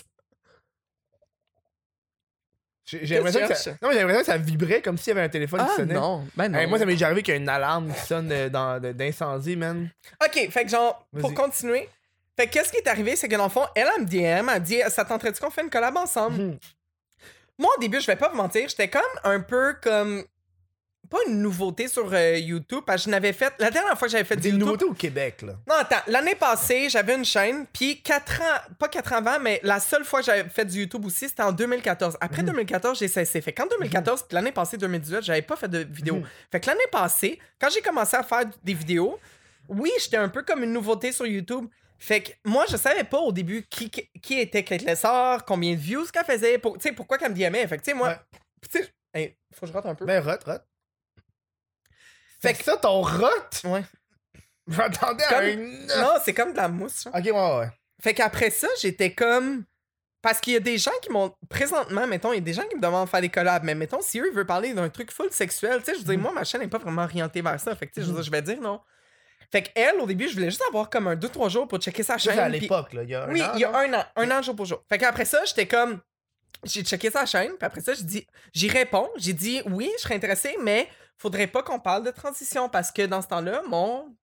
J'ai j'ai l'impression que, Qu'est-ce que ça... tu non, j'ai l'impression que ça vibrait comme s'il y avait un téléphone qui sonnait. ben non. Hey, moi, ça m'est déjà arrivé qu'il y a une alarme qui sonne euh, dans- de- d'incendie, man. OK, fait que genre, pour Vas-y. continuer, fait que qu'est-ce qui est arrivé, c'est que dans le fond, elle, elle me D M, elle me dit, ça tenterait-tu qu'on fait une collab ensemble? Mhm. Moi, au début, je vais pas vous mentir, j'étais comme un peu comme. Pas une nouveauté sur euh, YouTube, parce que je n'avais fait. La dernière fois que j'avais fait du Des YouTube. nouveautés au Québec, là. Non, attends, l'année passée, j'avais une chaîne, puis quatre ans, pas quatre ans avant, mais la seule fois que j'avais fait du YouTube aussi, c'était en deux mille quatorze. Après Mhm. deux mille quatorze, j'ai cessé. Fait qu'en deux mille quatorze, puis l'année passée, deux mille dix-huit, j'avais pas fait de vidéos. Mhm. Fait que l'année passée, quand j'ai commencé à faire des vidéos, oui, j'étais un peu comme une nouveauté sur YouTube. Fait que moi, je savais pas au début qui, qui, qui était Kate Lessard, combien de views qu'elle faisait, pour, tu sais, pourquoi qu'elle me D M. Fait que, tu sais, moi, Ouais. tu sais, hey, faut que je rate un peu. Ben, rot, rot. Fait Fait que- que ça, ton rot? Ouais. Je m'attendais à Comme- un. Non, c'est comme de la mousse. genre. Ok, ouais, ouais. Fait qu'après ça, j'étais comme. Parce qu'il y a des gens qui m'ont. Présentement, mettons, il y a des gens qui me demandent de faire des collabs. Mais mettons, si eux veulent parler d'un truc full sexuel, tu sais, je veux dire, Mhm. moi, ma chaîne n'est pas vraiment orientée vers ça. Fait que, tu sais, je veux Mhm. dire, je vais dire non. Fait qu'elle, au début, je voulais juste avoir comme un deux trois jours pour checker sa Ça, chaîne. c'est à puis- l'époque, là. Il y a un Oui, an, il y a là. un an. Un an jour pour jour. Fait qu'après ça, j'étais comme. J'ai checké sa chaîne, puis après ça, j'ai dit. J'y réponds. J'ai dit oui, je serais intéressé, mais faudrait pas qu'on parle de transition parce que dans ce temps-là, mon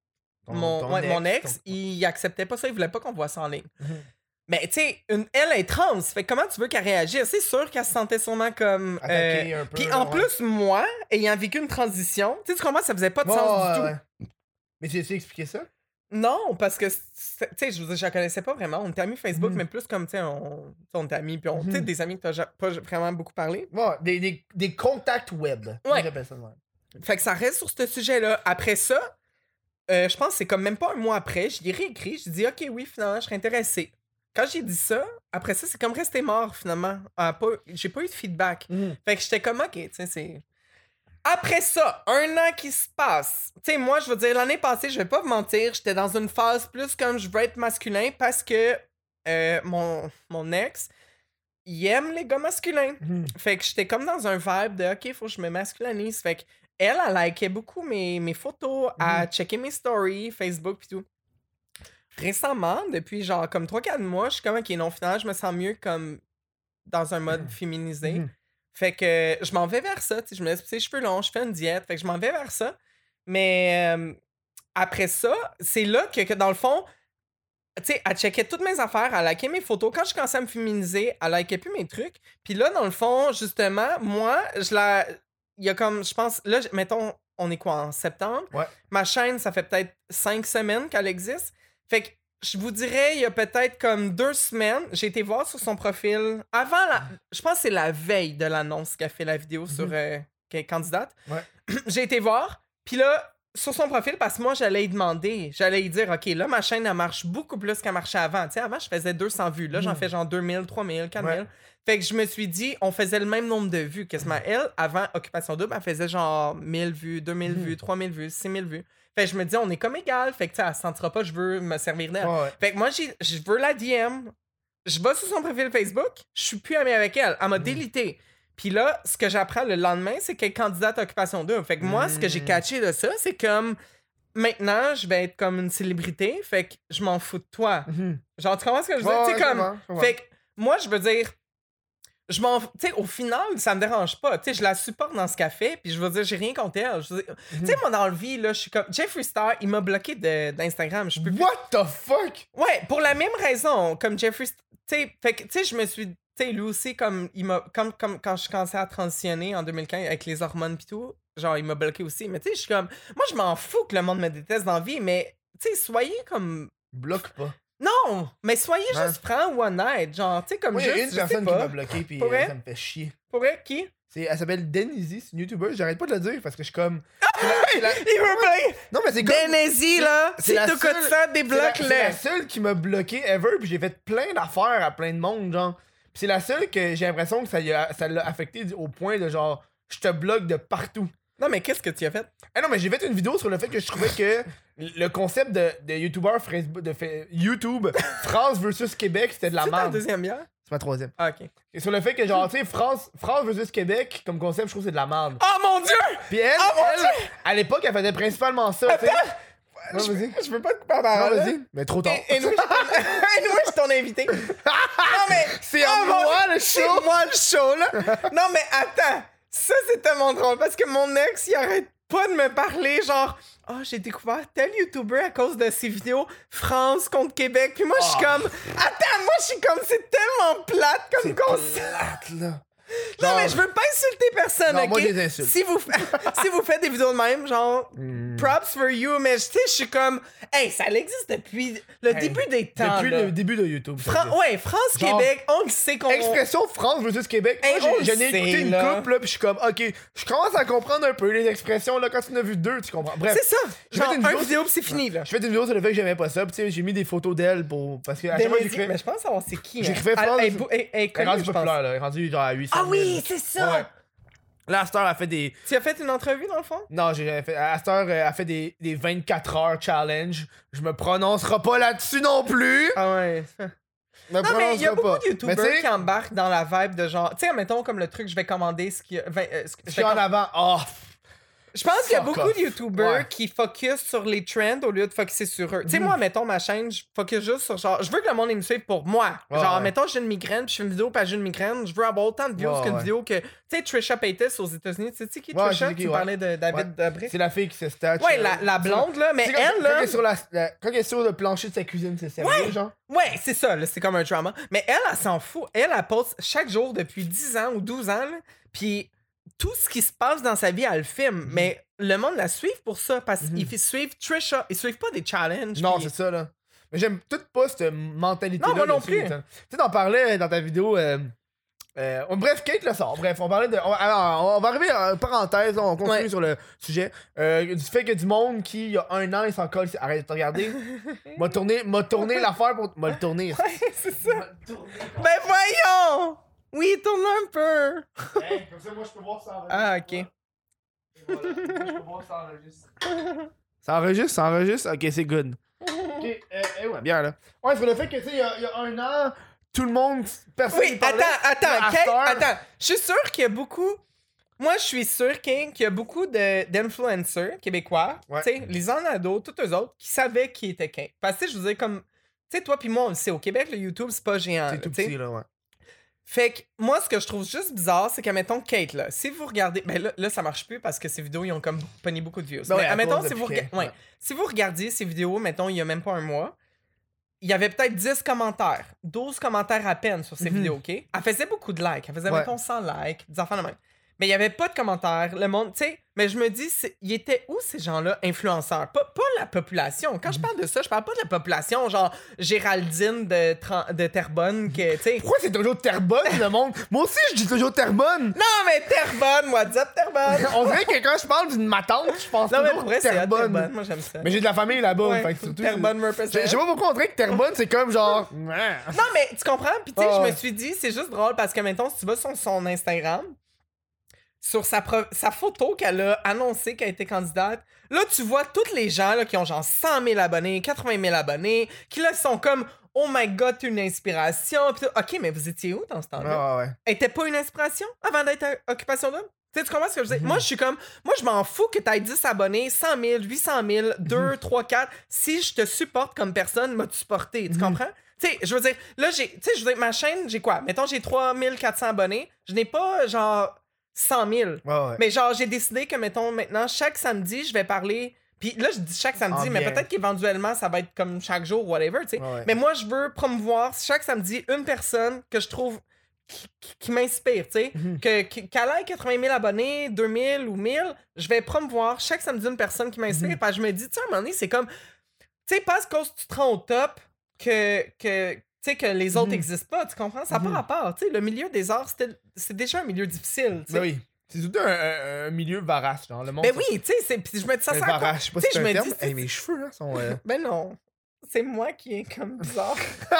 Ton- mon, ton ouais, mon ex, ton- il acceptait pas ça, il voulait pas qu'on voit ça en ligne. Mhm. Mais tu sais, une- elle est trans, fait que comment tu veux qu'elle réagisse? C'est sûr qu'elle se sentait sûrement comme... Attaquée euh, un peu, Puis en ouais. plus, moi, ayant vécu une transition, tu sais, tu comprends, ça faisait pas de Ouais, sens ouais, du tout. ouais. Mais tu sais expliquer ça? Non, parce que, c'est- tu sais, je veux dire, je la connaissais pas vraiment. On était amis Facebook, Mhm. mais plus comme, tu sais, on, tu sais, on était amis, puis on, tu sais, Mhm. des amis que t'as ja- pas vraiment beaucoup parlé. Ouais, des, des, des contacts web. Ouais. J'appelle ça de même. Fait que ça reste sur ce sujet-là. Après ça, euh, je pense que c'est comme même pas un mois après, j'y ai réécrit, j'ai dit, OK, oui, finalement, je serais intéressée. Quand j'ai dit ça, après ça, c'est comme resté mort, finalement. Ah, pas, j'ai pas eu de feedback. Mhm. Fait que j'étais comme, OK, tu sais, c'est... Après ça, un an qui se passe. Tu sais, moi, je veux dire, l'année passée, je vais pas vous mentir, j'étais dans une phase plus comme je veux être masculin parce que euh, mon, mon ex, il aime les gars masculins. Mhm. Fait que j'étais comme dans un vibe de, OK, faut que je me masculinise. Fait que elle, elle likait beaucoup mes, mes photos, à checker mes stories, Facebook pis tout. Récemment, depuis genre comme trois quatre mois, je suis comme, OK, non, finalement, je me sens mieux comme dans un mode féminisé. Mhm. Fait que je m'en vais vers ça. Tu sais, je me laisse pousser les cheveux longs, je fais une diète. Fait que je m'en vais vers ça. Mais euh, après ça, c'est là que, que dans le fond, tu sais, elle checkait toutes mes affaires, elle likait mes photos. Quand je commençais à me féminiser, elle likait plus mes trucs. Puis là, dans le fond, justement, moi, je la. Il y a comme, je pense, là, mettons, on est quoi, en septembre? Ouais. Ma chaîne, ça fait peut-être cinq semaines qu'elle existe. Fait que je vous dirais, il y a peut-être comme deux semaines, j'ai été voir sur son profil. Avant la. Je pense que c'est la veille de l'annonce qu'elle fait la vidéo sur euh, qu'elle est candidate. Ouais. J'ai été voir, puis là, sur son profil, parce que moi, j'allais lui demander, j'allais lui dire, OK, là, ma chaîne, elle marche beaucoup plus qu'elle marchait avant. Tu sais, avant, je faisais deux cents vues. Là, j'en Mm. fais genre deux mille, trois mille, quatre mille. Ouais. Fait que je me suis dit, on faisait le même nombre de vues. Quasiment, elle, avant Occupation Double, elle faisait genre mille vues, deux mille Mm. vues, trois mille vues, six mille vues. Fait que je me dis, on est comme égal. Fait que, tu sais, elle se sentira pas, je veux me servir d'elle. Ouais, ouais. Fait que moi, j'ai- je veux la D M. Je vais sur son profil Facebook. Je suis plus amie avec elle. Elle m'a délité. Puis là, ce que j'apprends le lendemain, c'est qu'elle est candidate à Occupation Double. Fait que moi, ce que j'ai Mm. catché de ça, c'est comme... Maintenant, je vais être comme une célébrité. Fait que je m'en fous de toi. Mhm. Genre, tu comprends ce que je veux Ouais, dire? Tu ouais, sais, je comme... comprends, je comprends. Fait que moi, je veux dire... Je m'en... Tu sais, au final, ça me dérange pas. Tu sais, je la supporte dans ce qu'elle fait. Puis je veux dire, j'ai rien contre elle. Je veux dire- Tu sais, moi, dans la vie, là, je suis comme... Jeffree Star, il m'a bloqué de- d'Instagram. Je peux plus... What the fuck? Ouais, pour la même raison, comme Jeffree, tu sais, fait que, tu sais, je me suis, tu sais, lui aussi, comme, il m'a, comme, comme quand je commençais à transitionner en deux mille quinze avec les hormones pis tout, genre, il m'a bloqué aussi, mais tu sais, je suis comme, moi, je m'en fous que le monde me déteste dans la vie, mais, tu sais, soyez comme, Bloque pas. non, mais soyez Ouais. juste franc ou honnête, genre, tu sais, comme Moi, il y juste, a une je sais personne qui pas, m'a bloqué, puis Pour euh, vrai? ça me fait chier. pour vrai, qui? C'est, elle s'appelle Denizzy, c'est une youtubeuse, j'arrête pas de le dire parce que je suis comme. c'est la- c'est la- Il veut bien! Non, mais c'est comme. Denezi, là, c'est si la tu seule- coûtes ça, C'est la, c'est la débloque-le! seule qui m'a bloqué ever, puis j'ai fait plein d'affaires à plein de monde, genre. Puis c'est la seule que j'ai l'impression que ça y a- ça l'a affecté au point de genre, je te bloque de partout. Non, mais qu'est-ce que tu as fait? Ah non, mais j'ai fait une vidéo sur le fait que je trouvais que le concept de, de YouTuber Facebook, de fa- YouTube, France versus Québec, c'était de la C'est ta merde. deuxième bière? C'est ma troisième. Ah, ok. Et sur le fait que, genre, tu sais, France, France versus Québec, comme concept, je trouve que c'est de la merde. Oh mon dieu! Puis elle, Oh, mon elle à l'époque, elle faisait principalement ça, tu sais. Ouais, Je, vas-y. je veux pas te couper la Non, parole. là. vas-y. Mais trop tard. Et, et nous, je suis ton- et nous, je suis ton invité. Non, mais. C'est Oh, à mon- moi, le C'est show. moi le show, là. Non, mais attends. Ça, c'est tellement drôle parce que mon ex, il arrête pas de me parler, genre. Oh, j'ai découvert tel YouTuber à cause de ses vidéos France contre Québec. Puis moi, je suis Oh. comme. Attends, moi, je suis comme. C'est tellement plate comme C'est concept. plate, là. Non, Genre- mais je veux pas insulter personne, Non, ok? moi, je les insulte. Si vous, si vous faites des vidéos de même, genre, Mm. props for you, mais tu sais, je suis comme, hey, ça existe depuis le Hey, début des temps. Depuis là. le début de YouTube. ça Fran- existe. ouais, France-Québec, on le sait qu'on. Expression France versus Québec. Hey, Moi, on j'ai- j'en ai le écouté sait, une là. couple, là, puis je suis comme, ok, je commence à comprendre un peu les expressions, là, quand tu en as vu deux, tu comprends. Bref. C'est ça. J'ai Genre, fait une un vidéo- vidéo, puis c'est fini, là. Je fais une vidéo sur le fait que j'aimais pas ça, puis tu sais, j'ai mis des photos d'elle pour. Parce que à chaque fois, Denezi, j'écrivais. mais je pense savoir c'est qui. hein. J'écrivais Elle- France- elle est beau- elle- elle est Elle est connue, rendue je pense. populaire, là. Elle est rendue genre à huit cent Ah mille. oui, c'est ça. Ouais. Là, à cette heure, elle fait des. Tu as fait une entrevue, dans le fond? Non, j'ai fait. À cette heure, elle fait des, des vingt-quatre heures challenge. Je me prononcerai pas là-dessus non plus. Ah ouais. Me Non, mais il y a prononcerai beaucoup pas. de Mais YouTubers tu sais, qui embarquent dans la vibe de genre. Tu sais, mettons comme le truc, je vais commander ce qui. vingt, euh, ce que- je je suis vais en com- avant. Oh! Je pense qu'il y a Fuck beaucoup off. de YouTubers Ouais. qui focus sur les trends au lieu de focuser sur eux. Tu sais, moi, mettons ma chaîne, je focus juste sur genre, je veux que le monde il me suive pour moi. Ouais, genre, ouais. mettons, j'ai une migraine, puis je fais une vidéo, puis j'ai une migraine, je veux avoir autant de views Ouais, qu'une ouais. vidéo que. Tu sais, Trisha Paytas aux États-Unis, tu sais qui Ouais, Trisha? je sais qui, Tu ouais. parlais de David Ouais. Dobrik. C'est la fille qui se statue. Ouais, la, la blonde, là, mais C'est quand, elle, quand là. elle est sur la, la- quand elle est sur le plancher de sa cuisine, c'est sérieux, Ouais. genre? Ouais, c'est ça, là, c'est comme un drama. Mais elle, elle s'en fout. Elle, elle poste chaque jour depuis dix ans ou douze ans, là, puis tout ce qui se passe dans sa vie, elle le filme. Mhm. Mais le monde la suit pour ça, parce qu'ils suivent Trisha. Ils suivent pas des challenges. Non, puis- c'est ça, là. Mais j'aime tout pas cette mentalité-là. Non, moi non dessus, plus. Tu sais, t'en parlais dans ta vidéo. Euh, euh, on- bref, Kate le sort. Bref, on parlait de. On, alors, on va arriver en parenthèse, là, on continue Ouais. sur le sujet. Euh, du fait que du monde qui, il y a un an, il s'en colle. Arrête de te regarder. M'a tourné, m'a tourné l'affaire pour. M'a le tourner. Ouais, c'est ça. M'a le tourné. Ben voyons! Oui, tourne un peu. Hey, comme ça, moi, je peux voir ça enregistre. Ah, ok. Et voilà. Moi, je peux voir ça enregistre. Ça enregistre, ça enregistre. Ok, c'est good. Ok, euh, eh ouais, bien là. Ouais, c'est le fait que, tu sais, il y, a- il y a un an, tout le monde, personne Oui, n'y parlait. attends, attends, Mais à Kate, cette heure- attends. Je suis sûr qu'il y a beaucoup. Moi, je suis sûr Kate, qu'il y a beaucoup de- d'influenceurs québécois, Ouais. tu sais, les Anado, tous eux autres, qui savaient qui était Kate. Parce que, je veux dire, comme. Tu sais, toi puis moi, on le sait, au Québec, le YouTube, c'est pas géant. C'est là, tout tu sais. petit, là, ouais. Fait que moi, ce que je trouve juste bizarre, c'est qu'admettons Kate, là, si vous regardez. Ben là, là, ça marche plus parce que ces vidéos, ils ont comme pogné beaucoup de views. Ben Mais ouais, à admettons, cause si de vous, Piquet, rega- ouais. ouais. si vous regardiez ces vidéos, mettons, il y a même pas un mois, il y avait peut-être dix commentaires, douze commentaires à peine sur ces Mhm. vidéos, OK? Elle faisait beaucoup de likes. Elle faisait, Ouais. mettons, cent likes, des enfants de même. Mais il y avait pas de commentaires. Le monde, tu sais, mais je me dis, c'est- ils étaient où ces gens-là, influenceurs? Pas, pas la population. Quand je parle de ça, je parle pas de la population, genre Géraldine de, Tran- de Terrebonne, que, tu sais. Pourquoi c'est toujours Terrebonne, le monde? Moi aussi, je dis toujours Terrebonne. Non, mais Terrebonne, what's up, Terrebonne? On dirait que quand je parle d'une matante, je pense Non, mais toujours pour vrai, c'est hot, Terrebonne. Terrebonne. Moi, j'aime ça. Mais j'ai de la famille là-bas, Ouais, fait que surtout... Terrebonne Je represent. je sais pas pourquoi on dirait que Terrebonne, c'est comme genre... Non, mais tu comprends? Puis, tu sais, Ah je ouais. me suis dit, c'est juste drôle parce que, mettons, si tu vas sur son Instagram, sur sa, pro- sa photo qu'elle a annoncé qu'elle était candidate, là, tu vois tous les gens là, qui ont genre cent mille abonnés, quatre-vingt mille abonnés, qui là sont comme, oh my god, t'es une inspiration. Puis, ok, mais vous étiez où dans ce temps-là? Ah ouais. Elle était pas une inspiration avant d'être à Occupation Double? Tu sais, tu comprends ce que je veux dire? Mhm. Moi, je suis comme, moi, je m'en fous que t'aies dix abonnés, cent mille, huit cent mille, Mhm. deux, trois, quatre. Si je te supporte comme personne, m'as-tu supporté? Tu Mhm. comprends? Tu sais, je veux dire, là, j'ai, tu sais, je veux dire, ma chaîne, j'ai quoi? Mettons, j'ai trois mille quatre cents abonnés. Je n'ai pas, genre, cent mille. Ouais, ouais. Mais genre, j'ai décidé que, mettons, maintenant, chaque samedi, je vais parler. Puis là, je dis chaque samedi, En mais bien. peut-être qu'éventuellement, ça va être comme chaque jour, whatever, tu sais. Ouais, ouais. Mais moi, je veux promouvoir chaque samedi une personne que je trouve qui, qui- qui m'inspire, tu sais. Mhm. Que, qui- qu'elle ait quatre-vingt mille abonnés, deux mille ou mille, je vais promouvoir chaque samedi une personne qui m'inspire. Mhm. Parce que je me dis, tu sais, à un moment donné, c'est comme. Tu sais, parce que tu te rends au top que. que tu sais, que les autres Mhm. n'existent pas, tu comprends? Ça n'a Mhm. pas rapport. Tu sais, le milieu des arts, c'était- c'est déjà un milieu difficile. tu sais. Ben oui. C'est surtout un, un- un milieu varace, genre. Le monde... Ben oui, tu sais, c'est- puis je me dis ça, Un ça. a quoi- varace, je sais pas tu si sais, c'est je un me terme. dis, Hey, mes cheveux, là, sont... euh, Ben non. C'est moi qui est comme bizarre.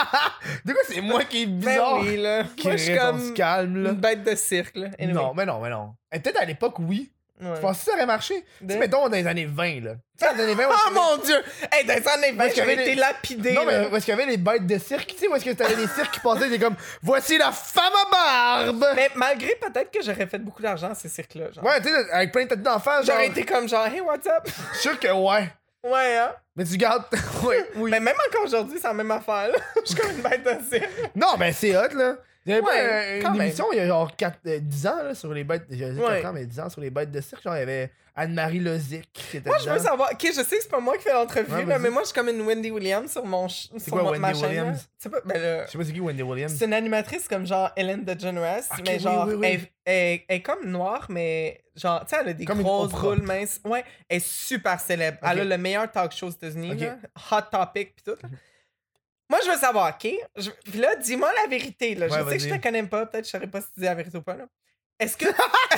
De quoi c'est moi qui est bizarre? Ben oui, là. Qui Moi, je suis reste, on comme se calme, là. une bête de cirque, là. Anyway. Non, mais non, mais non. Et peut-être à l'époque, oui. Ouais. Je pense que ça aurait marché. Tu sais, De- mettons, dans les années vingt, là. Tu sais, dans les années vingt, où est-ce Oh qu'il y avait- mon dieu! Hey, dans les années vingt, Parce qu'il y j'avais avait été des- lapidé. Non, mais là. où est-ce qu'il y avait les bêtes de cirque? Tu sais, où est-ce que t'avais des cirques qui passaient, c'est comme, voici la femme à barbe! Mais malgré peut-être que j'aurais fait beaucoup d'argent à ces cirques-là. Genre. Ouais, tu sais, avec plein de têtes d'enfants, genre. J'aurais été comme genre, hey, what's up? Je suis sûr que ouais. Ouais, hein? Mais tu gardes. Ouais, oui. Mais même encore aujourd'hui, c'est la même affaire, là. Je suis comme une bête de cirque. Non, ben c'est hot, là. Il y avait Ouais, pas euh, quand une même. émission il y a genre quatre, euh, dix ans, là, sur les bêtes. J'ai dit Ouais. quatre ans, mais dix ans sur les bêtes de cirque. Genre, il y avait Anne-Marie Lozic qui était Moi, je veux dedans. savoir. Ok, je sais que c'est pas moi qui fais l'entrevue, Ouais, là, vas-y. mais moi, je suis comme une Wendy Williams sur mon ch- sur quoi, mon- Wendy ma chaîne. là. Williams? C'est pas. Ben là. Je sais pas c'est qui Wendy Williams. C'est une animatrice comme genre Ellen DeGeneres, Ok, mais oui, genre, oui, oui. Elle, elle- elle est comme noire, mais genre, tu sais, elle a des Comme une grosses Oprah. roules minces. Ouais, elle est super célèbre. Elle a Ok. le meilleur talk show aux États-Unis, Ok. là. Hot Topic, pis tout. là. Moi, je veux savoir, ok? Je... Puis là, dis-moi la vérité, là. Je Ouais, sais que je vas-y. te connais pas, peut-être je saurais pas si tu dis la vérité ou pas, là. Est-ce que,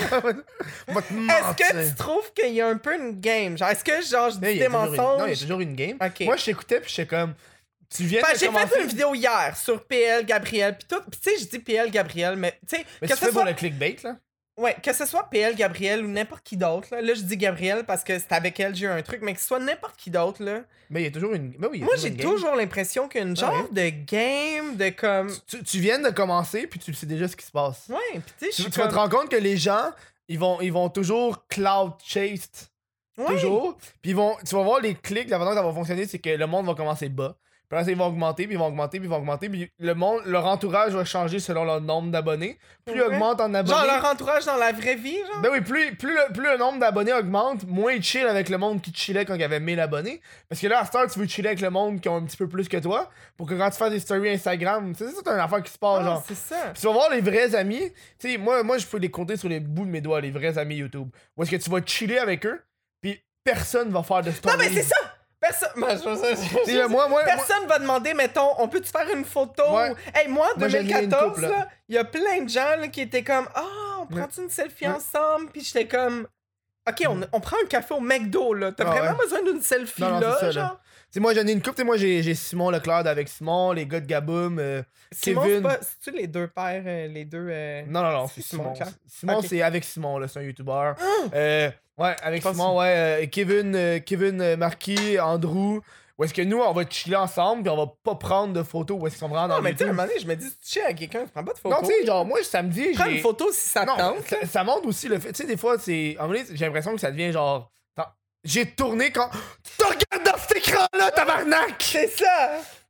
On va te est-ce que mentir. tu trouves qu'il y a un peu une game? Genre, est-ce que genre, je Mais il dis y a des toujours une- mensonges? Non, il y a toujours une game. Ok. Moi, je t'écoutais, puis j'étais comme. Tu viens Enfin, de j'ai commencer. fait une vidéo hier sur P L Gabriel pis tout. Pis tu sais, je dis P L Gabriel, mais tu sais, Mais que tu ce fais soit pour le clickbait, là. ouais, que ce soit P L Gabriel ou n'importe qui d'autre là. Là, je dis Gabriel parce que c'est avec elle j'ai eu un truc, mais que ce soit n'importe qui d'autre là. Mais il y a toujours une. Mais oui, il y a Moi, toujours j'ai une game. toujours l'impression qu'il y a une genre de game de comme Tu, tu viens de commencer, puis tu sais déjà ce qui se passe. ouais, pis tu sais, je Tu, suis tu vas te comme rendre compte que les gens ils vont, ils vont toujours cloud chase. Ouais. Toujours. Puis ils vont, tu vas voir les clics, la façon que ça va fonctionner, c'est que le monde va commencer bas. Puis après, ils vont augmenter, puis ils vont augmenter, puis ils vont augmenter. Puis le monde, leur entourage va changer selon leur nombre d'abonnés. Plus ils Ouais. augmentent en abonnés. Genre leur entourage dans la vraie vie, genre. Ben oui, plus, plus, le, plus le nombre d'abonnés augmente, moins ils chill avec le monde qui chillait quand il y avait mille abonnonnés. Parce que là, à cette heure, tu veux chiller avec le monde qui ont un petit peu plus que toi. Pour que quand tu fasses des stories Instagram, c'est ça, c'est une affaire qui se passe, Ah, genre. c'est ça. Puis tu vas voir les vrais amis. Tu sais, moi, moi je peux les compter sur les bouts de mes doigts, les vrais amis YouTube. Où est-ce que tu vas chiller avec eux, puis personne va faire de story. Non, mais c'est ça! Personne. Moi, je- je- Tu sais, moi, moi, Personne va demander, mettons, on peut-tu faire une photo? Ouais. Hey, moi, Moi, j'en ai une deux mille quatorze, couple, là. là, il y a plein de gens là, qui étaient comme, ah, on prend-tu une selfie Ouais. ensemble? Puis j'étais comme, ok, on, on prend un café au McDo, là. T'as Ah, vraiment ouais. besoin d'une selfie, Non, non, là, c'est ça, genre? là. Tu sais, moi, j'en ai une couple. Tu sais, moi, j'ai j'ai Simon Leclerc avec Simon, les gars de Gaboum, euh, Simon, Kevin. c'est pas. C'est-tu les deux pères, euh, les deux. euh, Non, non, non, C'est c'est Simon Simon. Leclerc. Simon, Ok. c'est avec Simon, là, c'est un YouTuber. Euh, ouais, avec Je pense Simon, ouais. euh, Kevin, euh, Kevin euh, Marquis, Andrew. Où est-ce que nous, on va chiller ensemble, puis on va pas prendre de photos où est-ce qu'ils sont vraiment dans Non, mais tu sais, à un YouTube. moment donné, je me dis, si tu chill avec quelqu'un, tu prends pas de photo. Non, tu sais, genre, moi, samedi, Prends une j'ai... photo si ça te Non, tente. ça, ça montre aussi le fait. Tu sais, des fois, c'est. À un moment donné, j'ai l'impression que ça devient genre. Attends, j'ai tourné quand. Tu regardes dans cet écran-là, tabarnak! C'est ça!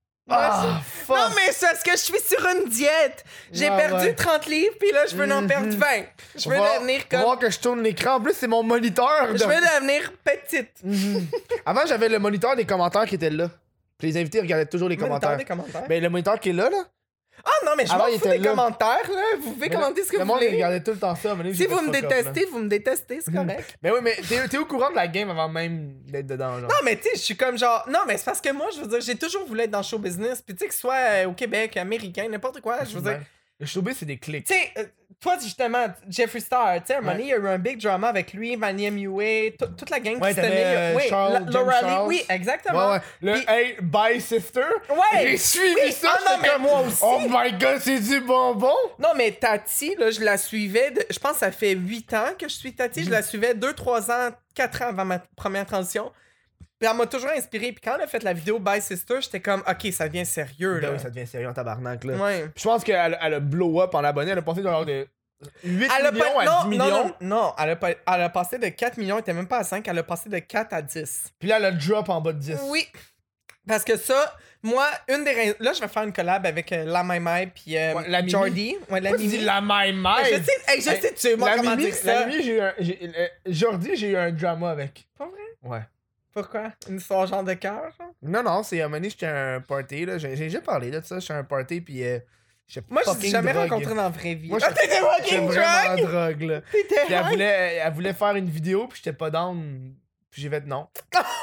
Ah, fuck! Non, mais c'est parce que je suis sur une diète. J'ai Ouais, perdu ouais. trente livres, puis là, je veux en Mhm. perdre vingt. Je veux On va- devenir on va comme. voir que je tourne l'écran. En plus, c'est mon moniteur. de- Je veux devenir petite. Mhm. Avant, j'avais le moniteur des commentaires qui était là. Puis les invités regardaient toujours les Moniteur commentaires. des commentaires. Ben, le moniteur qui est là, là. Ah non, mais je Avant, m'en il fous était des là. commentaires, là. Vous pouvez Mais commenter ce que le vous monde, il voulez. regardait tout le temps ça. mais là, Si j'ai vous fait me fuck off, là. détestez, vous me détestez, c'est correct. Ben oui, mais t'es t'es au courant de la game avant même d'être dedans, genre. Non, mais tu sais, je suis comme genre. Non, mais c'est parce que moi, je veux dire, j'ai toujours voulu être dans le show business. Puis tu sais, que ce soit euh, au Québec, américain, n'importe quoi, je veux dire. Ben, le showbiz, c'est des clics. Tu sais, euh, toi, justement, Jeffree Star, tu sais, à un moment Ouais. donné, il y a eu un big drama avec lui, Vanny M U A, t- toute la gang Ouais, qui se tenait. t'avais, euh, Oui, Charles, la- James Laura Lee, Charles. oui, exactement. Ouais, ouais. Le Puis- Hey, Bye Sister. Ouais. J'ai suivi Oui. ça. Ah non, j'étais mais comme, moi aussi. Oh my god, c'est du bonbon. Non, mais Tati, là, je la suivais, de- je pense que ça fait huit ans que je suis Tati, je la suivais deux trois ans, quatre ans avant ma première transition. Puis elle m'a toujours inspiré. Puis quand elle a fait la vidéo Bye Sister, j'étais comme, ok, ça devient sérieux, Ben là. oui, ça devient sérieux en tabarnak, là. Ouais. Puis je pense qu'elle elle a blow up en abonnés. Elle a passé de genre de huit Elle a millions pas- à non, dix millions. non, non, non, elle a, pas- elle a passé de quatre millions, elle était même pas à cinq, elle a passé de quatre à dix. Puis là, elle a drop en bas de dix. Oui. Parce que ça, moi, une des raisons. Là, je vais faire une collab avec euh, la Mai Mai puis euh, Ouais, la Mimi. Jordi. Ouais, la Pourquoi tu Mimi. dis la même Hey, mère? je sais, hey, je sais, tu sais, moi, la comment Mimi, dire ça. la Mimi, j'ai eu un. j'ai- euh, Jordi, j'ai eu un drama avec. Pas vrai? Ouais. Pourquoi? Une histoire genre de cœur, genre? Non, non, c'est à un moment donné, j'étais à un party, là. J'ai j'ai déjà parlé là, de ça. J'étais à un party, puis. Euh, j'étais Moi, je fucking t'ai jamais drogue. rencontré dans la vraie vie. Moi, Ah, j'étais- t'étais J'étais fucking vraiment drunk! drogue, là. T'étais Puis elle high. voulait, elle voulait faire une vidéo, puis j'étais pas down. Puis j'ai fait non.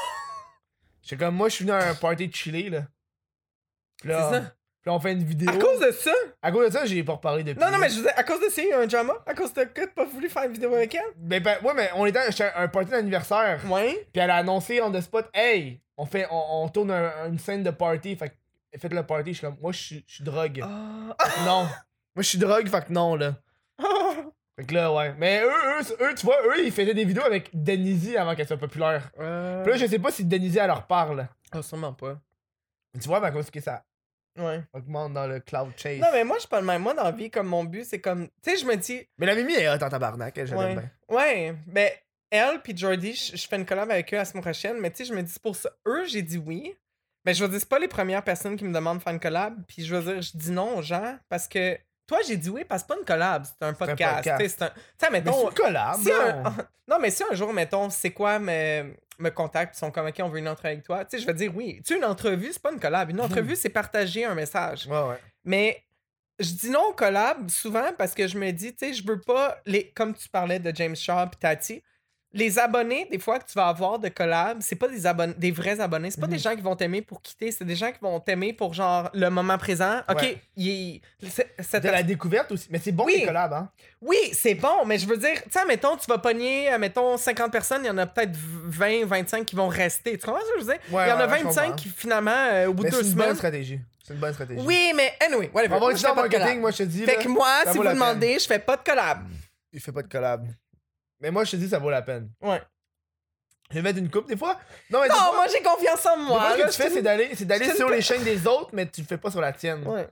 J'étais comme, moi, je suis venu à un party de chiller, là. Puis là, C'est ça. puis là, on fait une vidéo. À cause de ça? À cause de ça, j'ai pas reparlé depuis. Non, non, mais je veux dire, à cause de ça, il y a eu un drama? À cause de que t'as pas voulu faire une vidéo avec elle? Ben, ben, ouais, mais on était à un party d'anniversaire. Ouais. Puis elle a annoncé on the spot, hey, on, fait, on, on tourne un- une scène de party. Fait que, faites le party. Je suis comme, moi, je suis je suis drogue. Ah. Non. Moi, je suis drogue, fait que non, là. Fait que là, ouais. Mais eux, eux, eux, tu vois, eux, ils faisaient des vidéos avec Denise avant qu'elle soit populaire. Euh... Puis là, je sais pas si Denise, elle leur parle. Ah, sûrement pas. Tu vois, mais à cause que ça Ouais. augmente dans le cloud chase. Non, mais moi, je suis pas le même. Moi, dans la vie, comme mon but, c'est comme. Tu sais, je me dis. Mais la Mimi est hot en tabarnak, elle, je Ouais. l'aime bien. Ouais. Ben, elle puis Jordi, je je fais une collab avec eux la semaine prochaine, mais tu sais, je me dis, c'est pour ça. Eux, j'ai dit oui. Mais je veux dire, c'est pas les premières personnes qui me demandent de faire une collab. Puis je veux dire, je dis non aux gens parce que. Toi, j'ai dit oui parce que c'est pas une collab, c'est un podcast. podcast. Tu sais, c'est un. Tu sais, Mais mettons. c'est une collab, si un- non? Non, mais si un jour, mettons, c'est quoi me, me contactent, ils sont comme, OK, on veut une entrevue avec toi. Tu sais, je vais dire oui. Tu sais, une entrevue, c'est pas une collab. Une entrevue, c'est partager un message. Ouais, ouais. Mais je dis non aux collabs souvent parce que je me dis, tu sais, je veux pas, les, comme tu parlais de James Shaw et Tati, les abonnés, des fois, que tu vas avoir de collabs, c'est pas des abonnés, des vrais abonnés. C'est pas des gens qui vont t'aimer pour quitter, c'est des gens qui vont t'aimer pour, genre, le moment présent. OK, Ouais. il, c'est- cette De la découverte aussi. Mais c'est bon, Oui. les collabs, hein? oui, c'est bon, mais je veux dire, tu sais, mettons, tu vas pogner, mettons, cinquante personnes, il y en a peut-être vingt, vingt-cinq qui vont rester. Tu comprends ce que je veux dire? Ouais, il y en a ouais, ouais, je vingt-cinq comprends. qui, finalement, euh, au bout Mais de c'est deux une bonne semaines. stratégie. C'est une bonne stratégie. Oui, mais anyway, whatever. On va Moi, dire je fais en pas de collab. marketing, moi, je te dis. Fait là, que moi, ça si vaut vous la demandez, je fais pas de collab. Il fait pas de collab. Mais moi, je te dis, ça vaut la peine. Ouais. Je vais mettre une coupe des fois. Non, mais des Non, fois, moi j'ai confiance en des moi. fois, ce là, que tu fais, je c'est d'aller, c'est d'aller je te sur le- les chaînes des autres, mais tu le fais pas sur la tienne. Ouais.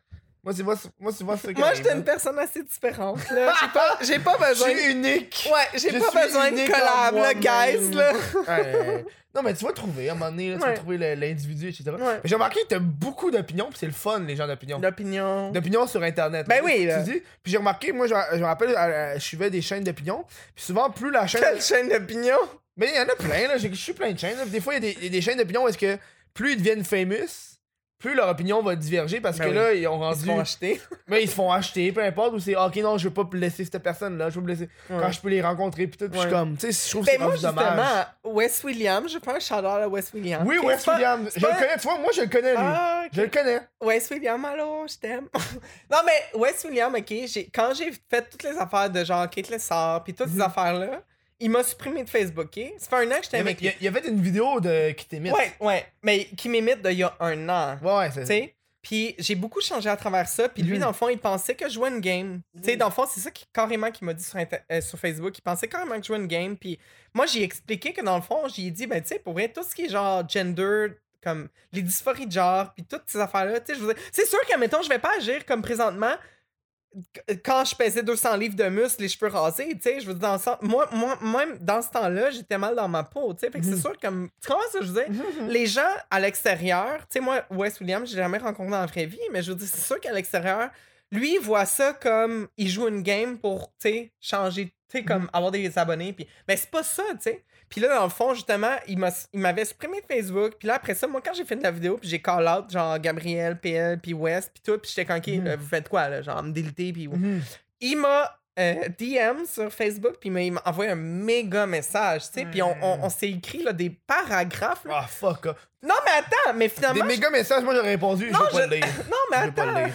Moi, c'est moi, c'est- moi, c'est moi, c'est ça qui Moi, arrive, j'étais une là. personne assez différente, là. J'ai pas, j'ai pas Je besoin... suis unique. Ouais, j'ai Je pas suis besoin de unique en collab, là, moi-même. guys, là. Ouais. Non, mais tu vas trouver, à un moment donné, là, tu vas Ouais. trouver le- l'individu, et cetera. Ouais. Mais j'ai remarqué que t'as beaucoup d'opinions, pis c'est le fun, les gens d'opinion. L'opinion... D'opinion sur Internet. Ben Tu sais, oui, tu là. dis. Puis j'ai remarqué, moi, je, je me rappelle, euh, je suivais des chaînes d'opinion, puis souvent, plus la chaîne. Quelle chaîne d'opinion? Mais il y en a plein, là. J'ai- Je suis plein de chaînes. Là. Des fois, il y, a des- il y a des chaînes d'opinion où est-ce que plus ils deviennent famous, plus leur opinion va diverger parce Ben que oui. là, ils ont Ils rendu. se font acheter. Mais ils se font acheter, peu importe, ou c'est ok, non, je veux pas laisser cette personne-là, je veux me laisser. Ouais. Quand je peux les rencontrer, pis tout, pis je suis Ouais. comme, tu sais, je trouve que Ben c'est moi, rendu dommage. justement, Wes Williams, je fais un shout-out à Wes Williams. Oui, Ok, Wes c'est pas- Williams. c'est Je le pas- connais, tu vois, moi, je le connais, lui. Ah, ok. Je le connais. Wes Williams, allô, je t'aime. non, mais Wes Williams, ok, j'ai, quand j'ai fait toutes les affaires de genre Kate Lessard pis toutes ces affaires-là, il m'a supprimé de Facebook, ok? Ça fait un an que j'étais Il y avait, avec il y a- il y avait une vidéo de qui t'imite. Ouais, ouais, mais qui m'imite d'il y a un an. Ouais, ouais, c'est Tu sais? Puis j'ai beaucoup changé à travers ça. Puis lui, Mhm. dans le fond, il pensait que je jouais une game. Tu sais, dans le fond, c'est ça qui, carrément qu'il m'a dit sur, Inter- euh, sur Facebook. Il pensait carrément que je jouais une game. Puis moi, j'ai expliqué que dans le fond, j'ai dit, ben, tu sais, pour vrai, tout ce qui est genre gender, comme les dysphories de genre, puis toutes ces affaires-là, tu sais, je veux dire, c'est sûr que, mettons, je vais pas agir comme présentement qu- quand je pesais deux cents livres de muscles, les cheveux rasés, tu sais, je veux dire, dans le sens- moi, moi, même dans ce temps-là, j'étais mal dans ma peau, tu sais, fait que c'est sûr, comme, tu comprends ce que je veux dire? Les gens à l'extérieur, tu sais, moi, Wes Williams, j'ai jamais rencontré dans la vraie vie, mais je veux dire, c'est sûr qu'à l'extérieur, lui, il voit ça comme, il joue une game pour, tu sais, changer, tu sais, comme, avoir des abonnés, puis, mais c'est pas ça, tu sais. Puis là, dans le fond, justement, il m'a- il m'avait supprimé de Facebook. Puis là, après ça, moi, quand j'ai fait de la vidéo, puis j'ai call out, genre, Gabriel, P L, puis West, puis tout, puis j'étais comme, OK, là, vous faites quoi, là? Genre, me déliter, puis... Mhm. Il m'a euh, D M sur Facebook, puis il m'a- il m'a envoyé un méga message, tu sais. Puis on, on, on s'est écrit, là, des paragraphes, là. Ah, fuck. ah. Non, mais attends, mais Des finalement... méga messages, moi, j'aurais répondu, je Non, veux pas je- le lire. Non, mais Je veux pas le attends. lire.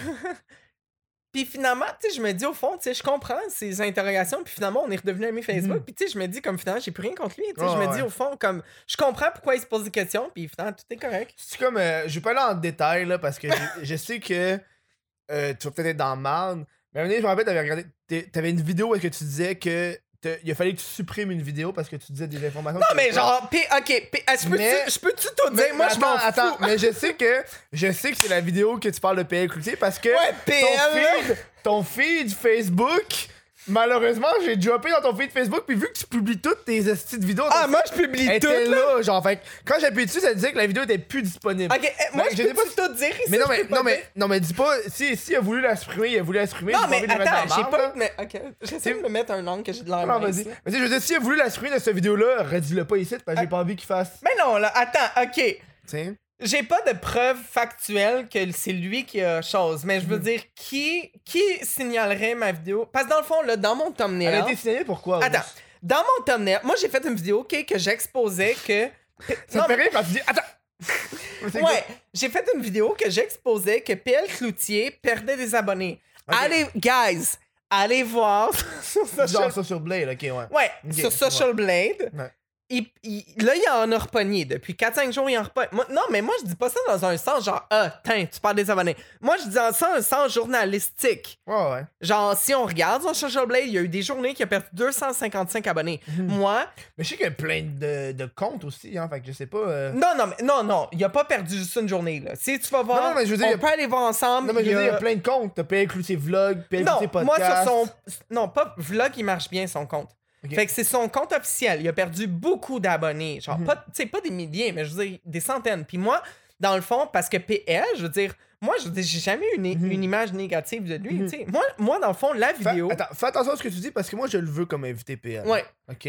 Puis finalement, tu sais, je me dis au fond, tu sais, je comprends ces interrogations, puis finalement, on est redevenu amis Facebook, Mhm. puis tu sais, je me dis comme finalement, j'ai plus rien contre lui, tu sais, Ouais, je me ouais. dis au fond, comme, je comprends pourquoi il se pose des questions, puis finalement, tout est correct. C'est comme. euh, je vais pas aller en détail, là, parce que je, je sais que euh, tu vas peut-être être dans le marde. Mais à un moment donné, je me rappelle, t'avais regardé. t'es- T'avais une vidéo où est-ce que tu disais que. te- Il a fallu que tu supprimes une vidéo parce que tu disais des informations. Non, que mais tu- genre, puis, ok, puis, ah, je peux-tu Mais- je peux-tu tout Mais- dire? Moi, mais je m'en attends, fous. attends, mais je sais que je sais que c'est la vidéo que tu parles de P L Cloutier parce que Ouais, P L, ton là. feed, ton feed Facebook, malheureusement, j'ai droppé dans ton feed Facebook puis vu que tu publies toutes tes estis de vidéos, Ah, ton moi, feed je publie tout, était là. là, genre fait que quand j'ai appuyé dessus, ça disait que la vidéo était plus disponible. Ok, eh, moi, Mais je je sais peux-tu tout dire ici? Mais non je mais peux pas non mais dire? non mais dis pas si si il a voulu la supprimer, il a voulu la supprimer, Non, j'ai pas mais envie de le mettre attends, dans j'ai la pas... marde, Mais, ok, j'essaie de me mettre un angle que j'ai de l'air là. Non, mince, vas-y. là. Mais tu sais, je veux dire, s'il a voulu la supprimer de cette vidéo-là, redis-le pas ici parce que j'ai Ah. pas envie qu'il fasse. Mais non, là, attends, ok. Tiens. J'ai pas de preuves factuelles que c'est lui qui a chose, mais je Mhm. veux dire, qui, qui signalerait ma vidéo? Parce que dans le fond, là, dans mon Elle thumbnail... a été signalée pourquoi? Attends, dans mon thumbnail, moi j'ai fait une vidéo, ok, que j'exposais que... Ça Non, te fait rire quand tu dis attends. C'est Ouais, j'ai fait une vidéo que j'exposais que P L Cloutier perdait des abonnés. Ok. Allez, guys, allez voir sur quoi? Social... Genre ça sur Blade, ok, ouais. Ouais, Ok, sur Social Blade. Ouais. Il, il- là, il en a repogné. Depuis quatre cinq jours, il en repogné. Moi, non, mais moi, je dis pas ça dans un sens genre, ah, tiens, tu parles des abonnés. Moi, je dis dans ça un sens journalistique. Ouais, ouais. Genre, si on regarde sur Social Blade, il y a eu des journées qui a perdu deux cent cinquante-cinq abonnés. Mhm. Moi, Mais je sais qu'il y a plein de, de comptes aussi, hein, fait que je sais pas. euh, non, non, mais non, non, il a pas perdu juste une journée, là. Si tu vas voir, Non, non, mais je veux dire, on il y a- peut aller voir ensemble. Non, mais je il veux y dire, il y a- a plein de comptes. T'as P L Cloutier Vlog, P L Non, Cloutier moi, Podcast. sur son... Non, pas Vlog, il marche bien, son compte. Ok. Fait que c'est son compte officiel. Il a perdu beaucoup d'abonnés. Genre, Mhm. pas, tu sais, pas des milliers, mais je veux dire, des centaines. Puis moi, dans le fond, parce que P L, je veux dire, moi, je veux dire, j'ai jamais eu une, Mhm. une image négative de lui, Mhm. tu sais. Moi, moi, dans le fond, la Fais- vidéo... Attends, fais attention à ce que tu dis parce que moi, je le veux comme invité P L. Ouais. Ok?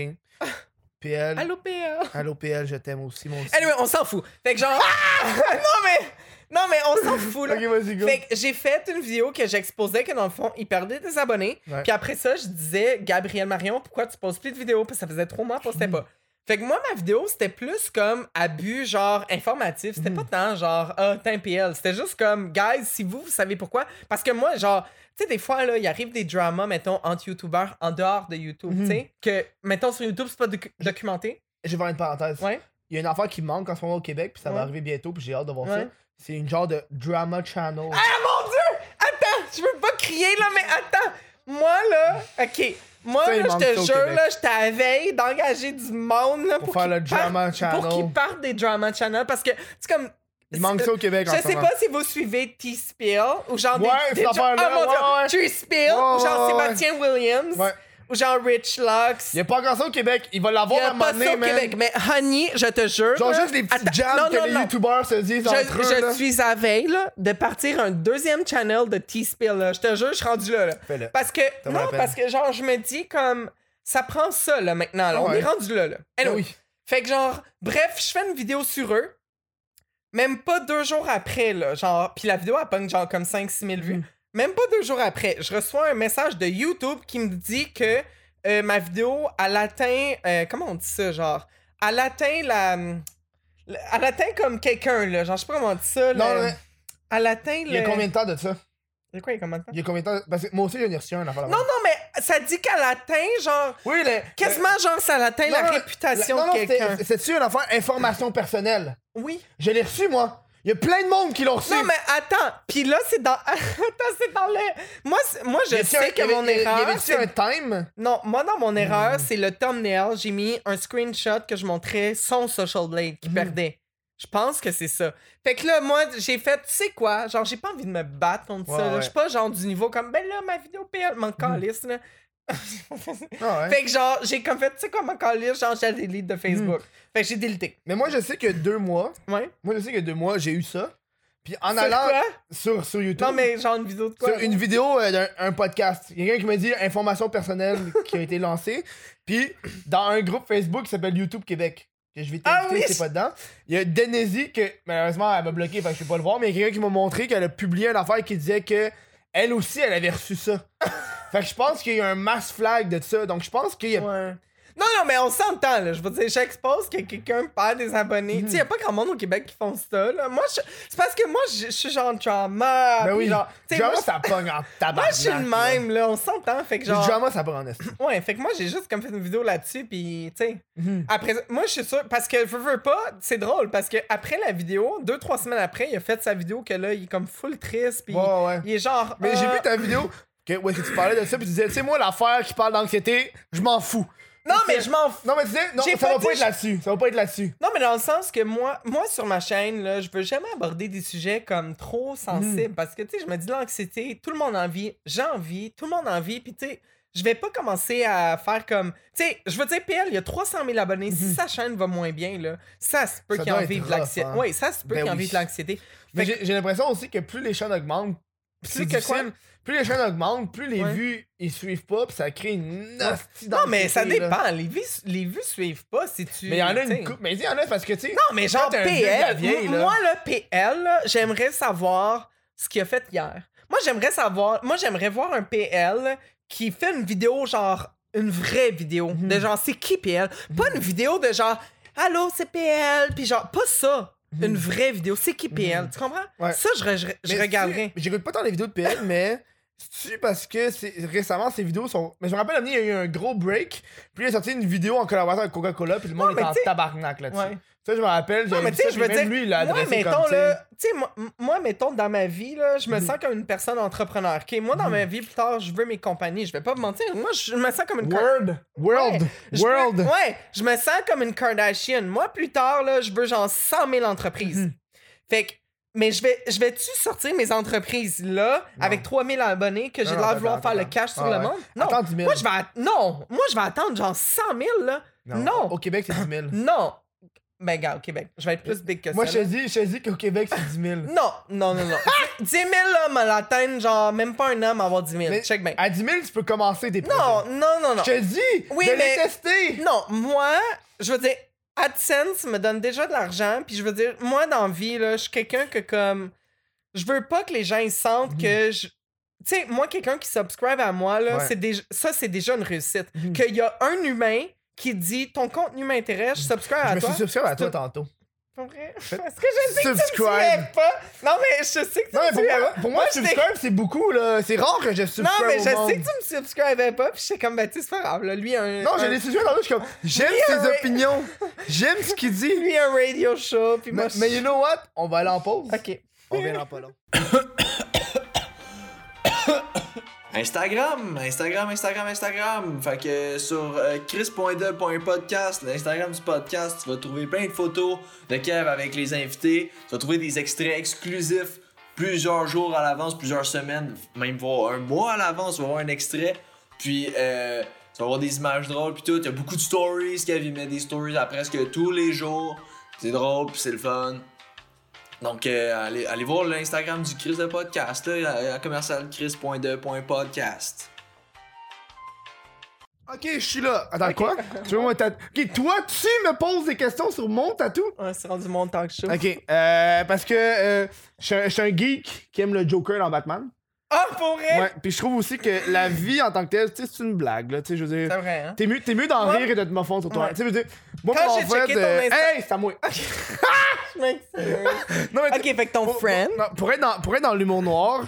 P L. Allô, P L? Allô, P L, je t'aime aussi, mon petit. Anyway, on s'en fout. Fait que genre... non, mais... Non, mais on s'en fout, là. Ok, vas-y, go. Fait que j'ai fait une vidéo que j'exposais que dans le fond, il perdait des abonnés. Ouais. Puis après ça, je disais, Gabriel Marion, pourquoi tu poses plus de vidéos? Parce que ça faisait trop mois, postais Mhm. pas. Fait que moi, ma vidéo, c'était plus comme abus, genre, informatif. C'était Mhm. pas tant, genre, ah, t'es un P L. C'était juste comme, guys, si vous, vous savez pourquoi. Parce que moi, genre, tu sais, des fois, là, il arrive des dramas, mettons, entre YouTubeurs en dehors de YouTube, Mhm. tu sais, que, mettons, sur YouTube, c'est pas docu- documenté. Je vais faire une parenthèse. Ouais. Il y a une affaire qui me manque en ce moment au Québec, puis ça Ouais. va arriver bientôt, puis j'ai hâte de voir Ouais. ça. C'est une genre de drama channel. Ah mon dieu! Attends, je veux pas crier là, mais attends! Moi là, ok. Moi Ça, il là, je manque te ça au jure, Québec. là, j'étais à la veille d'engager du monde là, Pour pour, faire qu'ils le drama partent- channel. Pour qu'ils partent des drama channel parce que c'est comme. Il manque ça au Québec en Je ce sais moment. pas si vous suivez T-Spill ou genre Ouais, des, cette des genre, affaire-là, oh mon Dieu, ouais, ouais. T-Spill Ouais, ou genre ouais, ouais. Sébastien Williams Ouais. ou genre Rich Lux. Il y a pas encore ça au Québec. Il va Il l'avoir y à a un pas moment ça donné, au man. Québec. Mais Honey, je te jure. Genre là, juste des petits attends, jams non, que non, les non. youtubeurs se disent Je, entre eux. je là. suis à veille là, de partir un deuxième channel de T-Spill. là. Je te jure, je suis rendu là. là. Fais-le. Parce que, vaut non, la peine. parce que genre, je me dis comme, ça prend ça là maintenant. Là. Ah On ouais. est rendu là. là. Anyway. Oui. Fait que genre, bref, je fais une vidéo sur eux. Même pas deux jours après, là, genre, pis la vidéo a pogne genre comme cinq six mille vues. Mm. Même pas deux jours après, je reçois un message de YouTube qui me dit que euh, ma vidéo, elle atteint, euh, comment on dit ça, genre, elle atteint la... Elle atteint comme quelqu'un, là, genre, je sais pas comment on dit ça, Non, là. mais Elle atteint le... il y a combien de temps de ça? Il y a quoi, il y a combien de temps? Il y a combien de temps? Parce que moi aussi, j'en ai reçu un affaire Non, non, mais ça dit qu'elle atteint, genre, Oui, le. quasiment, genre, ça atteint Non, la non, réputation non, non, de quelqu'un. c'était- C'est-tu une affaire information personnelle? Oui. Je l'ai reçu, moi. Il y a plein de monde qui l'ont reçu. Non, mais attends, puis là, c'est dans... attends, c'est dans le... Moi, c'est- moi je Y a-tu un- sais que y avait- mon y avait- erreur... Y avait-tu c'est- un time? Non, moi, dans mon Hmm. erreur, c'est le thumbnail. J'ai mis un screenshot que je montrais son Social Blade qui Mhm. perdait. Je pense que c'est ça. Fait que là, moi, j'ai fait, tu sais quoi? Genre, j'ai pas envie de me battre contre Ouais, ça. là. ouais. Je suis pas genre du niveau comme, ben là, ma vidéo P L, m'en calisse, là. Ah ouais. Fait que genre, j'ai comme fait, tu sais quoi, m'en calisse, genre, j'ai delete de Facebook. Fait que j'ai délité. Mais moi, je sais que deux mois. Ouais. Moi, je sais que deux mois, j'ai eu ça. Puis en Sur allant quoi? sur, sur YouTube. Non, mais genre une vidéo de quoi? Sur une vidéo euh, d'un un podcast. Il y a quelqu'un qui m'a dit information personnelle qui a été lancée. Puis dans un groupe Facebook qui s'appelle YouTube Québec, que je vais Ah t'inviter oui, si t'es pas dedans. Il y a Denezi que malheureusement elle m'a bloqué, fait que je peux pas le voir, mais il y a quelqu'un qui m'a montré qu'elle a publié une affaire qui disait que elle aussi elle avait reçu ça. Fait que je pense qu'il y a eu un mass flag de ça. Donc je pense qu'il y a. Ouais. Non, non, mais on s'entend, là. Je veux dire, j'expose que quelqu'un perd des abonnés. Mhm. Tu sais, y a pas grand monde au Québec qui font ça, là. Moi, je- c'est parce que moi, je je suis genre drama. Ben puis oui. genre, tu sais, Drama, moi, ça pogne en tabac. moi, je suis le même, là. On s'entend. Fait que Le genre. drama, ça pogne en esti. Ouais, fait que moi, j'ai juste comme fait une vidéo là-dessus, puis tu sais. Mhm. Après, moi, je suis sûr. Parce que, veux, veux pas, c'est drôle, parce que après la vidéo, deux, trois semaines après, il a fait sa vidéo que là, il est comme full triste, puis Ouais, ouais. il est genre. Mais j'ai ah, vu ta vidéo que, où est-ce que tu parlais de ça, puis tu disais, tu sais, moi, l'affaire qui parle d'anxiété, je m'en fous. Non, mais je m'en fous. Non, mais tu sais, non, J'ai ça pas va dit- pas être là-dessus. Ça va pas être là-dessus. Non, mais dans le sens que moi, moi sur ma chaîne, là, je veux jamais aborder des sujets comme trop sensibles parce que, tu sais, je me dis l'anxiété, tout le monde en vit, j'ai envie, tout le monde en vit, puis tu sais, je vais pas commencer à faire comme. Tu sais, je veux dire, P L, il y a trois cent mille abonnés. Si sa chaîne va moins bien, là, ça se peut Ça qu'il en doit être vive de rough, l'anxiété. hein. Oui, ça se peut Ben qu'il en oui. vive de l'anxiété. Mais Fait que- j'ai j'ai l'impression aussi que plus les chaînes augmentent, Plus c'est que quoi? difficile. Plus les chaînes augmentent, plus les Ouais. vues, ils suivent pas, puis ça crée une hostie Non, mais ça d'anxiété, là. dépend. Les vues, les vues suivent pas si tu. Mais il y en a tu sais. une coupe. Mais il y en a parce que, tu sais. Non, mais genre quand t'as un P vieux de la L, vieille, m- là. moi là, P L, là, j'aimerais savoir ce qu'il a fait hier. Moi, j'aimerais savoir, moi, j'aimerais voir un P L qui fait une vidéo, genre, une vraie vidéo, Mhm. de genre, c'est qui P L? Pas une vidéo de genre, allô, c'est P L, puis genre, pas ça. Une vraie vidéo, c'est qui P L, tu comprends? Mhm. Ouais. Ça, je, re- je, je Mais regarderais. c'est- J'écoute pas tant les vidéos de P L, mais. C'est parce que c'est- récemment, ces vidéos sont. Mais je me rappelle, à un moment donné, il y a eu un gros break. Puis il a sorti une vidéo en collaboration avec Coca-Cola. Puis le monde Ouais, mais était en t'sais- tabarnak là-dessus. Ouais. Ça, je me rappelle. Non, j'avais mais vu tu sais, ça, je veux puis dire, même lui, il l'a moi, adressé mettons, comme, tu sais. là, tu sais, moi, m- moi, mettons, dans ma vie, là, je me Mhm. sens comme une personne entrepreneur, OK? Moi, dans ma vie, plus tard, je veux mes compagnies, je vais pas me mentir, moi, je me sens comme une... Word! World! Ouais, je World! veux- ouais, je me sens comme une Kardashian. Moi, plus tard, là, je veux genre cent mille entreprises. Mhm. Fait que, mais je vais, je vais-tu sortir mes entreprises là, Non. avec trois mille abonnés, que j'ai Non, l'air non, de vouloir attends, faire le attends. cash sur Ah le ouais. monde? Non. Attends dix mille. Moi, je vais att- non, moi, je vais attendre genre cent mille, là. Non. Au Québec, c'est dix mille. Non. Ben, gars, au Québec, je vais être plus big que Moi, ça. je te là. dis, je te dis qu'au Québec, c'est dix mille. Non, non, non, non. dix mille, là, me l'atteindre, genre, même pas un homme à avoir dix mille. Mais Check bien. À dix mille, tu peux commencer tes projets. Non, non, non, non. Je te dis! Oui, de mais- les tester! Non, moi, je veux dire, AdSense me donne déjà de l'argent, puis je veux dire, moi, dans la vie, là, je suis quelqu'un que, comme, je veux pas que les gens ils sentent que je... Tu sais, moi, quelqu'un qui subscribe à moi, là, Ouais. c'est déjà... ça, c'est déjà une réussite. Mhm. Qu'il y a un humain qui dit, ton contenu m'intéresse, je subscribe Je à me toi. suis subscribe à toi C'est- tantôt. Pas vrai? Est-ce que je sais que tu me Subscribe. suivais pas? Non, mais je sais que tu Non, mais me pour suivais moi, pas. pour moi, j'étais- subscribe, c'est beaucoup, là. C'est rare que je subscribe Non, mais au je monde. sais que tu me subscribais pas, puis j'étais comme, ben, tu sais, c'est pas grave, là. Lui, un... Non, je un- l'ai subscribe tantôt, je suis comme, j'aime Lui, ses un- opinions. J'aime ce qu'il dit. Lui, un radio show, puis moi, Mais, je- mais you know what? On va aller en pause. OK. On revient dans pas long. Instagram, Instagram, Instagram, Instagram. Fait que sur euh, chris point de point podcast, l'Instagram du podcast, tu vas trouver plein de photos de Kev avec les invités. Tu vas trouver des extraits exclusifs plusieurs jours à l'avance, plusieurs semaines, même voire un mois à l'avance, tu vas avoir un extrait. Puis euh, tu vas avoir des images drôles puis tout. Il y a beaucoup de stories, Kev il met des stories à presque tous les jours. C'est drôle puis c'est le fun. Donc, euh, allez, allez voir l'Instagram du Chris de podcast, là, à commercial chris point de point podcast. Ok, je suis là. Attends, Ok. quoi? Tu veux mon tatou? Ok, toi, tu me poses des questions sur mon tatou? Ouais, c'est rendu mon talk show. Ok, euh, parce que euh, je suis un- je suis un geek qui aime le Joker dans Batman. Ah, pour vrai? Ouais, puis je trouve aussi que la vie en tant que telle, tu sais, c'est une blague, là, tu sais, je veux dire. C'est vrai, hein? T'es mieux, t'es mieux d'en Moi- rire et de te morfondre sur toi. Ouais. Tu sais, je veux dire, moi, Quand mon j'ai fait, checké ton euh, Insta- hey, c'est à moi. Je m'excuse. Non, mais Ok, fait que ton pour, friend. pour- non, pour être dans, pour être dans l'humour noir,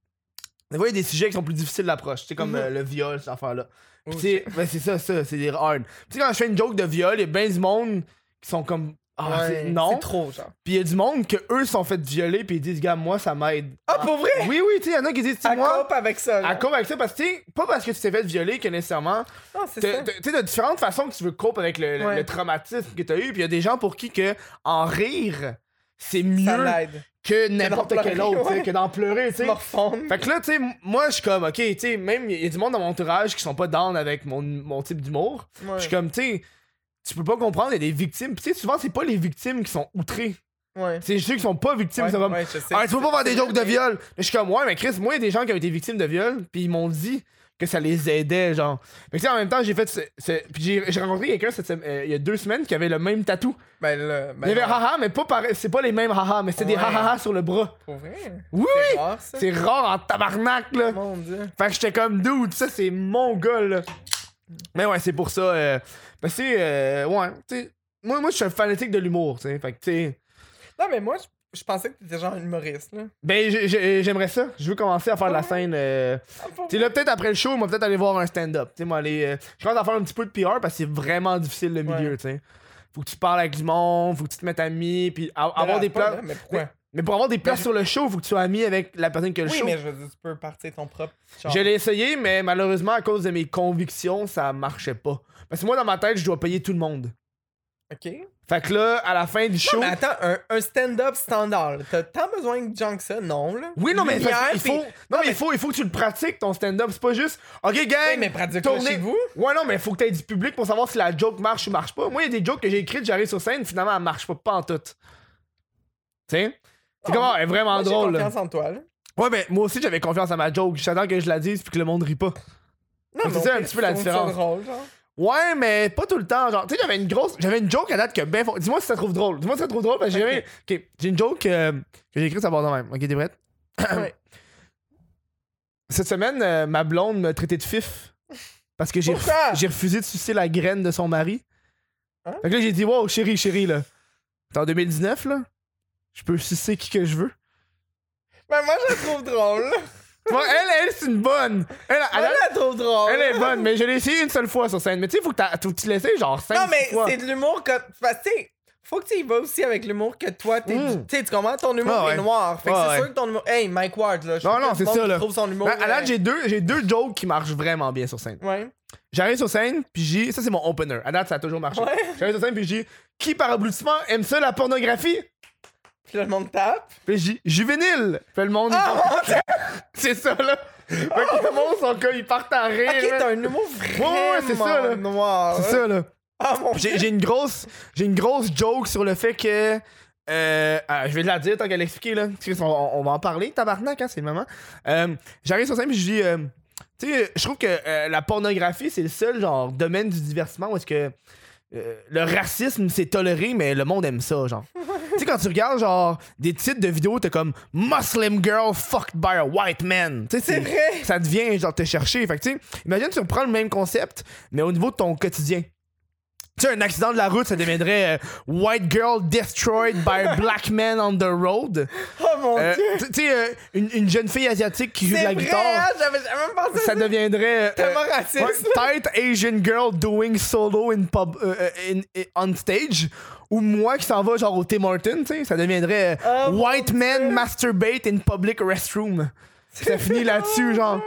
des fois, il y a des sujets qui sont plus difficiles d'approche. Tu sais, comme Mhm. euh, le viol, cette affaire-là. Puis Oh, tu sais, ben, c'est ça, ça, c'est des hard. Tu sais, quand je fais une joke de viol, il y a bien du monde qui sont comme. Ah, Ouais, c'est- non. C'est trop, genre. Puis il y a du monde que eux sont fait violer, puis ils disent, gars, moi, ça m'aide. Ah, pour vrai? Oui, oui, tu sais, il y en a qui disent, tu sais, Elle moi. coupe avec ça, là. À coupe avec ça, parce que, tu sais, pas parce que tu t'es fait violer que nécessairement. Non, c'est t'as- ça. t'as- Tu sais, de différentes façons que tu veux couper avec le, le- Ouais. le traumatisme que t'as eu, puis il y a des gens pour qui que en rire, c'est Ça mieux l'aide. que n'importe d'en quel pleurer, autre, tu sais, ouais. que d'en pleurer, tu sais. Morphone. Fait que là, tu sais, m- moi, je suis comme, ok, tu sais, même, il y a du monde dans mon entourage qui sont pas down avec mon, mon type d'humour. Ouais. Je suis comme, tu sais, tu peux pas comprendre, il y a des victimes. Pis tu sais, souvent, c'est pas les victimes qui sont outrées. Ouais. C'est ceux qui sont pas victimes, Ouais, c'est comme, ouais, je sais. ah, tu peux pas faire des jokes de viol. Mais je suis comme, ouais, mais Chris, moi, il y a des gens qui ont été victimes de viol, puis ils m'ont dit que ça les aidait, genre. Fait que tu sais, en même temps, j'ai fait. Ce, ce- puis j'ai, j'ai rencontré quelqu'un cette sem- euh, il y a deux semaines qui avait le même tatou. Ben là, ben il y avait non. haha, mais pas pareil. C'est pas les mêmes haha, mais c'est des Ouais. haha sur le bras. Pour vrai? Oui, C'est rare, ça. c'est rare en tabarnak, là. Mon dieu. Fait que j'étais comme, dude, ça c'est mon gars, là. Mais ouais, c'est pour ça. Euh, parce que, euh, ouais, tu sais, moi, moi je suis un fanatique de l'humour, tu sais. Fait que, tu sais, Non, mais moi, je, je pensais que t'étais genre un humoriste, là. ben, j'ai- j'ai- j'aimerais ça. Je veux commencer à faire de la scène. Euh, Ah, pour tu sais, là, peut-être après le show, on va peut-être aller voir un stand-up. Tu sais, moi, aller. euh, je commence à faire un petit peu de P R parce que c'est vraiment difficile le milieu, Ouais. tu sais. Faut que tu parles avec du monde, faut que tu te mettes ami, puis a- avoir Dérape des pas, places. là, Mais pourquoi? Mais pour avoir des places je- sur le show, faut que tu sois ami avec la personne qui a le Oui, show. mais je veux dire, tu peux partir ton propre genre. Je l'ai essayé, mais malheureusement, à cause de mes convictions, ça marchait pas. Parce que moi, dans ma tête, je dois payer tout le monde. Ok. Fait que là, à la fin du show. Non, mais attends, un, un stand-up standard, là, t'as tant besoin de gens que ça? Non, là. Oui, non, mais Lumière, parce qu'il faut. puis- Non, mais il faut, il faut que tu le pratiques, ton stand-up. C'est pas juste. Ok, gang. Oui, mais pratique-le tournez- chez vous. Ouais, non, mais il faut que tu aies du public pour savoir si la joke marche ou marche pas. Moi, il y a des jokes que j'ai écrites, j'arrive sur scène, finalement, elle marche pas, pas en tout. Tu sais? C'est Non, comment? Elle est vraiment Moi, j'ai drôle, là. confiance en toi, là. Ouais, mais moi aussi, j'avais confiance à ma joke. J'attends que je la dise puis que le monde rit pas. Non, C'est mais ça, au un pire, petit peu la tu trouves ça différence. drôle, genre. Ouais, mais pas tout le temps. Genre, tu sais, j'avais une grosse. J'avais une joke à date que ben. fon- Dis-moi si ça trouve drôle. Dis-moi si ça trouve drôle parce que j'ai Ok. jamais. Ok, j'ai une joke euh, que j'ai écrite, ça va de même. Ok, t'es prête? Ouais. Cette semaine, euh, ma blonde m'a traité de fif parce que j'ai ref- Pourquoi? j'ai refusé de sucer la graine de son mari. Hein? Fait que là, j'ai dit, wow, chérie, chérie, là. T'es en deux mille dix-neuf, là. Je peux sucer qui que je veux. Ben, moi, je la trouve drôle. Bon, elle, elle, c'est une bonne. Elle, elle, Moi, je la trouve drôle. elle est bonne, mais je l'ai essayé une seule fois sur scène. Mais tu sais, faut que t'as- faut que tu l'essayes genre cinq Non, mais fois. c'est de l'humour que. Parce que, tu sais, faut que tu y vas aussi avec l'humour que toi, t'es. Mm. Tu sais, tu comprends? Ton humour Ah, ouais. est noir. Fait que Ah, c'est ouais. sûr que ton humour. Hey, Mike Ward, là. Je Non, trouve non, que c'est le monde ça, là. trouve son humour. À, à date, euh, j'ai deux, j'ai deux jokes qui marchent vraiment bien sur scène. Ouais. J'arrive sur scène, puis j'ai. Ça, c'est mon opener. À date, ça a toujours marché. Ouais. J'arrive sur scène, puis j'ai. Qui par applaudissement aime ça, la pornographie? Puis là, le monde tape. Puis j'ai juvénile. Puis le monde. Ah, mon Dieu! C'est ça, là. Fait que le monde, son cas, ils partent en rire. Ok, là. t'as un humour vraiment ouais, c'est ça, là. noir. C'est hein. ça, là. Ah, mon J'ai Dieu. j'ai une grosse. J'ai une grosse joke sur le fait que. Euh, ah, je vais la dire tant qu'elle l'expliquer, là. Parce qu'on- On, on va en parler, tabarnak, hein, c'est le moment. Euh, J'arrive sur scène, puis je dis. euh, tu sais, je trouve que euh, la pornographie, c'est le seul genre domaine du divertissement où est-ce que. euh, le racisme, c'est toléré, mais le monde aime ça, genre. Tu sais, quand tu regardes, genre, des titres de vidéos, t'as comme Muslim girl fucked by a white man. Tu sais, C'est vrai. ça devient, genre, te chercher. Fait que, tu sais, imagine, tu reprends le même concept, mais au niveau de ton quotidien. Tu sais, un accident de la route, ça deviendrait euh, White girl destroyed by a black man on the road. Oh, mon Euh, Dieu. tu tu sais, euh, une, une jeune fille asiatique qui joue de C'est la vrai, guitare. hein, j'avais jamais pensé à Ça ça. deviendrait. euh, Tellement euh, raciste. ouais, tight Asian girl doing solo in pub, euh, euh, in, in- on stage. Ou moi qui s'en va genre au Tim Hortons, tu sais, ça deviendrait euh, Oh, mon White man masturbate in public restroom. Ça finit là-dessus, genre.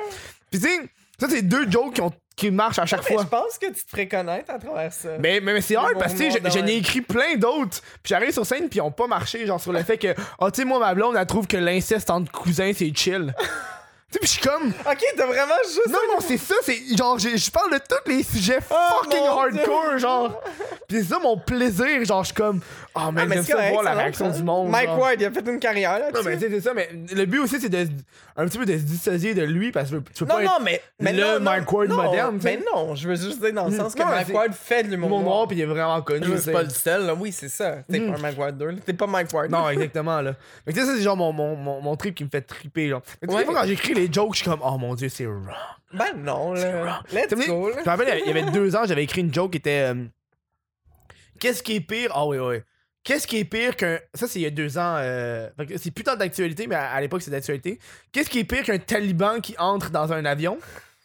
Puis tu sais, ça, c'est deux jokes qui, ont, qui marchent à chaque Mais fois. je pense que tu te ferais connaître à travers ça. Mais, mais, mais c'est hard Mon parce que tu sais, monde, je- j'en ai ouais. écrit plein d'autres. Puis j'arrive sur scène, puis ils ont pas marché, genre sur le fait que, ah, tu sais, moi, ma blonde, elle trouve que l'inceste entre cousins, c'est chill. Tu sais, puis je suis comme. Ok, t'as vraiment juste. Non, non, c'est ça, c'est genre, j'ai- je parle de tous les sujets Oh, fucking mon hardcore, Dieu. genre. Pis c'est ça mon plaisir, genre, je suis comme, oh, Ah, man, mais j'aime c'est ça correct, voir la ça va, réaction ça. du monde. Mike genre. Ward, il a fait une carrière là-dessus. Non, mais tu sais, c'est ça, mais le but aussi, c'est de un petit peu de se dissocier de lui parce que tu peux Non, pas non, être mais, mais le non, non, Mike Ward non, moderne, tu sais. Mais non, je veux juste dire dans le sens que Non, Mike c'est- Ward fait de l'humour l'humour noir. noir, pis il est vraiment connu. Je veux- tu C'est sais. pas le seul, là. Oui, c'est ça. T'es Mm. pas un Mike Ward deux, là. T'es pas Mike Ward. Non, exactement, là. Mais tu sais, ça, c'est genre mon, mon, mon, mon trip qui me fait triper, là. Mais tu sais, Ouais. des fois, quand j'écris les jokes, je suis comme, oh mon dieu, c'est wrong. Ben non, là. Let's Tu sais, go, Je là. me rappelle, il y avait deux ans, j'avais écrit une joke qui était. euh, Qu'est-ce qui est pire? Ah oui, oui. Qu'est-ce qui est pire qu'un. Ça, c'est il y a deux ans. euh, fait que c'est plus tant d'actualité, mais à, à l'époque, c'est d'actualité. Qu'est-ce qui est pire qu'un taliban qui entre dans un avion?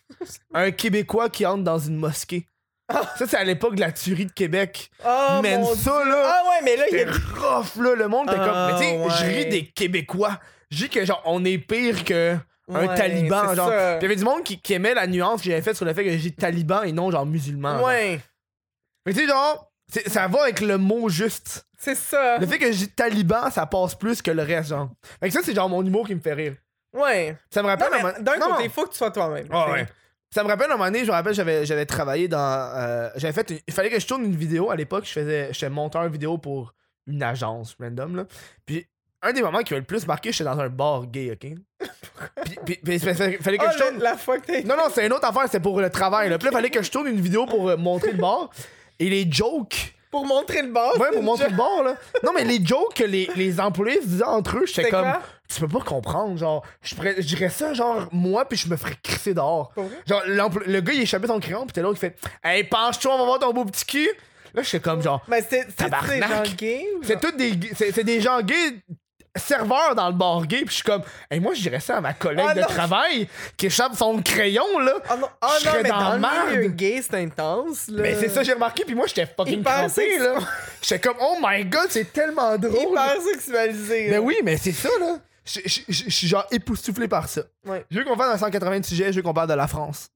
Un Québécois qui entre dans une mosquée. Ça, c'est à l'époque de la tuerie de Québec. Oh, Man, mon ça, Dieu. là, Ah ouais, mais là, il y C'était a... rough, là. Le monde était comme. Ah, Mais tu sais, je ouais. ris des Québécois. Je dis que, genre, on est pire que. Un Ouais, taliban, c'est genre. ça. Puis il y avait du monde qui, qui aimait la nuance que j'avais faite sur le fait que j'ai taliban et non genre musulman. genre. Ouais, Mais tu sais, genre, c'est- ça va avec le mot juste. c'est ça. Le fait que je dis taliban, ça passe plus que le reste, genre. Fait que ça, c'est genre mon humour qui me fait rire. Ouais. Ça me Non, rappelle. un mais moment- d'un Non, côté, non. il faut que tu sois toi-même. Ah tu sais. ouais. Ça me rappelle un moment donné, je me rappelle, j'avais, j'avais travaillé dans. euh, j'avais fait. une- Il fallait que je tourne une vidéo à l'époque. Je faisais. J'étais monteur vidéo pour une agence random, là. Puis un des moments qui m'a le plus marqué, j'étais dans un bar gay, ok? puis, puis, puis, il fallait fallait que Ah, je tourne. la, la fois que t'es... Non, non, c'est une autre affaire, c'était pour le travail, là. Puis là, il fallait que je tourne une vidéo pour euh, montrer le bar. Et les jokes. Pour montrer le bar. Ouais, c'est pour montrer une le bar, là. Non, mais les jokes que les, les employés se disaient entre eux, j'étais C'était comme. quoi? Tu peux pas comprendre, genre. Je, pourrais- je dirais ça, genre, moi, puis je me ferais crisser dehors. Pour vrai? Genre, l'empl- le gars, il échappait son crayon, puis t'es l'autre qui fait Hey, penche-toi, on va voir ton beau petit cul. Là, j'étais comme, genre. Mais c'est c'est des Tabarnak. gens gays ou C'est genre- tous des. C'est c'est des gens gays. Serveurs dans le bar gay, puis je suis comme, hey, moi je dirais ça à ma collègue Ah, de non. travail qui échappe son crayon, là. Ah non, ah Je non serais mais dans dans, la le milieu merde. gay, c'est intense, là. Mais c'est ça, j'ai remarqué, puis moi j'étais fucking Hyper crampé, sexy. là. J'étais comme, oh my god, c'est tellement drôle. Hyper sexualisé. Mais là. oui, mais c'est ça, là. Je je- je- je suis genre époustouflé par ça. Ouais. Je veux qu'on parle dans cent quatre-vingts de sujets, je veux qu'on parle de la France.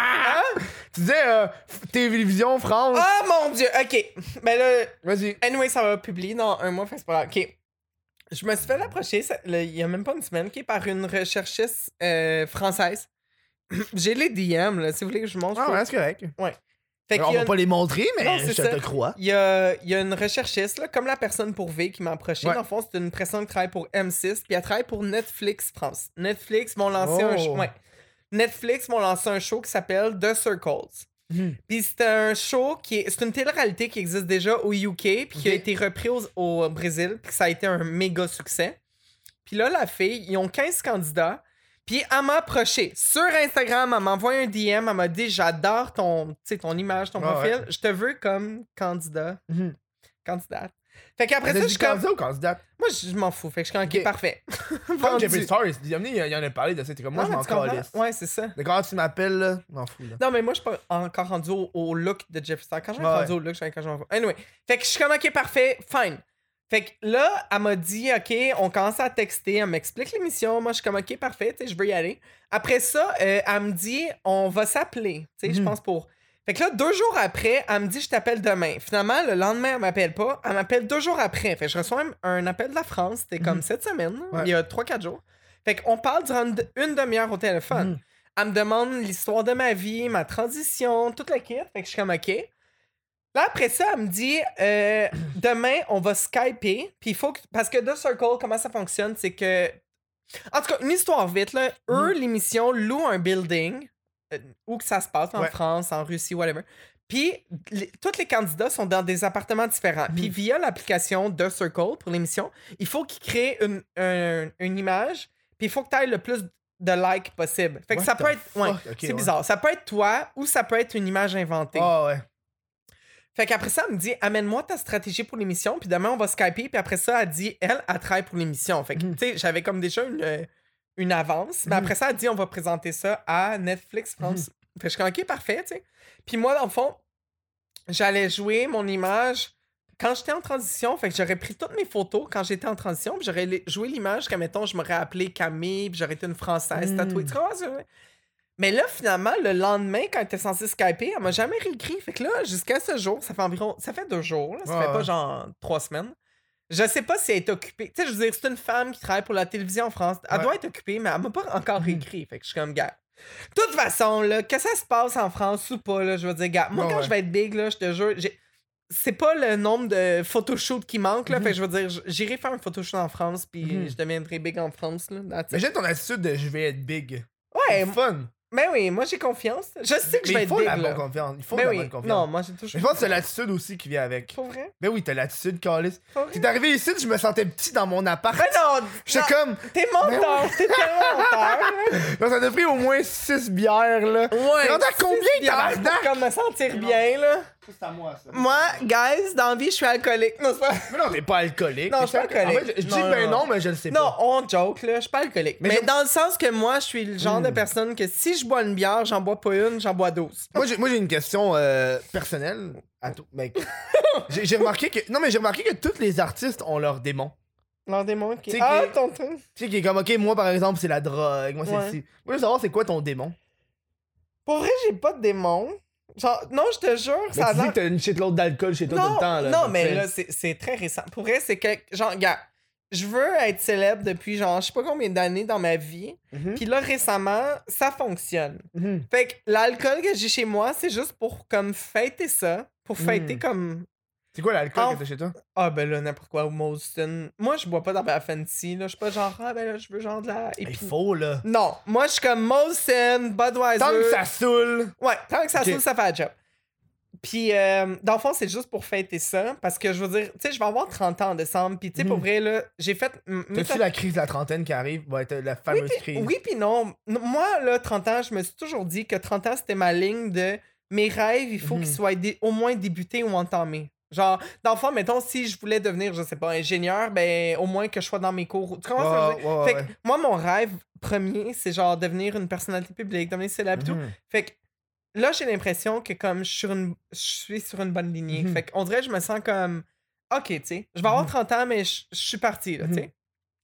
Tu disais, euh, télévision, France. Ah mon dieu, ok. Ben là, Vas-y. anyway, ça va publier dans un mois, fait que c'est pas grave. Ok. Je me suis fait approcher, ça- là, il y a même pas une semaine, ok, par une recherchiste euh, française. J'ai les D M, là, si vous voulez que je vous montre. Ah je peux- ouais, c'est correct. Fait On qu'il y a va une- pas les montrer, mais Non, c'est je ça. te crois. Il y a, il y a une recherchiste, là, comme la personne pour V qui m'a approché. Ouais. Dans le fond, c'est une personne qui travaille pour M six, puis elle travaille pour Netflix France. Netflix vont lancer un Oh. show. Ouais. Netflix vont lancer un show qui s'appelle The Circles. Mhm. Puis c'est un show qui est. C'est une télé-réalité qui existe déjà au U K, puis qui a Ok. été repris au, au Brésil, puis ça a été un méga succès. Puis là, la fille, ils ont quinze candidats. Puis elle m'a approché sur Instagram, elle m'a envoyé un D M, elle m'a dit j'adore ton, tu sais, ton image, ton Ah profil, ouais. je te veux comme candidat, Mhm. candidate. Fait qu'après T'as ça, je dit suis comme. candidat ou candidate? Moi, je je m'en fous. Fait que je suis comme, ok, Ok. parfait. Comme Vendu. Jeffree Star, il y en a- il y en a parlé de ça. T'es comme, moi, Non, je mais m'en tu comprends? calisse. Ouais, c'est ça. Mais quand tu m'appelles, là, je m'en fous, là. Non, mais moi, je suis pas encore rendu au, au look de Jeffree Star. Quand je vais Ouais. rendu au look, je vais quand je m'en fous. Anyway. Fait que je suis comme, ok, parfait, fine. Fait que là, elle m'a dit, ok, on commence à texter, elle m'explique l'émission. Moi, je suis comme, ok, parfait, tu sais, je veux y aller. Après ça, euh, elle me dit, on va s'appeler, tu sais, je Mhm. pense pour. Fait que là, deux jours après, elle me dit, je t'appelle demain. Finalement, le lendemain, elle m'appelle pas. Elle m'appelle deux jours après. Fait que je reçois un, un appel de la France. C'était comme cette semaine, là, Ouais. il y a trois quatre jours. Fait qu'on parle durant une, une demi-heure au téléphone. Mhm. Elle me demande l'histoire de ma vie, ma transition, toute la kit. Fait que je suis comme, OK. Là, après ça, elle me dit, euh, demain, on va Skyper. Puis il faut que. Parce que The Circle, comment ça fonctionne, c'est que. En tout cas, une histoire vite, là. Eux, l'émission, louent un building, euh, où que ça se passe, en Ouais. France, en Russie, whatever. Puis, les- tous les candidats sont dans des appartements différents. Puis, via l'application The Circle pour l'émission, il faut qu'ils créent une, un- une image, puis il faut que tu aies le plus de likes possible. Fait que What ça the peut être. Ouais, fuck? Ok, c'est ouais. bizarre. Ça peut être toi ou ça peut être une image inventée. Ah ouais. Fait qu'après ça, elle me dit, amène-moi ta stratégie pour l'émission, puis demain, on va Skyper. Puis après ça, elle dit, elle, elle travaille pour l'émission. Fait que, Mhm. tu sais, j'avais comme déjà une, euh, une avance. Mais Mhm. après ça, elle dit, on va présenter ça à Netflix France. Fait que je suis comme, OK, parfait, tu sais. Puis moi, dans le fond, j'allais jouer mon image quand j'étais en transition. Fait que j'aurais pris toutes mes photos quand j'étais en transition, puis j'aurais li- joué l'image qu'à, mettons, je m'aurais appelé Camille, puis j'aurais été une Française Mm. tatouée. Tu comprends ça? ouais? Mais là, finalement, le lendemain, quand elle était censée Skyper, elle m'a jamais réécrit. Fait que là, jusqu'à ce jour, ça fait environ. Ça fait deux jours, là, ça Ouais, fait ouais. pas genre trois semaines. Je sais pas si elle est occupée. Tu sais, je veux dire, c'est une femme qui travaille pour la télévision en France. Elle Ouais. doit être occupée, mais elle m'a pas encore Mhm. réécrit. Fait que je suis comme, gars. De toute façon, là, que ça se passe en France ou pas, là, je veux dire, gars, moi, Ouais, quand ouais. je vais être big, là, je te jure, j'ai. C'est pas le nombre de photoshoots qui manque, là. Mhm. Fait que je veux dire, j- j'irai faire un photoshoot en France, puis Mhm. je deviendrai big en France, là. That's it. Mais j'aime ton attitude de je vais être big. Ouais, C'est fun. mais oui, moi, j'ai confiance. Je sais que je Mais vais il faut être la big, bonne là. confiance. Il faut Mais la oui, bonne confiance. non, moi, j'ai toujours. Mais je pense que c'est l'attitude aussi qui vient avec. Pour vrai? Ben oui, t'as l'attitude, Calis. Pour vrai? T'es arrivé ici, je me sentais petit dans mon appart. Mais non! J'étais non, comme. T'es menteur! T'es tellement menteur! Là, ça t'a pris au moins six bières, là. Ouais! T'es rendu à six combien, bières tabarnak? pour comme me sentir bien, là. C'est à moi, ça. Moi, guys, dans la vie, je suis alcoolique. Non, c'est pas... Mais non, t'es pas alcoolique. Non, T'es je suis pas En alcoolique. fait, je je Non, dis non, ben non. non, mais je le sais Non, pas. on joke, là. Je suis pas alcoolique. Mais, Mais je- dans le sens que moi, je suis le genre de Mm. personne que si je bois une bière, j'en bois pas une, j'en bois douze. Moi, j'ai, moi, j'ai une question euh, personnelle à tout. Mec, j'ai, j'ai remarqué que. Non, mais j'ai remarqué que tous les artistes ont leurs démons. L'un des mots qui... Tu sais Ah, que- tonton! Tu sais, qui est comme, ok, moi, par exemple, c'est la drogue. Moi, c'est Ouais. le ci. Moi, je veux savoir, c'est quoi ton démon? Pour vrai, j'ai pas de démon. Genre, non, je te jure, Mais ça a tu dis l'air... que t'as une shitload d'alcool chez toi non, tout le temps, là. non, donc mais c'est- là, c'est c'est très récent. Pour vrai, c'est que, genre, gars, je veux être célèbre depuis, genre, je sais pas combien d'années dans ma vie. Mhm, Puis là, récemment, ça fonctionne. mhm. Fait que l'alcool que j'ai chez moi, c'est juste pour, comme, fêter ça. Pour fêter, Mm. comme... C'est quoi l'alcool En- que t'as chez toi? Ah, ben là, n'importe quoi, au Molson. Moi, je bois pas dans la fancy, là. Je suis pas genre, ah, ben là, je veux genre de la... Il épi- faut, là. Non, moi, je suis comme Molson, Budweiser... Tant que ça saoule. Ouais, tant que ça Ok. saoule, ça fait la job. Puis, euh, dans le fond, c'est juste pour fêter ça. Parce que je veux dire, tu sais, je vais avoir trente ans en décembre. Puis, tu sais, pour Mhm. vrai, là, j'ai fait. m- mes T'as-tu fait- la crise de la trentaine qui arrive? Va être la Oui, fameuse puis crise. oui, puis non. N- Moi, là, trente ans, je me suis toujours dit que trente ans, c'était ma ligne de mes rêves, il faut Mhm. qu'ils soient dé- au moins débutés ou entamés. Genre, dans le fond, mettons, si je voulais devenir, je sais pas, ingénieur, ben, au moins que je sois dans mes cours. Tu comprends ce que je veux dire? Ouais, ouais, Fait ouais. que moi, mon rêve premier, c'est genre devenir une personnalité publique, devenir célèbre et tout. Mhm. Fait que là, j'ai l'impression que comme je suis sur une, je suis sur une bonne lignée. Mhm. Fait qu'on dirait que je me sens comme, ok, tu sais, je vais avoir Mhm. trente ans, mais je je suis parti, là, tu sais. Mhm.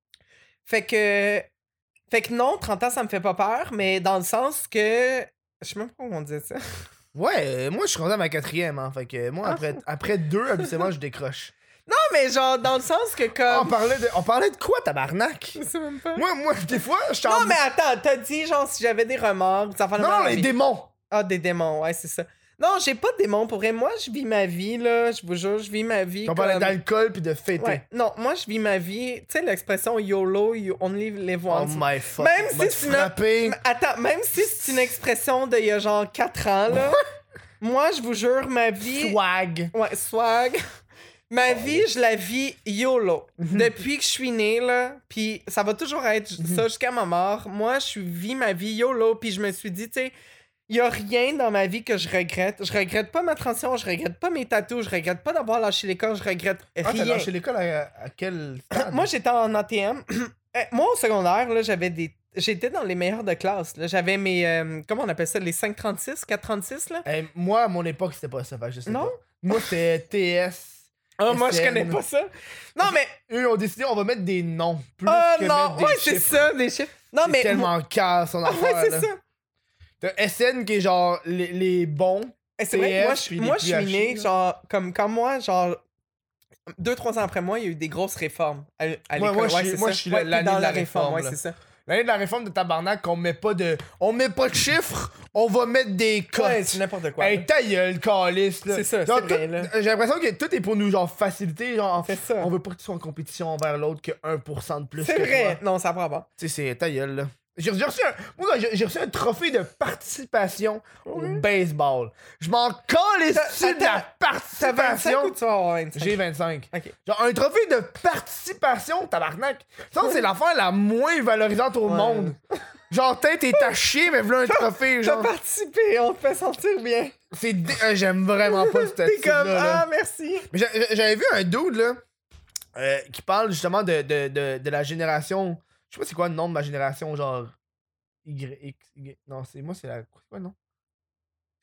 Fait que, fait que non, trente ans, ça me fait pas peur, mais dans le sens que, je sais même pas comment on disait ça. Ouais, euh, moi, je suis rendu à ma quatrième, hein. Fait que moi, Ah. après, après deux, habituellement, je décroche. Non, mais genre, dans le sens que on, comme... parlait de, on parlait de quoi, tabarnak? Je sais même pas. Moi, moi, des fois, je t'en. Non, mais attends, t'as dit, genre, si j'avais des remords, ça fait Non, les démons! Ah, des démons, ouais, c'est ça. Non, j'ai pas de démons, pour vrai. Moi, je vis ma vie, là, je vous jure, je vis ma vie On parlait comme... d'alcool puis de fêter. Ouais, non, moi, je vis ma vie, tu sais, l'expression YOLO, you only live Oh once. my fuck. Même On va si te tu n'as- frapper. M- Attends, même si c'est une expression d'il y a genre quatre ans, là, moi, je vous jure, ma vie... Swag. Ouais, swag. Ma vie, je la vis YOLO. Mhm. Depuis que je suis née, là, puis ça va toujours être Mhm. ça jusqu'à ma mort. Moi, je vis ma vie YOLO, puis je me suis dit, tu sais, il y a rien dans ma vie que je regrette. Je regrette pas ma transition, je regrette pas mes tatous, je regrette pas d'avoir lâché l'école, je regrette Ah, t'as rien. lâché l'école à, à quel stade? Moi, j'étais en A T M. Euh, Moi, au secondaire, là, j'avais des... J'étais dans les meilleurs de classe. là. J'avais mes... euh, comment on appelle ça? Les cinq trente-six, quatre trente-six, là? Eh, moi, à mon époque, c'était pas ça. Fait que je sais Non? pas. Moi, c'était T S. Ah, moi, je S N. connais pas ça. Non, mais... Eux ont décidé, on va mettre des noms. Plus Ah que non! mettre des Ouais, c'est chiffres. ça, des chiffres. Non, C'est mais... tellement casse son Ah, affaire. ouais, c'est là. ça. T'as S N qui est genre les, les bons. Et c'est vrai que moi, T F, je, puis moi, les je suis plus né, hachés, là. genre, comme quand moi, genre, deux, trois ans après moi, il y a eu des grosses réformes à, à Moi, l'école. moi, je ouais, suis- c'est moi, ça. je suis Ouais, l'année t'es dans de la la réforme, réforme, ouais, là. c'est ça. L'année de la réforme de tabarnak, qu'on met pas de. On met pas de chiffres, on va mettre des cotes. Ouais, c'est n'importe quoi. Hey, ta gueule, calice, là. C'est ça, Genre, c'est vrai, tout- là. J'ai l'impression que tout est pour nous, genre, faciliter. Genre, C'est ça. on veut pas que tu sois en compétition envers l'autre que un pour cent de plus. C'est que vrai. toi. Non, ça prend pas. Tu sais, c'est ta gueule, là. J'ai j'ai reçu un. Moi, j'ai j'ai reçu un trophée de participation au baseball. Je m'en calisse T'as- de la attends, T'as vingt-cinq participation. ou tu vas avoir vingt-cinq? J'ai vingt-cinq. Ok. Genre, un trophée de participation, tabarnak. Ça, c'est l'affaire la moins valorisante au Ouais. monde. Genre, t'es t'es à chier, mais voilà un trophée, T'as genre. participé, on te fait sentir bien. C'est dé- euh, J'aime vraiment pas cette T'es attitude-là. comme, là. ah, merci. Mais j'a- j'a- j'avais vu un dude, là, euh, qui parle justement de, de, de, de la génération. Je sais pas c'est quoi le nom de ma génération, genre. Y, X, Y. Non, c'est moi, c'est la. C'est quoi le nom?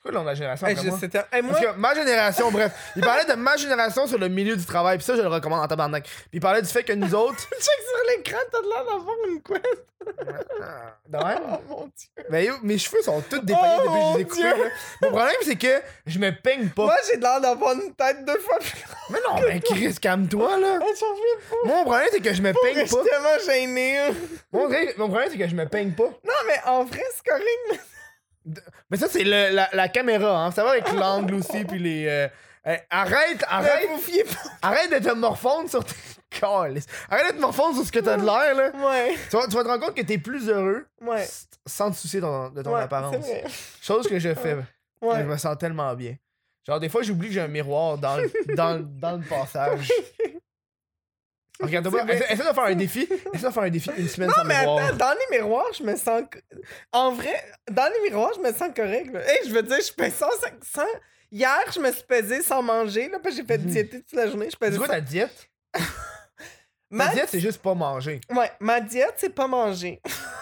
Quoi, là, la génération Hey, après je- moi? c'était- hey, moi, Parce que ma génération, bref, il parlait de ma génération sur le milieu du travail, puis ça, je le recommande en tabarnak. Puis il parlait du fait que nous autres. check sur l'écran, t'as de l'air d'avoir une couette. De même? Oh mon dieu. Mais yo, mes cheveux sont tous dépaillés Oh, depuis que je les ai mon coupés. Dieu. là. Mon problème, c'est que je me peigne pas. Moi, j'ai de l'air d'avoir une tête deux fois plus grande. Mais non, mais Chris, calme-toi, là. Hey, j'en reviens pas. Mon problème, c'est que je me Je peigne suis pas. tellement gêné. hein. Mon, vrai- mon problème, c'est que je me peigne pas. Non, mais en vrai, c'est correct. Mais ça, c'est le- la, la caméra, hein. Ça va avec l'angle aussi, puis les. euh, hey, arrête, Arrête. arrête, Vous fiez pas. arrête de te morfondre sur tes. Calisse. Arrête de te morfondre sur ce que t'as de l'air, là. Ouais. Tu vas, tu vas te rendre compte que t'es plus heureux Ouais. sans te soucier ton- de ton Ouais, apparence. c'est vrai. Chose que je fais. Ouais. Je me sens tellement bien. Genre, des fois, j'oublie que j'ai un miroir dans le, dans, le- dans le passage. Regarde-moi, C'est vrai. essaie, essaie de faire un défi. Essaie de faire un défi une semaine Non, sans mais miroir. attends, dans les miroirs, je me sens. co- En vrai, dans les miroirs, je me sens correct. Là. Hey, je veux dire, je pèse cent cinq cents. Hier, je me suis pesé sans manger, là, parce que j'ai fait Mhm. diéter toute la journée. Je C'est pesais quoi cent- ta diète? Ma... Ta diète, c'est juste pas manger. Ouais, ma diète, c'est pas manger.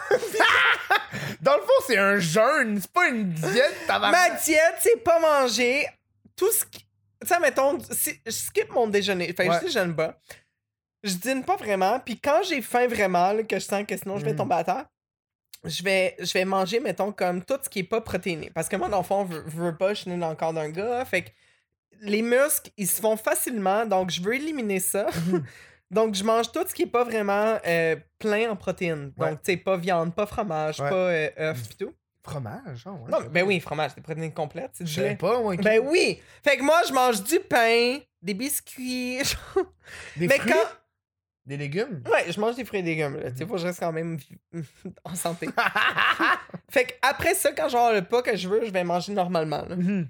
Dans le fond, c'est un jeûne. C'est pas une diète, Ma tabarnak. diète, c'est pas manger tout ce qui. Tu sais, mettons, si je skip mon déjeuner. Fait que Ouais. je déjeune pas. Je dîne pas vraiment. Puis quand j'ai faim vraiment, là, que je sens que sinon je vais Mm. tomber à terre, je vais, je vais manger, mettons, comme tout ce qui est pas protéiné. Parce que moi, dans le fond, je veux, je veux pas, je suis né dans le corps d'un gars. Fait que les muscles, ils se font facilement. Donc, je veux éliminer ça. Mhm. Donc, je mange tout ce qui est pas vraiment euh, plein en protéines. Ouais. Donc, tu sais, pas viande, pas fromage, Ouais. pas euh, œufs pis tout. Fromage, genre, ouais. Non, c'est ben vrai. oui, fromage, des protéines complètes, c'est du Je savais lait. pas, moi. Ben oui! Fait que moi, je mange du pain, des biscuits. Des Mais fruits, quand. des légumes. Ouais, je mange des fruits et légumes. Là. Tu sais, faut que je reste quand même en santé. Fait que après ça, quand je vais avoir le pas que je veux, je vais manger normalement. là. Mhm.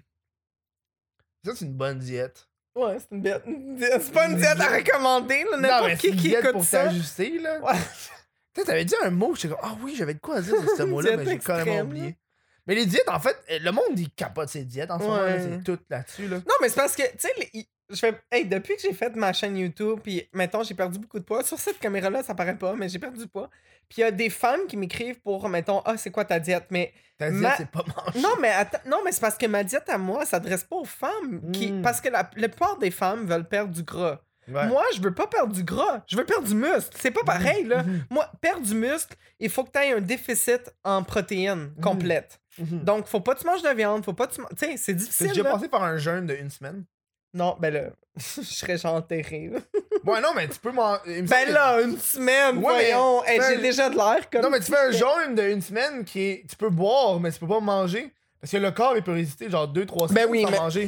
Ça, c'est une bonne diète. Ouais, c'est une diète. une diète- C'est pas une diète à recommander, là. Non, mais N'importe c'est qui une qui diète écoute pour ça. t'ajuster, là. Ouais. Tu sais, t'avais dit un mot, j'étais comme, ah oui, j'avais de quoi à dire sur ce Une mot-là, diète mais j'ai carrément extrême, oublié. Mais les diètes, en fait, le monde, il capote ses diètes en ce moment, là, Ouais. c'est tout là-dessus, là. Non, mais c'est parce que, tu sais, les- je fais. Hey, depuis que j'ai fait ma chaîne YouTube, puis mettons, j'ai perdu beaucoup de poids. Sur cette caméra-là, ça paraît pas, mais j'ai perdu du poids. Puis il y a des femmes qui m'écrivent pour, mettons, ah, c'est quoi ta diète? Mais Ta diète, Ma- c'est pas manger. non, mais attends, non, mais c'est parce que ma diète à moi s'adresse pas aux femmes. Qui, Mm. Parce que la, la plupart des femmes veulent perdre du gras. Ouais. Moi, je veux pas perdre du gras. Je veux perdre du muscle. C'est pas pareil, là. Mhm. Moi, perdre du muscle, il faut que tu aies un déficit en protéines complète. Mhm. Donc, faut pas que tu manges de viande, faut pas que tu. man- Tu sais, c'est T'as difficile. déjà là. passé par un jeûne de une semaine? Non, ben là, je serais genre enterré. là. Ouais, non, mais tu peux manger. Ben là, une semaine, Ouais, mais voyons. Hey, fais j'ai un- déjà de l'air comme. Non, mais tu fais un jeûne de une semaine qui est. Tu peux boire, mais tu peux pas manger. Parce que le corps, il peut résister genre deux trois Ben semaines oui, sans mais- manger.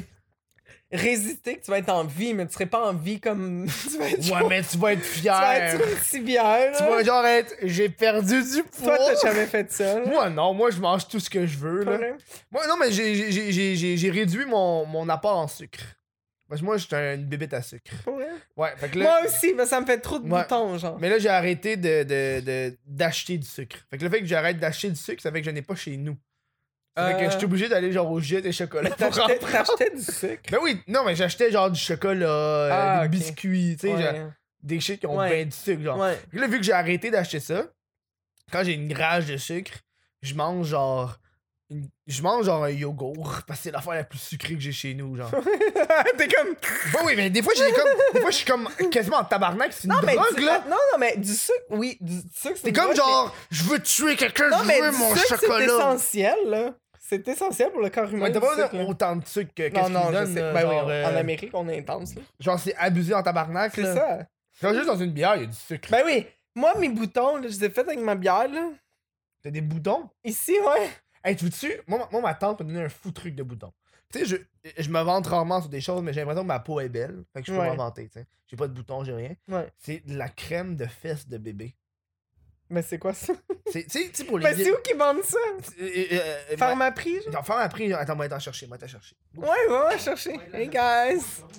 Résister que tu vas être en vie, mais tu serais pas en vie comme. tu vas être Ouais, genre- mais tu vas être Tu vas être fier. sur une civière. Tu là. vas genre être. J'ai perdu du poids. Toi, t'as jamais fait ça. là. Moi, non, moi, je mange tout ce que je veux, Pas là. vrai? Moi, non, mais j'ai- j'ai- j'ai j'ai- j'ai réduit mon, mon apport en sucre. Parce que moi, j'étais une bébête à sucre. Pas vrai? Ouais, fait que là. Moi aussi, mais ça me fait trop de Ouais. boutons, genre. Mais là, j'ai arrêté de, de, de- d'acheter du sucre. Fait que le fait que j'arrête d'acheter du sucre, ça fait que je n'ai pas chez nous. Ça fait Euh. que je suis obligé d'aller genre au jet des chocolats. pour T'achetais en prendre. t'achetais du sucre. Ben oui, non, mais j'achetais genre du chocolat, euh, Ah, des ok. biscuits, tu sais, genre, Ouais. des shit qui ont Ouais. ben du sucre, genre. Ouais. Fait que là, vu que j'ai arrêté d'acheter ça, quand j'ai une rage de sucre, je mange genre. une- Je mange genre un yogourt, parce que c'est l'affaire la plus sucrée que j'ai chez nous, genre. T'es comme. Ben oui, mais des fois, j'ai comme. Des fois, je suis comme quasiment en tabarnak, c'est une Non, mais drogue, du... là. non, non, mais du sucre, oui, du sucre, c'est C'est une comme drogue, genre, je veux tuer quelqu'un, mais- Non, je mais veux du mon sucre, c'est chocolat. essentiel, là. C'est essentiel pour le corps humain. Ouais, t'as du pas sucre, besoin là. autant de sucre que Non, qu'est-ce non, qu'ils je donnent, sais. là, Ben genre, oui, euh, en Amérique, on est intense, là. genre, c'est abusé en tabarnak, C'est là. ça. Genre, juste dans une bière, il y a du sucre. Ben oui, moi, mes boutons, là, je les ai faits avec ma bière, là. T'as des boutons. Ici, ouais. Hey, tu veux-tu? Moi, moi, ma tante m'a donné un fou truc de boutons. Tu sais, je, je me vante rarement sur des choses, mais j'ai l'impression que ma peau est belle. Fait que je peux Ouais. m'en vanter, tu sais. J'ai pas de boutons, j'ai rien. Ouais. C'est de la crème de fesses de bébé. Mais c'est quoi ça? C'est, tu sais, tu sais, pour les. Mais c'est où qu'ils vendent ça? Euh, euh, euh, Pharmaprix, genre? Genre, Pharmaprix, genre, attends, moi, t'en chercher, moi, t'en chercher. Ouais, ouais, ouais, chercher. Hey, guys!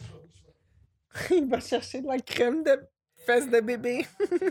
Il va chercher de la crème de fesses de bébé.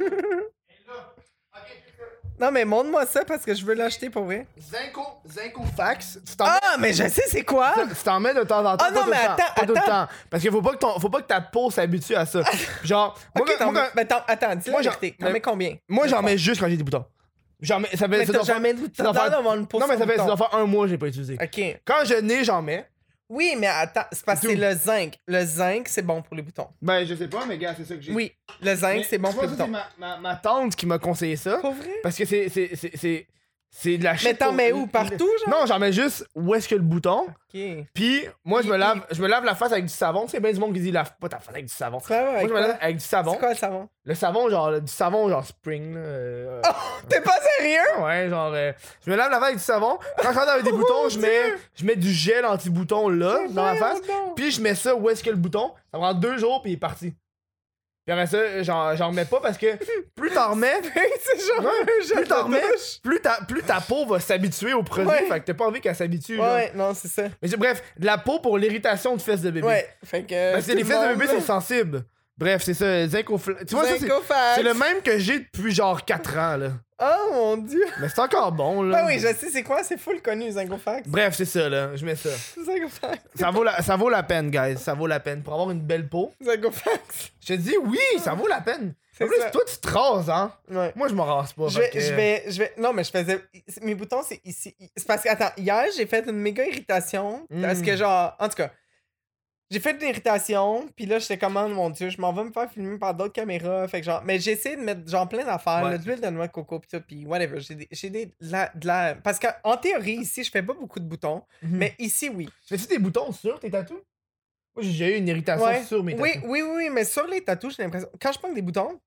Non, mais montre-moi ça parce que je veux l'acheter pour vrai. Zinco, Zinco Fax, tu t'en Ah, mais je sais c'est quoi! Tu t'en mets de temps en temps. Ah pas non, tout le mais temps, attends, pas tout le attends. temps. Parce qu'il faut pas que ton, faut pas que ta peau s'habitue à ça. Genre, moi, Ok, quand- t'en moi, mets- quand- mais attends, attends, dis moi, la j'en- vérité. T'en mais- mets combien? moi, j'en mets juste quand j'ai des boutons. J'en mets, ça fait, Mais ça t'as doit faire- jamais de ça doit bouton faire- d'avoir une peau Non, mais sur ça fait, ça bouton. doit faire un mois que j'ai pas utilisé. OK. Quand je n'ai, j'en mets. Oui, mais attends, c'est parce que Tout. c'est le zinc. Le zinc, c'est bon pour les boutons. Ben, je sais pas, mais gars, c'est ça que j'ai. Oui, le zinc, Mais c'est bon tu pour les vois, ça, boutons. c'est ma, ma, ma tante qui m'a conseillé ça. Pas vrai? Parce que c'est. C'est, c'est, c'est, c'est de la shit. Mais t'en pour- mets où? Partout, genre? Non, j'en mets juste où est-ce que le bouton. OK. Puis, moi, je me Il- lave, je me lave la face avec du savon. C'est bien du monde qui dit lave pas ta face avec du savon. Tu vas Moi, avec je me quoi? lave avec du savon. C'est quoi le savon? Le savon, genre, le- du savon, genre spring, là. euh, T'es pas sérieux? Ouais, genre, euh, je me lave la face avec du savon. Quand je rentre avec des boutons, je mets, je mets du gel anti-bouton là, dans la face. Puis je mets ça où est-ce que le bouton. Ça prend deux jours, puis il est parti. Puis après ça, j'en, j'en remets pas parce que plus t'en remets, c'est genre Ouais, un gel plus t'en de remets, douche. plus ta, plus ta peau va s'habituer au produit. Ouais. Fait que t'as pas envie qu'elle s'habitue. Ouais, genre. ouais, non, c'est ça. Mais c'est- bref, de la peau pour l'irritation de fesses de bébé. Ouais, fait que. Parce que tout les le fesses de monde, bébé, là, c'est sensible. Bref, c'est ça, Zincoflex. Tu vois, ça, c'est, Zincofax. c'est le même que j'ai depuis genre quatre ans, là. Oh mon dieu. Mais c'est encore bon, là. Ben oui, je sais c'est quoi, c'est full connu, Zincofax. Bref, c'est ça, là. Je mets ça. Zincofax. Ça vaut, la, ça vaut la peine, guys. Ça vaut la peine. Pour avoir une belle peau. Zincofax. Je te dis, oui, ça vaut la peine. C'est En plus, ça. toi, tu te rases, hein. Ouais. Moi, je me rase pas. Je fait vais, que- je vais, je vais. Non, mais je faisais. Mes boutons, c'est ici. C'est parce que, attends, hier, j'ai fait une méga irritation. Mm. Parce que, genre, en tout cas, j'ai fait une irritation. Puis là, j'étais comme, oh, mon Dieu, je m'en vais me faire filmer par d'autres caméras. Fait que, genre, mais j'ai essayé de mettre, genre, plein d'affaires, Ouais. là, de l'huile de noix de coco, pis ça, pis whatever. J'ai des. J'ai des. de la, de la- Parce qu'en théorie, ici, je fais pas beaucoup de boutons. Mhm. Mais ici, oui. Fais-tu des boutons sur tes tatous? Moi, j'ai déjà eu une irritation Ouais. sur mes Oui, tatous. oui, oui, oui, mais sur les tatous, j'ai l'impression. Quand je pogne des boutons,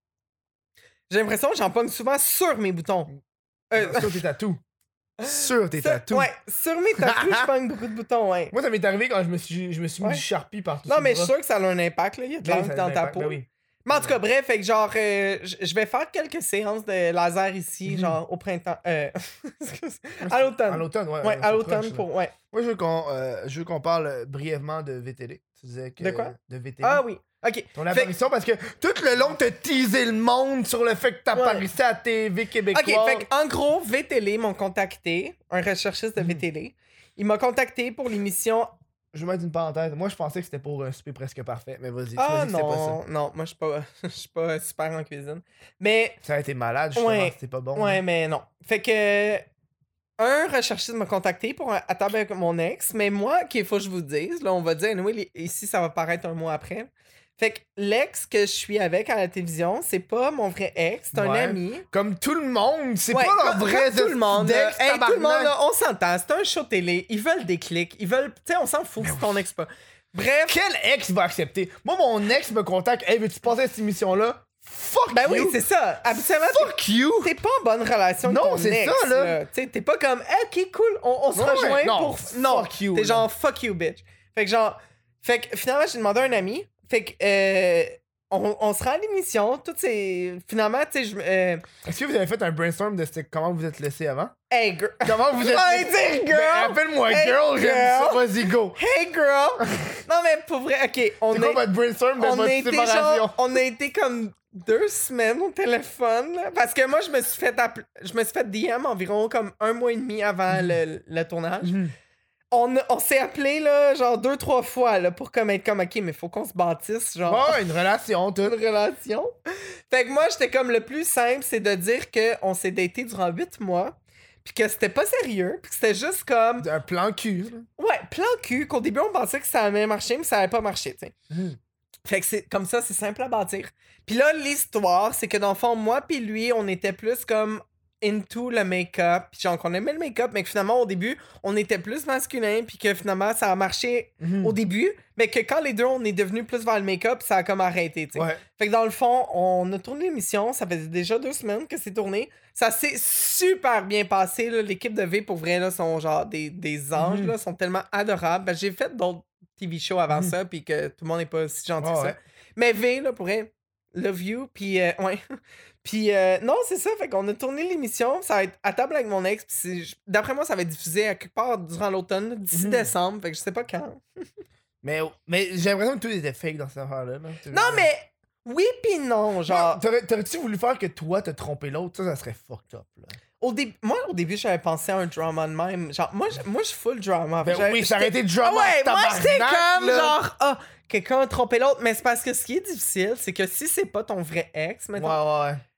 j'ai l'impression que j'en pogne souvent sur mes boutons. Euh, Sur tes tatous. Sur tes sur- tatous. Ouais, sur mes tatous, je pogne beaucoup de boutons, ouais. Moi, ça m'est arrivé quand je me suis, je me suis mis Ouais. du Sharpie partout. Non, sur mais le je suis bras. sûr que ça a un impact, là. Il y a de Ben, l'encre ça a dans un ta impact, peau. ben oui. Mais en tout cas, bref, fait que genre, euh, je je vais faire quelques séances de laser ici, Mhm. genre au printemps. Euh, excuse, à l'automne. À l'automne, ouais. Ouais, on à se l'automne proche, là. pour. Ouais. Moi, je veux qu'on euh, je veux qu'on parle euh, brièvement de V T L. Tu disais que. De quoi? De V T L. Ah oui. Ok. Ton Fait- apparition, parce que tout le long, t'as teasé le monde sur le fait que t'apparaissais à T V québécois. Ok, fait en gros, V T L m'ont contacté, un recherchiste de Mhm. V T L. Il m'a contacté pour l'émission. Je vais mettre une parenthèse. Moi, je pensais que c'était pour un souper presque parfait, mais vas-y, tu m'as Ah dit que c'était pas ça. non, non, moi je suis pas, je suis pas super en cuisine. Mais Ça a été malade, justement, Ouais. c'était pas bon. ouais, hein. mais non. Fait que un recherchiste m'a contacté pour un- à table avec mon ex, mais moi, qu'il faut que je vous dise, là, on va dire, anyway, les- ici, ça va paraître un mois après. Fait que l'ex que je suis avec à la télévision, c'est pas mon vrai ex, c'est un Ouais. ami. Comme tout le monde, c'est Ouais, pas leur comme- vrai comme tout le monde. là. ex, Hey, tout le monde, tabarnak. là, on s'entend. C'est un show télé. Ils veulent des clics. Ils veulent. Tu sais, on s'en fout si ton ex pas. Bref. Quel ex va accepter? Moi, mon ex me contacte. Hey, veux-tu passer à cette émission-là? Fuck Ben oui, you! c'est ça. Habituellement, Fuck you! t'es pas en bonne relation avec Non, ton c'est ex. ça, là. Tu sais, t'es pas comme, hey, ok, cool, on, on se Ouais, rejoint non, pour. Non, fuck you, t'es là. genre, fuck you, bitch. Fait que genre. Fait que finalement, j'ai demandé à un ami. Fait que. Euh, on, on se rend à l'émission. Tout c'est. Finalement, tu sais, je. Euh, Est-ce que vous avez fait un brainstorm de c'était- comment vous êtes laissé avant? hey, girl. Comment vous êtes Hey, laissé? dire girl! Ben, appelle-moi Hey, girl, j'aime ça. girl! Vas-y, go! Hey, girl! non, mais pour vrai, ok, on C'est est. quoi votre brainstorm de on votre a été séparation? genre, on a été comme deux semaines au téléphone là, parce que moi je me suis fait app- je me suis fait D M environ comme un mois et demi avant le, le tournage. Mhm. On, a- on s'est appelé là genre deux trois fois là pour comme être comme ok mais faut qu'on se bâtisse genre Ouais, une relation, tout. une relation. Fait que moi j'étais comme le plus simple c'est de dire que on s'est daté durant huit mois puis que c'était pas sérieux puis que c'était juste comme Un plan cul. là. ouais plan cul qu'au début on pensait que ça allait marcher mais ça allait pas marcher tu sais. Mhm. Fait que c'est comme ça, c'est simple à bâtir. Puis là, l'histoire, c'est que dans le fond, moi puis lui, on était plus comme into le make-up. Puis genre qu'on aimait le make-up, mais que finalement, au début, on était plus masculin. Puis que finalement, ça a marché Mhm. au début. Mais que quand les deux, on est devenus plus vers le make-up, ça a comme arrêté, tu sais. Ouais. Fait que dans le fond, on a tourné l'émission. Ça faisait déjà deux semaines que c'est tourné. Ça s'est super bien passé. là. L'équipe de V, pour vrai, là, sont genre des, des anges, Mhm. là, sont tellement adorables. Ben, j'ai fait d'autres T V shows avant Mhm. ça, puis que tout le monde n'est pas si gentil Ah que ouais. ça. Mais V, là, pour vrai, love you. Puis, euh, ouais. Puis, euh, non, c'est ça. Fait qu'on a tourné l'émission. Ça va être à table avec mon ex. Puis, c'est- d'après moi, ça va être diffusé à quelque part durant l'automne, là, d'ici Mhm. décembre. Fait que je sais pas quand. Mais, mais j'ai l'impression que tout était fake dans cette affaire-là. là. Non, mais oui, puis non. Genre, Ouais, T'aurais- T'aurais-tu voulu faire que toi t'as trompé l'autre? Ça, ça serait fucked up. Là. au début, moi, au début, j'avais pensé à un drama de même. Genre, moi, je- moi je suis full drama. Ben J'avais- oui, ça aurait été Ah drama. ouais, moi, j'étais tabarnak, comme là. genre, ah, quelqu'un a trompé l'autre. Mais c'est parce que ce qui est difficile, c'est que si c'est pas ton vrai ex, Ouais, mettons, ouais, ouais.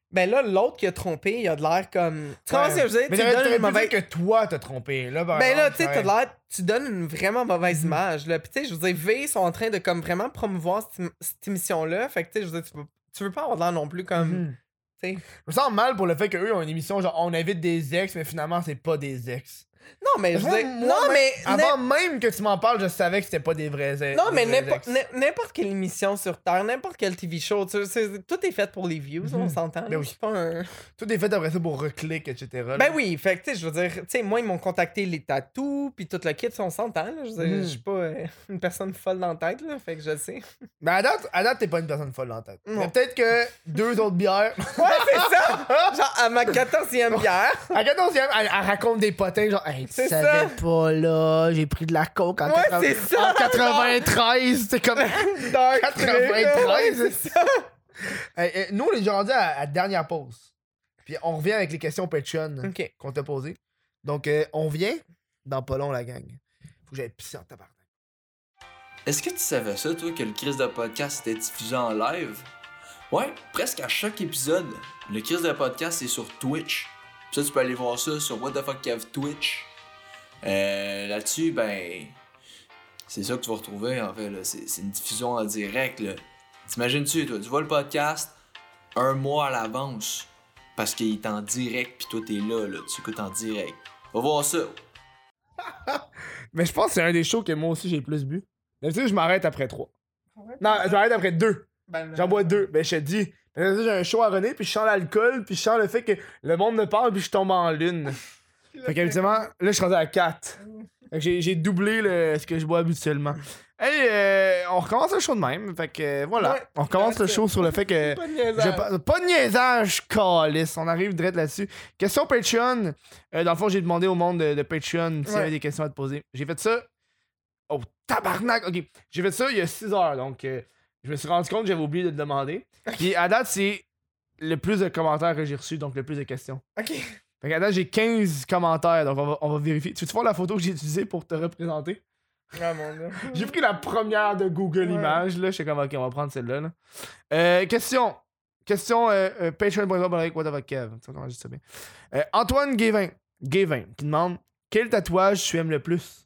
Ben là, l'autre qui a trompé, il a de l'air comme. Tu comprends ce que je veux dire? Mais Tu t'aurais donnes t'aurais une pu mauvaise. dire que toi t'as trompé. Là, par Ben là, exemple, tu sais, t'as ouais. de l'air. Tu donnes une vraiment mauvaise image, là. Puis tu sais, je veux dire, V, ils sont en train de comme vraiment promouvoir cette, cette émission-là. Fait que tu sais, je veux dire, tu veux, tu veux pas avoir de l'air non plus comme. Mhm. Tu sais. Je me sens mal pour le fait qu'eux ont une émission genre on invite des ex, mais finalement c'est pas des ex. Non, mais je veux Moi, dire. moi, Non, même- mais. Avant même que tu m'en parles, je savais que c'était pas des vrais ex. Non, mais des vrais n'importe ex. n'im- n'importe quelle émission sur Terre, n'importe quel T V show, tu sais, c'est- tout est fait pour les views, on Mhm. s'entend. Ben là, oui. C'est pas un... Tout est fait après ça pour reclick, et cetera. Ben oui, fait que tu sais, je veux dire, tu sais, moi, ils m'ont contacté les tatous, puis tout le kit, on s'entend, là. Je veux dire, Mhm. je suis pas euh, une personne folle dans la tête, là, fait que je le sais. Mais à date, à date t'es pas une personne folle dans la tête. Non. Mais peut-être que deux autres bières. Ouais, c'est ça! Genre, à ma quatorzième bière. À quatorzième, elle, elle raconte des potins genre hey, tu C'est savais ça. pas là, j'ai pris de la coke en, Ouais, quatre-vingts c'est ça. en quatre-vingt-treize, c'est comme Dark quatre-vingt-treize. truc, c'est ça. Hey, hey, nous on est déjà rendu à la dernière pause. Puis on revient avec les questions Patreon Ok. qu'on t'a posées. Donc euh, on vient dans pas long la gang. Faut que j'aille pisser en tabarnak. Est-ce que tu savais ça, toi, que le Chris de podcast était diffusé en live? Ouais, presque à chaque épisode, le Chris de podcast est sur Twitch. Puis ça, tu peux aller voir ça sur What the fuck Kev Twitch. Euh, là-dessus, ben, c'est ça que tu vas retrouver, en fait, là. C'est, c'est une diffusion en direct, là. T'imagines-tu, toi, tu vois le podcast un mois à l'avance, parce qu'il est en direct, puis toi, t'es là, là, tu écoutes en direct. Va voir ça. Mais je pense que c'est un des shows que moi aussi j'ai plus bu. D'habitude, je m'arrête après trois. Non, je m'arrête après deux. Ben, J'en bois deux. Ben, je te dis. Ben, j'ai un show à René, puis je sens l'alcool, puis je sens le fait que le monde me parle, puis je tombe en lune. Fait qu'habituellement, là, je suis rendu à quatre. Fait que j'ai, j'ai doublé le, ce que je bois habituellement. Hey, euh, on recommence le show de même. Fait que euh, voilà. Ouais. On recommence le show sur le fait que. Pas de Je niaisage. pa- pas de niaisage, calice. On arrive direct là-dessus. Question Patreon. Euh, dans le fond, j'ai demandé au monde de, de Patreon s'il y Ouais. avait des questions à te poser. J'ai fait ça. Oh, tabarnak! Ok. J'ai fait ça il y a six heures. Donc, euh, je me suis rendu compte que j'avais oublié de te demander. Puis à date, c'est le plus de commentaires que j'ai reçus, donc le plus de questions. Ok. Fait qu'à date, j'ai quinze commentaires. Donc, on va, on va vérifier. Tu veux-tu voir la photo que j'ai utilisée pour te représenter? Ah, mon Dieu. J'ai pris la première de Google Ouais. Images, là. J'étais comme, ok, on va prendre celle-là, là. Euh, question. Question euh, euh, patreon point com avec what the fuck Kev. Tu vois comment je dis ça bien. Euh, Antoine Guévin, Guévin, qui demande quel tatouage tu aimes le plus?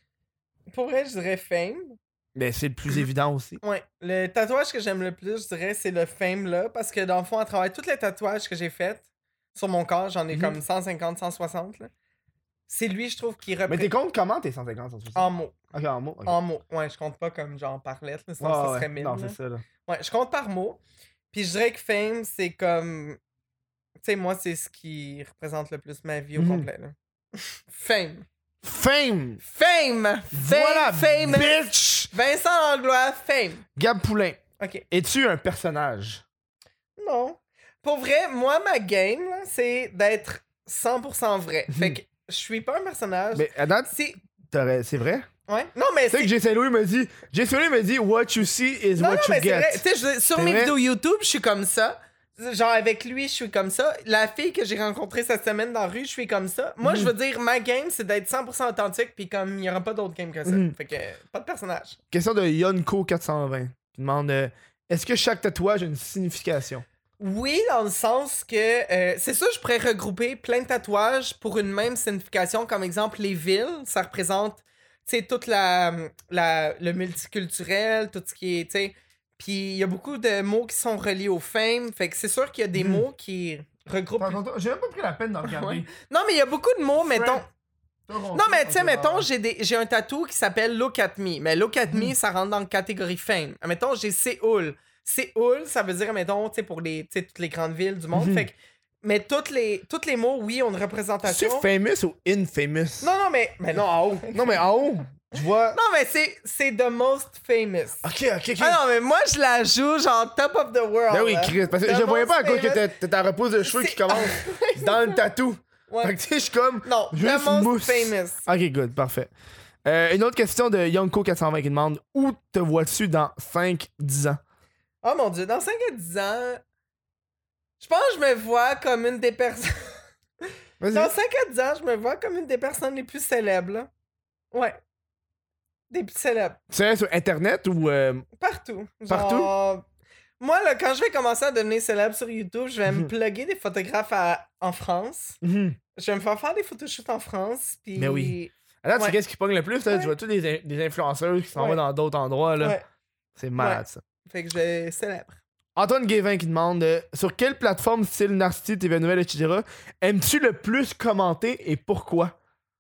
Pour vrai, je dirais Fame. Ben, c'est le plus évident aussi. Ouais. Le tatouage que j'aime le plus, je dirais, c'est le Fame, là. Parce que dans le fond, à travers tous les tatouages que j'ai faits sur mon corps, j'en ai Mhm. comme cent cinquante, cent soixante, là. C'est lui, je trouve, qui Mais t'es représente. compte comment tes cent cinquante, cent soixante? En mots. Ok, en mots. ok. En mots. Ouais, je compte pas comme genre par lettre, là, sinon Ouais, ça ouais. serait mille. Non, là. c'est ça, là. Ouais, je compte par mots. Puis je dirais que Fame, c'est comme. Tu sais, moi, c'est ce qui représente le plus ma vie au Mhm. complet, là. Fame. Fame! Fame! Fame! Voilà, Fame! bitch! Vincent Langlois, Fame. Gab Poulain, Ok. es-tu un personnage? Non. Pour vrai, moi, ma game, là, c'est d'être cent pour cent vrai. Fait que je suis pas un personnage. Mais à date, C'est. t'aurais- c'est vrai? Ouais. Non, mais Tu sais c'est. que Jason Louis me dit, Jason Louis me dit, what you see is Non, what non, you mais c'est get. vrai. Tu sais, je veux dire, sur C'est mes vrai? vidéos YouTube, je suis comme ça. Genre, avec lui, je suis comme ça. La fille que j'ai rencontrée cette semaine dans la rue, je suis comme ça. Moi, Mhm. je veux dire, ma game, c'est d'être cent pour cent authentique, puis comme il n'y aura pas d'autre game que ça. Mhm. Fait que, pas de personnage. Question de Yonko quatre cent vingt qui demande euh, est-ce que chaque tatouage a une signification? Oui, dans le sens que euh, c'est ça, je pourrais regrouper plein de tatouages pour une même signification. Comme exemple, les villes, ça représente, tu sais, toute la, la, le multiculturel, tout ce qui est, tu sais. Puis il y a beaucoup de mots qui sont reliés au fame. Fait que c'est sûr qu'il y a des Mhm. mots qui regroupent. J'ai même pas pris la peine de Ouais. Non, mais il y a beaucoup de mots, mettons. Non, mais tu sais, mettons, j'ai des- j'ai un tatou qui s'appelle Look at Me. Mais Look at Me, ça rentre dans la catégorie fame. Mettons, j'ai Séoul. Séoul, ça veut dire, mettons, tu sais, pour les, tu sais, toutes les grandes villes du monde. Mhm. Fait que, mais toutes les, toutes les mots, oui, ont une C'est représentation. famous ou infamous? Non, non, mais. Mais non, en haut. Non, mais en haut, je vois. Non, mais c'est c'est the most famous. Ok, ok, ok. Ah non, mais moi, je la joue genre top of the world. Ben oui, là. Chris, parce que The je voyais pas à most quoi que famous. t'as t'as ta repose de cheveux qui C'est- commence dans le tatou. Ouais. Fait que tu sais, je suis comme. Non, Juste the most mousse. famous. Ok, good, parfait. Euh, une autre question de Yonko quatre cent vingt qui demande où te vois-tu dans cinq dix ans? Oh mon dieu, dans cinq à dix ans, je pense que je me vois comme une des personnes. Vas-y. Dans cinq à dix ans, je me vois comme une des personnes les plus célèbres, là. Ouais. Des plus célèbres. Tu es sur Internet ou. euh, Partout. Partout? Genre... Moi, là, quand je vais commencer à devenir célèbre sur YouTube, je vais me plugger des photographes à- en France. Mhm. Je vais me faire faire des photoshoots en France. Puis... Mais oui. Alors, tu Ouais. sais qu'est-ce qui pogne le plus? Là? Ouais. Tu vois tous des, in- des influenceurs qui s'en Ouais. vont dans d'autres endroits. Là. Ouais. C'est malade, Ouais. ça. Fait que je vais célèbre. Antoine Guévin qui demande euh, sur quelle plateforme style Narcity, T V Nouvelles, et cetera aimes-tu le plus commenter et pourquoi?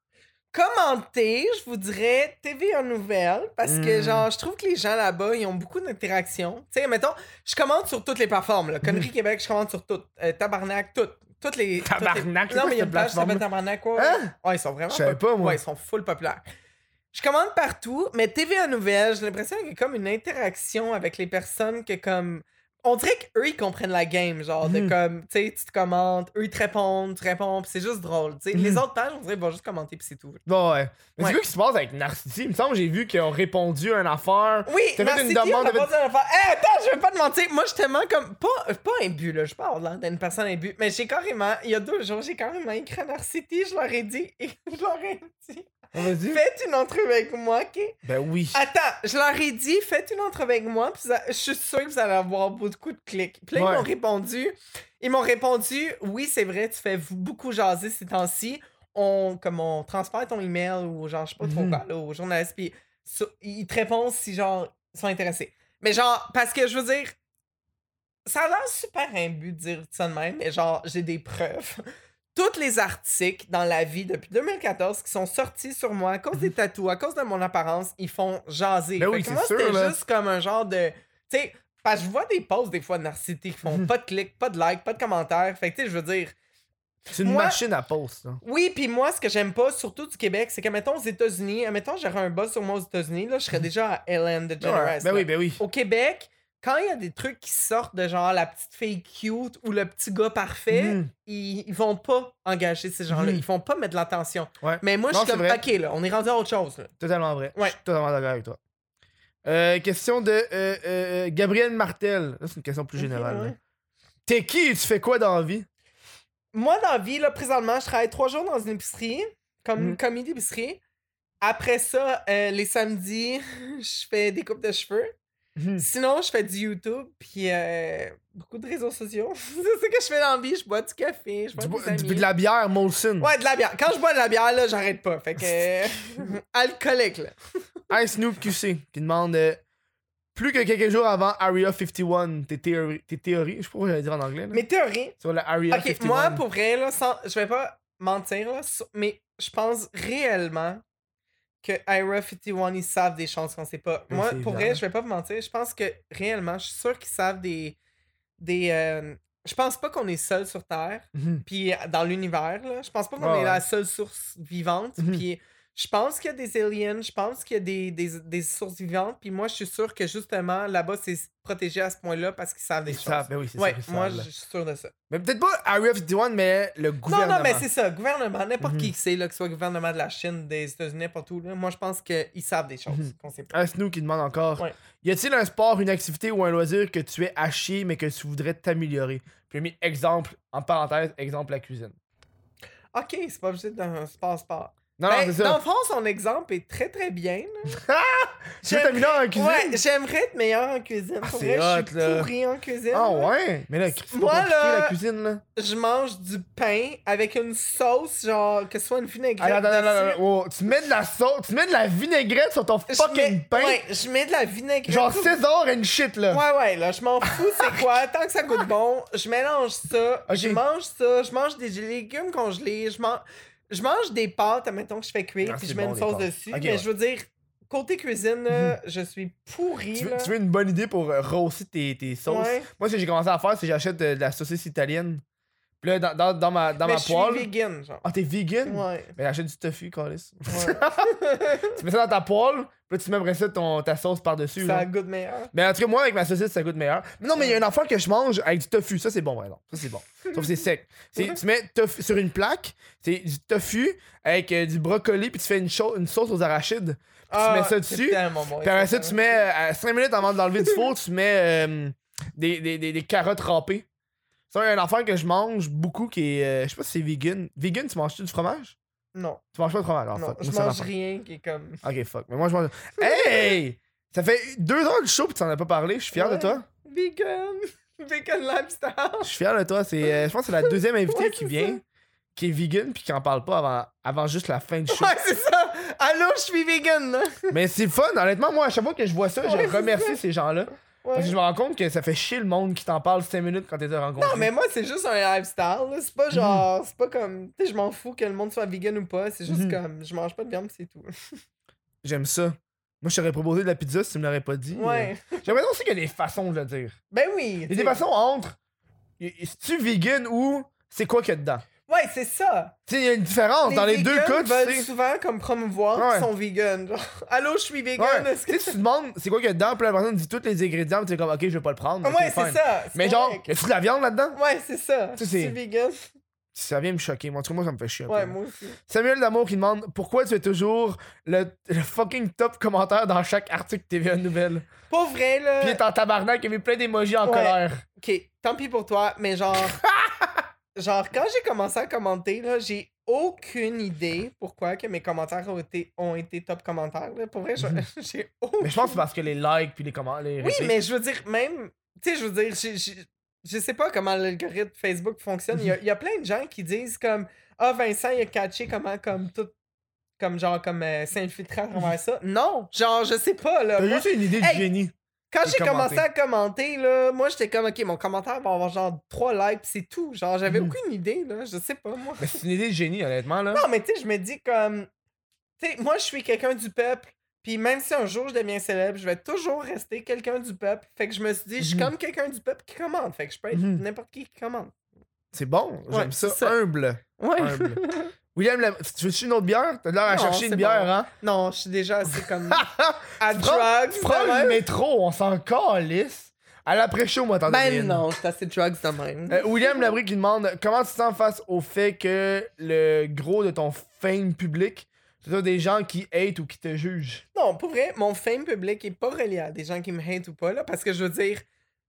Commenter, je vous dirais T V en nouvelles, parce que, Mm. genre, je trouve que les gens là-bas, ils ont beaucoup d'interactions. Tu sais, mettons, je commente sur toutes les plateformes, là. Conneries Québec, je commente sur toutes. Euh, Tabarnak, toutes. Toutes les. toutes les- Tabarnak, c'est Non, quoi mais il y a cette une page qui s'appelle plateforme-là? Tabarnak, quoi. Hein? Ouais, ils sont vraiment. Je savais pop- pas, moi. Ouais, ils sont full populaires. Je commande partout, mais T V en nouvelles, j'ai l'impression qu'il y a comme une interaction avec les personnes que, comme. On dirait qu'eux, ils comprennent la game, genre, de Mhm. comme, tu sais, tu te commentes, eux, ils te répondent, tu réponds, pis c'est juste drôle, tu sais. Mhm. Les autres pages, on dirait, ils vont juste commenter, pis c'est tout. Bon, ouais. Mais Ouais. c'est quoi qui se passe avec Narcity? Il me semble que j'ai vu qu'ils ont répondu à une affaire. Oui, T'as fait merci, une Tio, demande on a de- pas dit une affaire. Hey, attends, je vais pas te mentir. Moi, je suis tellement comme. Pas, pas imbu, là. Je suis pas avoir l'air d'être une personne imbue. Mais j'ai carrément. Il y a deux jours, j'ai carrément écrit à Narcity. Je leur ai dit. Je leur ai dit. Vas-y. Faites une entrevue avec moi, ok? Ben oui. Attends, je leur ai dit, faites une entrevue avec moi, puis ça- je suis sûr que vous allez avoir beaucoup de clics. Puis là, Ouais. ils m'ont répondu. Ils m'ont répondu, oui, c'est vrai, tu fais beaucoup jaser ces temps-ci. On, comme on transfère ton email ou genre, je sais pas trop Mhm. quoi, là, aux journalistes, puis so- ils te répondent si genre, ils sont intéressés. Mais genre, parce que je veux dire, ça a l'air super imbu de dire ça de même, mais genre, j'ai des preuves. Tous les articles dans la vie depuis deux mille quatorze qui sont sortis sur moi à cause des tatous, à cause de mon apparence, ils font jaser. Ben Fait oui, que c'est moi, sûr, c'était là. juste comme un genre de. Tu sais, parce que je vois des posts des fois de Narcity qui font Mhm. pas de clics, pas de likes, pas de commentaires. Fait que tu sais, je veux dire. C'est une moi- machine à poste, là. Oui, puis moi, ce que j'aime pas, surtout du Québec, c'est que, mettons, aux États-Unis, admettons, j'aurais un buzz sur moi aux États-Unis, là, je serais déjà à Ellen DeGeneres. Ouais, ben là. oui, ben oui. Au Québec, quand il y a des trucs qui sortent de genre la petite fille cute ou le petit gars parfait, Mhm. ils, ils vont pas engager ces gens-là. Mhm. Ils vont pas mettre de l'attention. Ouais. Mais moi, je Non, suis c'est comme, vrai. ok, là, on est rendu à autre chose. Là. Totalement vrai. Ouais. Je suis totalement d'accord avec toi. Euh, question de euh, euh, Gabriel Martel. Là, c'est une question plus générale. Ok, là. ouais. T'es qui et tu fais quoi dans la vie? Moi, dans la vie, là, présentement, je travaille trois jours dans une épicerie, comme Mhm. commis d'épicerie. Après ça, euh, les samedis, je fais des coupes de cheveux. Mhm. Sinon, je fais du YouTube, puis euh, beaucoup de réseaux sociaux. C'est ça que je fais dans la vie. Je bois du café, je bois Du, des bo- amis. du- de la bière Molson. Ouais, de la bière. Quand je bois de la bière, là, j'arrête pas. Fait que... euh, alcoolique, là. Ice Snoop Q C qui demande euh, plus que quelques jours avant Area cinquante et un, tes théories, tes théories, je sais pas comment j'allais dire en anglais, là, Mes théories. sur la Area Ok, cinquante et un. moi, pour vrai, là, sans... je vais pas mentir, là, so- mais je pense réellement que Ira cinquante et un, ils savent des choses qu'on sait pas. Mais Moi, c'est pour évident. vrai, je vais pas vous mentir, je pense que réellement, je suis sûr qu'ils savent des... des euh, Je pense pas qu'on est seul sur Terre, Mhm. puis dans l'univers, là. Je pense pas qu'on Ouais, est ouais. la seule source vivante, Mhm. puis je pense qu'il y a des aliens, je pense qu'il y a des, des, des sources vivantes, puis moi, je suis sûr que justement, là-bas, c'est protégé à ce point-là parce qu'ils savent des Ils choses. savent, ben oui, c'est Ouais, ça qu'ils moi, savent, je là. suis sûr de ça. Mais peut-être pas Area cinquante et un, mais le Non, gouvernement. non, mais c'est ça. Gouvernement, n'importe Mhm. qui que c'est, là, que ce soit le gouvernement de la Chine, des États-Unis, n'importe où, là, moi, je pense qu'ils savent des choses Mhm. qu'on sait pas. Ice Snoop qui demande encore Ouais. y a-t-il un sport, une activité ou un loisir que tu es à chier mais que tu voudrais t'améliorer? Puis j'ai mis exemple, en parenthèse, exemple la cuisine. Ok, c'est pas obligé d'un sport-sport. Non, Ben, non, c'est dans ça. le fond, son exemple est très très bien. là. Tu veux t'améliorer en cuisine? Ouais, j'aimerais être meilleur en cuisine. Ah, Pour c'est vrai, je suis hot, là. pourri en cuisine. Ah là. ouais? Mais là, c'est Moi, pas compliqué là- la cuisine, là. Je mange du pain avec une sauce, genre, que ce soit une vinaigrette. Attends, attends, attends, dessus. attends, oh, tu mets de la sauce, tu mets de la vinaigrette sur ton Je fucking mets- pain? Ouais, je mets de la vinaigrette. Genre César and shit, là. Ouais, ouais, là, je m'en fous, c'est quoi, tant que ça goûte bon, je mélange ça, Ok. je mange ça, je mange des légumes congelés, je mange, je mange des pâtes, admettons que je fais cuire, Ah, puis c'est je mets bon, une des sauce pâtes. dessus, Ok, mais ouais. je veux dire, côté cuisine, là, je suis pourri, Tu veux, là. tu veux une bonne idée pour euh, roaster tes, tes sauces? Ouais. Moi, ce que j'ai commencé à faire, c'est que j'achète de, de la saucisse italienne. Puis là, dans, dans, dans ma, dans mais ma je suis poêle. vegan, genre. Ah, t'es vegan? Ouais. Mais j'achète du tofu, Carlis. Ouais. Tu mets ça dans ta poêle, puis là, tu mets après ça ton, ta sauce par-dessus. Ça genre. goûte meilleur. Mais en tout cas, moi, avec ma saucisse, ça goûte meilleur. Mais non, mais il y a une affaire que je mange avec du tofu. Ça, c'est bon, par exemple. Ça, c'est bon. Sauf que c'est sec. C'est- tu mets tofu sur une plaque, c'est du tofu avec euh, du brocoli, puis tu fais une, cho- une sauce aux arachides. Puis tu mets ça c'est dessus. tellement bon, Puis après ça, ça. tu mets, euh, à cinq minutes avant de l'enlever du four, tu mets euh, des, des, des, des carottes râpées. Ça, il y a une affaire que je mange beaucoup qui est. euh, je sais pas si c'est vegan. Vegan, tu manges-tu du fromage? Non, Tu manges pas de fromage? Ah, non, fuck. je Moi, c'est mange l'affaire. rien qui est comme... Ok, fuck. Mais moi, je mange. Hey! Ça fait deux heures du show, pis tu en as pas parlé. Je suis fier de Ouais. toi. Vegan. Vegan lifestyle. Je suis fier de toi. C'est, euh, je pense que c'est la deuxième invitée Ouais, qui c'est vient, ça. qui est vegan puis qui en parle pas avant, avant juste la fin du show. Ouais, c'est ça. Allô, je suis vegan, là. Mais c'est fun, honnêtement. Moi, à chaque fois que je vois ça, Ouais, je c'est remercie ces gens-là. Ouais. Parce que je me rends compte que ça fait chier le monde qui t'en parle cinq minutes quand t'es rencontré. Non, mais moi, c'est juste un lifestyle. là. C'est pas genre. C'est pas comme. Tu sais, je m'en fous que le monde soit vegan ou pas. C'est juste Mhm. comme. Je mange pas de viande, c'est tout. J'aime ça. Moi, je t'aurais proposé de la pizza si tu me l'aurais pas dit. Ouais. Euh, J'aimerais aussi qu'il y a des façons de le dire. Ben oui. Il y a t'sais. des façons entre. Es-tu vegan ou c'est quoi qu'il y a dedans? Ouais, c'est ça. Tu sais, il y a une différence. Dans les deux vegans cas, tu veulent sais. souvent comme promouvoir Ouais. qu'ils sont vegan. Genre, allô, je suis vegan. Ouais. Est-ce Tu que sais, tu te demandes c'est quoi qu'il y a dedans, puis la personne dit tous les ingrédients, puis tu es comme, ok, je vais pas le prendre. ok, Ouais, c'est fine. ça. c'est Mais genre, correct. y a-tu de la viande là-dedans? Ouais, c'est ça. Tu sais, Je c'est- suis vegan. Ça vient me choquer. Moi, en tout cas, moi, ça me fait chier un Ouais, peu. moi aussi. Samuel Damour qui demande pourquoi tu es toujours le, le fucking top commentaire dans chaque article T V un Nouvelle. Pas vrai, là. Puis il est en tabarnak, il y avait plein d'émojis en Ouais. colère. Ok, tant pis pour toi, mais genre. genre, quand j'ai commencé à commenter, là, j'ai aucune idée pourquoi que mes commentaires ont été, ont été top commentaires. Là. Pour vrai, je- j'ai aucune. Mhm. Mais je pense que c'est parce que les likes puis les commentaires. Les Oui, répliques- mais je veux dire, même. Tu sais, je veux dire, j'ai- j'ai- je sais pas comment l'algorithme Facebook fonctionne. Il y, a, il y a plein de gens qui disent comme ah, Vincent, il a catché comment, comme tout. Comme genre, comme euh, s'infiltrer à travers ça. Non, genre, je sais pas, là. T'as Moi, juste une idée Hey! de génie. quand de j'ai commencé commenter. à commenter, là, moi, j'étais comme, ok, mon commentaire va avoir genre trois likes, pis c'est tout. Genre, j'avais Mhm. aucune idée, là. Je sais pas, moi. Mais c'est une idée de génie, honnêtement, là. Non, mais tu sais, je me dis comme. Tu sais, moi, je suis quelqu'un du peuple. Puis même si un jour je deviens célèbre, je vais toujours rester quelqu'un du peuple. Fait que je me suis dit, je suis Mhm. comme quelqu'un du peuple qui commande. Fait que je peux être Mhm. n'importe qui qui commande. C'est bon, Ouais, j'aime ça. c'est ça. Humble. Ouais. Humble. William, la- tu veux-tu une autre bière? T'as l'air à Non, chercher c'est une bière, bon. hein? Non, je suis déjà assez comme. à Tu prends- drugs. Tu prends de le même. métro, on s'en calisse. À l'après-show, moi, t'en donnes Ben une. non, je suis assez drugs de même. Euh, William Labrie qui demande comment tu te sens face au fait que le gros de ton fame public, c'est des gens qui hate ou qui te jugent. Non, pour vrai, mon fame public est pas relié à des gens qui me hate ou pas, là, parce que je veux dire,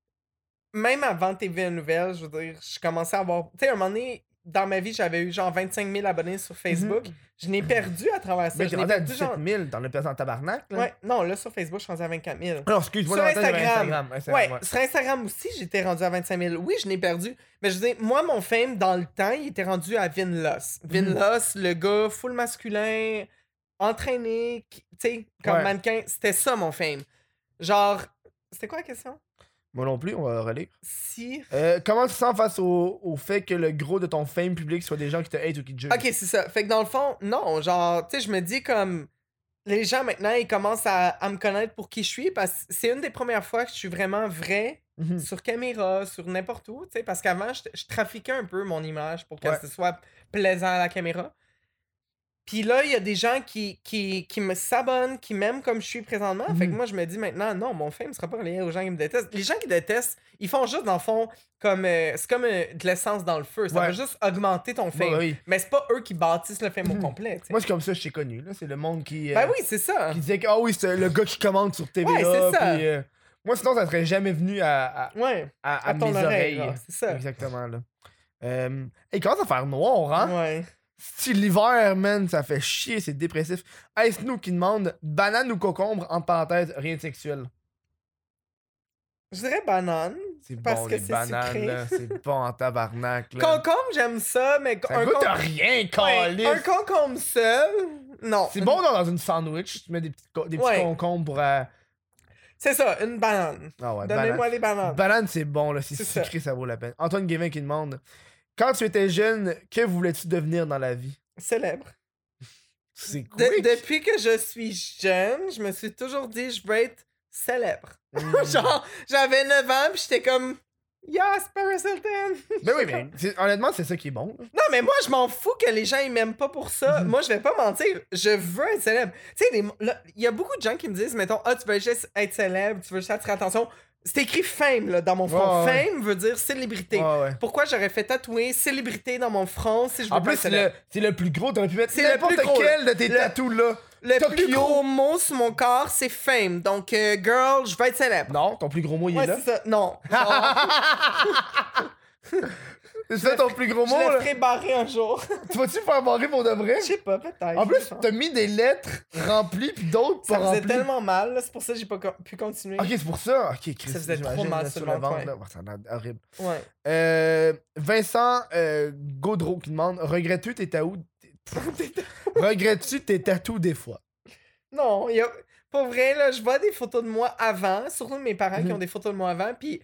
même avant T V Nouvelles, je veux dire, je commençais à avoir. Tu sais, à un moment donné, dans ma vie, j'avais eu genre vingt-cinq mille abonnés sur Facebook. Je n'ai perdu à travers ça. Mais Je t'es n'ai rendu à perdu dix-sept genre. mille, t'en as perdu en tabarnak, là. Ouais, non, là, sur Facebook, je suis rendu à vingt-quatre mille. Alors, excuse-moi, Sur dans la tête, j'avais Instagram. Instagram. Instagram, Ouais, sur Instagram aussi, j'étais rendu à vingt-cinq mille. Oui, je n'ai perdu. Mais je veux dire, moi, mon fame, dans le temps, il était rendu à Vin Loss. Vin Mhm. Loss, le gars full masculin, entraîné, qui- tu sais, comme Ouais. mannequin. C'était ça, mon fame. Genre, c'était quoi la question? Moi non plus, on va relire. Si... Euh, comment tu te sens face au, au fait que le gros de ton fame public soit des gens qui te hate ou qui te jugent? Ok, c'est ça. Fait que dans le fond, non, genre, tu sais, je me dis comme... Les gens, maintenant, ils commencent à, à me connaître pour qui je suis, parce que c'est une des premières fois que je suis vraiment vrai Mhm. sur caméra, sur n'importe où, tu sais, parce qu'avant, je, je trafiquais un peu mon image pour que Ouais. ce soit plaisant à la caméra. Puis là, il y a des gens qui, qui, qui me s'abonnent, qui m'aiment comme je suis présentement. Fait que Mhm. moi, je me dis maintenant, non, mon fame sera pas relié aux gens qui me détestent. Les gens qui détestent, ils font juste, dans le fond, comme euh, c'est comme euh, de l'essence dans le feu. Ça Ouais. va juste augmenter ton fame. Bah oui. Mais c'est pas eux qui bâtissent le fame Mhm. au complet, tu sais. Moi, c'est comme ça que je t'ai connu, là. C'est le monde qui. euh, Ben oui, c'est ça. Qui disait que, ah oui, c'est le gars qui commande sur T V A. Ouais, c'est ça. puis, euh, moi, sinon, ça serait jamais venu à, à, Ouais, à, à à ton mes oreille, oreilles. genre, c'est ça. Exactement, là. Euh, hey, il commence à faire noir, hein? Ouais. Si l'hiver, man, ça fait chier, c'est dépressif. Ice nous qui demande banane ou concombre, entre parenthèses, rien de sexuel. Je dirais banane. C'est Parce bon, que les c'est bananes, sucré. là. C'est bon en tabarnak, là. Concombre, j'aime ça, mais Ça un goûte con- à rien, Ouais, câlisse. un concombre seul, non. C'est bon dans, dans une sandwich, tu mets des petits, co- des petits Ouais. concombres pour... euh, C'est ça, une banane. Ah ouais, Donnez-moi banane. les bananes. Banane, c'est bon, là. C'est C'est ça. sucré, ça. vaut la peine. Antoine Guévin qui demande quand tu étais jeune, que voulais-tu devenir dans la vie? Célèbre. C'est De- quick. depuis que je suis jeune, je me suis toujours dit je veux être célèbre. Mm. Genre, j'avais neuf ans, puis j'étais comme yes, Paris Hilton. Ben oui, mais c'est- honnêtement, c'est ça qui est bon. là. Non, mais moi, je m'en fous que les gens ils m'aiment pas pour ça. Mhm. Moi, je vais pas mentir. Je veux être célèbre. Tu sais, les- là, il y a beaucoup de gens qui me disent, mettons, ah, tu veux juste être célèbre, tu veux juste attirer l'attention. C'est écrit fame là, dans mon front. Ouais, ouais. Fame veut dire célébrité. Ouais, ouais. Pourquoi j'aurais fait tatouer célébrité dans mon front si je veux En pas plus, être c'est célèbre? le, c'est le plus gros. T'aurais pu mettre C'est le n'importe plus gros, quel de tes le- tatous là. Le Tokyo. plus gros mot sur mon corps, c'est fame. Donc, euh, girl, je veux être célèbre. Non, ton plus gros mot, il Ouais, est là. c'est ça. Non. Genre- C'est ça ton plus gros Je mot, le là? ferai barrer un jour. Tu vas-tu faire barrer pour de vrai? Je sais pas, peut-être. En plus, je pense. t'as mis des lettres remplies pis d'autres Ça pas faisait remplies. tellement mal, là, c'est pour ça que j'ai pas co- pu continuer. Ok, c'est pour ça. Ok, Chris, Ça faisait trop j'imagine, mal là, sur sur le le ventre. ventre, Là. Ouais, ça a l'air horrible. Ouais. Euh, Vincent euh, Gaudreau qui demande regrettes-tu tes tatous Regrettes-tu tes tatous des fois? Non, y a... pour vrai, là, je vois des photos de moi avant, surtout de mes parents qui Mhm. ont des photos de moi avant, puis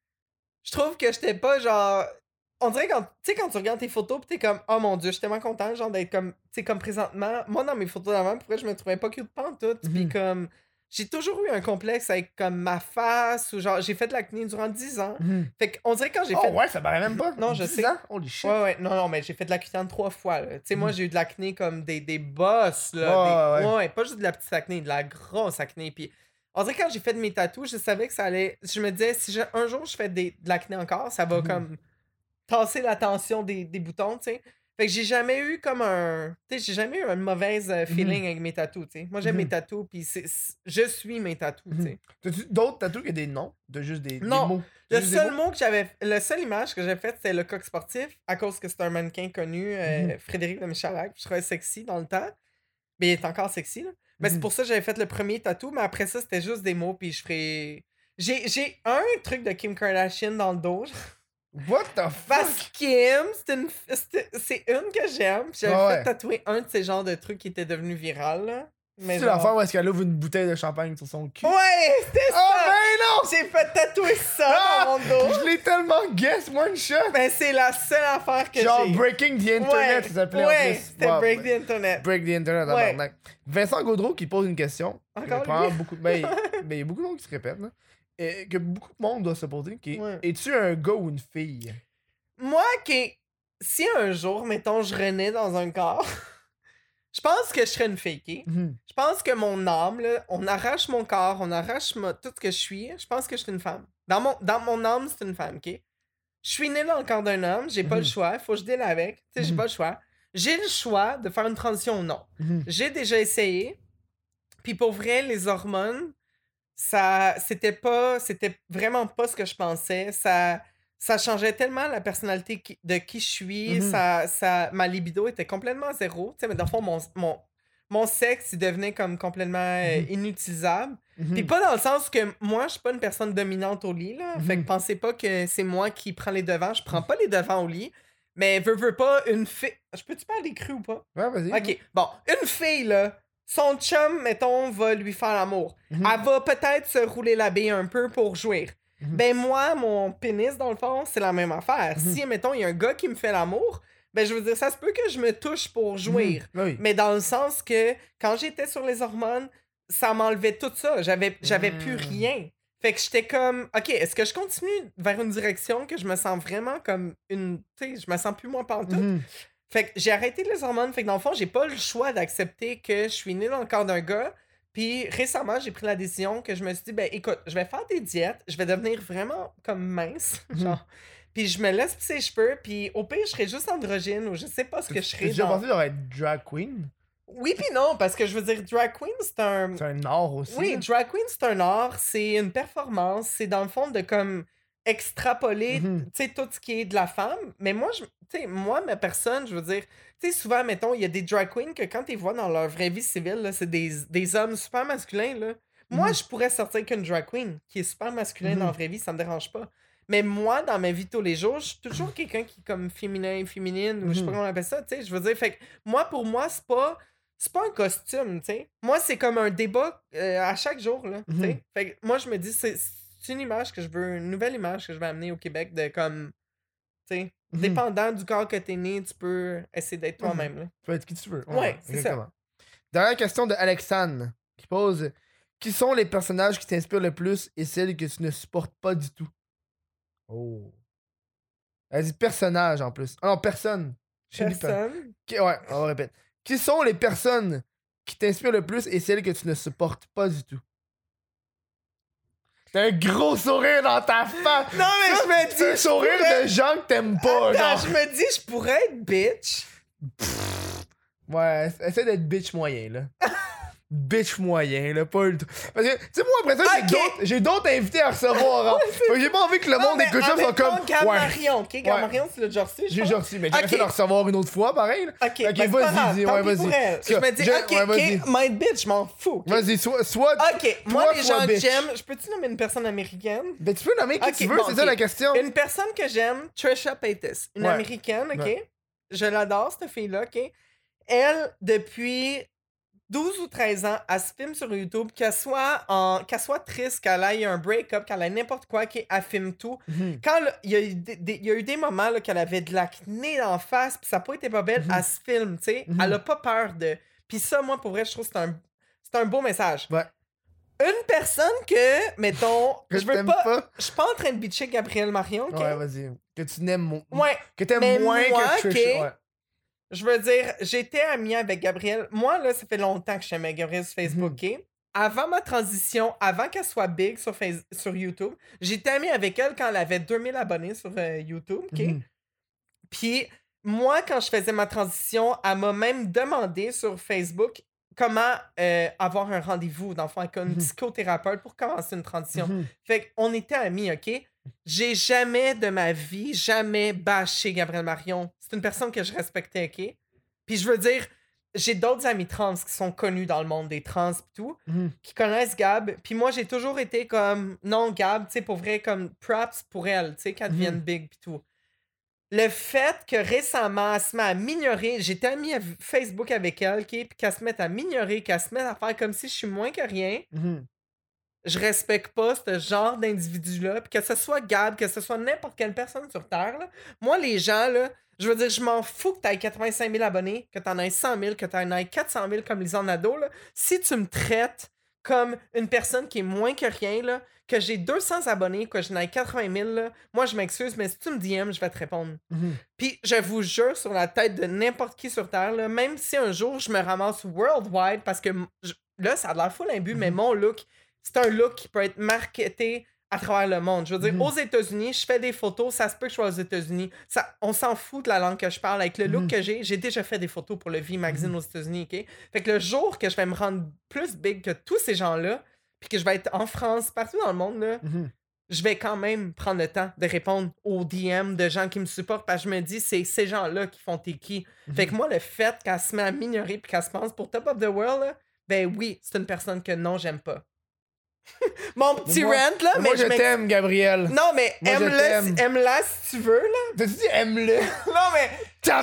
je trouve que j'étais pas genre. On dirait quand tu sais quand tu regardes tes photos pis t'es comme oh mon dieu, je suis tellement content genre d'être comme tu sais comme présentement. Moi dans mes photos d'avant, pour vrai, je me trouvais pas cute pantoute, puis Mhm. comme j'ai toujours eu un complexe avec comme ma face ou genre j'ai fait de l'acné durant dix ans. Fait qu'on dirait que quand j'ai Oh fait ouais, ça paraît même pas. Non, je dix sais. ans? Holy shit. Ouais, ouais, non, non, mais j'ai fait de l'accutane trois fois. là. Tu sais, moi, Mhm. j'ai eu de l'acné comme des, des bosses, là. Ouais, des... ouais, ouais, pas juste de la petite acné, de la grosse acné. Puis, on dirait que quand j'ai fait de mes tatous, je savais que ça allait. Je me disais, si je- un jour je fais des... de l'acné encore, ça va Mhm. comme tasser la tension des, des boutons, tu sais. Fait que j'ai jamais eu comme un. Tu sais, j'ai jamais eu un mauvais euh, feeling avec mes tatous, tu sais. Moi, j'aime Mhm. mes tatous, puis c'est... c'est- je suis mes tatous, tu sais. T'as-tu d'autres tatous que des noms? De juste des, des Non. mots? Le Juste des seul mots? mot que j'avais. Le seule image que j'avais faite, c'était le coq sportif, à cause que c'est un mannequin connu, euh, Mhm. Frédéric de Michalac. Je trouvais sexy dans le temps. Mais il est encore sexy, là. Mais c'est Mhm. pour ça que j'avais fait le premier tatou, mais après ça, c'était juste des mots, puis je ferais. J'ai, j'ai un truc de Kim Kardashian dans le dos. What the fuck? Parce que Kim, c'est une, c'est, c'est une que j'aime. puis J'avais Ah ouais. fait tatouer un de ces genres de trucs qui était devenu viral, là. Mais C'est genre- l'affaire où est-ce qu'elle ouvre une bouteille de champagne sur son cul? Ouais, c'était Oh ça! ben non! J'ai fait tatouer ça Ah! dans mon dos. Je l'ai tellement guess one shot! Ben, c'est la seule affaire que Genre j'ai. Breaking the Internet, ouais, ça s'appelait ouais, en plus. c'était Wow. Break the Internet. Break the Internet, Ouais. tabarnak. Vincent Gaudreau qui pose une question. Encore Il prend lui? beaucoup, ben, il ben, il y a beaucoup de monde qui se répète, là. Et que beaucoup de monde doit se poser. Qui est, Ouais. es-tu un gars ou une fille? Moi, qui. Si un jour, mettons, je renais dans un corps, je pense que je serais une fake. ok? Mhm. Je pense que mon âme, là, on arrache mon corps, on arrache ma- tout ce que je suis. Je pense que je suis une femme. Dans mon, dans mon âme, c'est une femme, ok? Je suis né dans le corps d'un homme, j'ai pas Mhm. le choix, il faut que je deal avec. Tu sais, j'ai Mhm. pas le choix. J'ai le choix de faire une transition ou non. Mhm. J'ai déjà essayé. Puis pour vrai, les hormones, ça c'était pas c'était vraiment pas ce que je pensais. Ça ça changeait tellement la personnalité qui- de qui je suis, Mhm. ça, ça ma libido était complètement zéro, tu sais, mais dans le fond mon mon mon sexe il devenait comme complètement euh, Mhm. inutilisable. Mhm. Puis pas dans le sens que moi je suis pas une personne dominante au lit là, fait que Mhm. pensez pas que c'est moi qui prends les devants, je prends pas les devants au lit. Mais veux, veux pas une fille. Je peux-tu parler cru ou pas? Ouais, vas-y. Ok, bon, une fille, là, son chum, mettons, va lui faire l'amour. Mhm. Elle va peut-être se rouler la bille un peu pour jouir. Mhm. Ben, moi, mon pénis, dans le fond, c'est la même affaire. Mhm. Si, mettons, il y a un gars qui me fait l'amour, ben, je veux dire, ça se peut que je me touche pour jouir. Mhm. Oui. Mais dans le sens que, quand j'étais sur les hormones, ça m'enlevait tout ça. J'avais, j'avais plus Mhm. rien. Fait que j'étais comme, ok, est-ce que je continue vers une direction que je me sens vraiment comme une. Tu sais, je me sens plus moi pantoute? Mhm. Fait que j'ai arrêté les hormones. Fait que dans le fond, j'ai pas le choix d'accepter que je suis né dans le corps d'un gars. Puis récemment, j'ai pris la décision que je me suis dit, ben écoute, je vais faire des diètes, je vais devenir vraiment comme mince. Mhm. Genre. Puis je me laisse pousser les cheveux, puis au pire, je serai juste androgyne ou je sais pas ce que je T'as serai. déjà Dans... pensé genre être drag queen? Oui, puis non, parce que je veux dire, drag queen, c'est un. C'est un art aussi. Oui, là. drag queen, c'est un art, c'est une performance, c'est dans le fond de comme extrapoler Mhm. tu sais tout ce qui est de la femme, mais moi je tu sais moi ma personne, je veux dire, tu sais souvent mettons, il y a des drag queens que quand tu les vois dans leur vraie vie civile là, c'est des, des hommes super masculins là. Moi, Mhm. je pourrais sortir qu'une drag queen qui est super masculin Mhm. dans la vraie vie, ça me dérange pas. Mais moi, dans ma vie de tous les jours, je suis toujours quelqu'un qui est comme féminin, féminine, ou je sais pas Mhm. comment on appelle ça, tu sais. Je veux dire, fait que moi, pour moi, c'est pas c'est pas un costume, tu sais. Moi, c'est comme un débat euh, à chaque jour, là, tu sais. Mhm. Fait que moi, je me dis, c'est c'est une image que je veux, une nouvelle image que je vais amener au Québec de comme, tu sais, Mhm. dépendant du corps que t'es né, tu peux essayer d'être Mhm. toi-même, là. Tu peux être qui tu veux. Ouais, c'est ça. exactement. Dernière question de Alexandre qui pose qui sont les personnages qui t'inspirent le plus et celles que tu ne supportes pas du tout? Oh. Elle dit personnage en plus. Ah non, personne. J'ai dit per- Personne. Qui- Ouais, on répète. Qui sont les personnes qui t'inspirent le plus et celles que tu ne supportes pas du tout? T'as un gros sourire dans ta face! Non, mais je me dis, C'est un je sourire pourrais- de gens que t'aimes pas, Attends, genre. je me dis, je pourrais être bitch. Ouais, essaie d'être bitch moyen, là. bitch moyen, là, pas le tout. Parce que, tu sais, moi, après ça, j'ai Ok. d'autres- j'ai d'autres invités à recevoir. Hein. Fait que j'ai pas envie que le Non, monde mais écoute ça, soit admettons comme. Gab Ouais. Marion, ok? Gab Ouais. Marion, tu l'as déjà reçu, je J'ai pense? déjà reçu, mais j'aimerais Ok. ça le recevoir une autre fois, pareil. Là. Ok, Ok, ben, c'est vas-y, pas grave, dis, tant ouais, pis vas-y. pour elle. Parce Je que me dis, je- ok, ouais, vas-y. ok, my bitch, je m'en fous. ok? Vas-y, soit. soit Ok, moi, toi, les soit gens que bitch. j'aime, je peux-tu nommer une personne américaine? Ben, tu peux nommer qui Ok, tu veux, bon, c'est ok. ça la question. Une personne que j'aime, Trisha Paytas, une Ouais. américaine, ok? Ouais. Je l'adore, cette fille-là, ok? Elle, depuis douze ou treize ans, elle se filme sur YouTube, qu'elle soit, en... qu'elle soit triste, qu'elle ait un break-up, qu'elle ait n'importe quoi, qu'elle filme tout. Mhm. Quand là, il y, a eu des- des- il y a eu des moments là, qu'elle avait de l'acné d'en face, puis ça n'a pas été pas belle, Mhm. elle se filme, tu sais. Mhm. Elle a pas peur de. Puis ça, moi, pour vrai, je trouve que c'est un, c'est un beau message. Ouais. Une personne que, mettons, Que je veux t'aimes pas. pas. Je suis pas en train de bitcher Gabrielle Marion, ok? Ouais, vas-y. Que tu n'aimes mo- Ouais, Que t'aimes mais moins moi, que Trisha. ok, Ouais. je veux dire, j'étais amie avec Gabrielle. Moi, là, ça fait longtemps que je j'aimais Gabrielle sur Facebook, ok? Avant ma transition, avant qu'elle soit big sur, Face- sur YouTube, j'étais amie avec elle quand elle avait deux mille abonnés sur euh, YouTube, ok? Mhm. Puis, moi, quand je faisais ma transition, elle m'a même demandé sur Facebook comment euh, avoir un rendez-vous, dans le fond, avec une Mhm. psychothérapeute pour commencer une transition. Mhm. Fait qu'on était amis, OK? J'ai jamais de ma vie, jamais bâché Gabrielle Marion. C'est une personne que je respectais, OK? Puis je veux dire, j'ai d'autres amis trans qui sont connus dans le monde des trans et tout, Mhm. qui connaissent Gab. Puis moi, j'ai toujours été comme, non, Gab, tu sais, pour vrai, comme props pour elle, tu sais, qu'elle devienne Mhm. big puis tout. Le fait que récemment, elle se met à m'ignorer, j'étais amie à Facebook avec elle, OK? Puis qu'elle se mette à m'ignorer, qu'elle se mette à faire comme si je suis moins que rien, Mhm. je respecte pas ce genre d'individu-là. Puis que ce soit Gab, que ce soit n'importe quelle personne sur Terre, là, moi, les gens, là, je veux dire, je m'en fous que t'aies quatre-vingt-cinq mille abonnés, que t'en aies cent mille, que t'en aies quatre cent mille comme Lisanne Nadeau, là. Si tu me traites comme une personne qui est moins que rien, là, que j'ai deux cents abonnés, que je n'ai quatre-vingt mille, là, moi, je m'excuse, mais si tu me D M, je vais te répondre. Mhm. Puis je vous jure sur la tête de n'importe qui sur Terre, là, même si un jour je me ramasse worldwide, parce que m- je- là, ça a l'air full imbu, mais mon look, c'est un look qui peut être marketé à travers le monde. Je veux dire, Mhm. aux États-Unis, je fais des photos, ça se peut que je sois aux États-Unis. Ça, on s'en fout de la langue que je parle. Avec le look Mhm. que j'ai, j'ai déjà fait des photos pour le V Magazine aux États-Unis, OK? Fait que le jour que je vais me rendre plus big que tous ces gens-là, puis que je vais être en France, partout dans le monde, là, Mhm. je vais quand même prendre le temps de répondre aux D M de gens qui me supportent parce que je me dis, c'est ces gens-là qui font t'es qui. Fait que moi, le fait qu'elle se met à m'ignorer puis qu'elle se pense pour Top of the World, là, ben oui, c'est une personne que non, j'aime pas. Mon petit Moi- rant, là, mais Moi, je m'ex- t'aime, Gabriel. Non, mais Moi, je aime-la t'aime. si, aime-la si tu veux, là. T'as dit aime-le? Non, mais,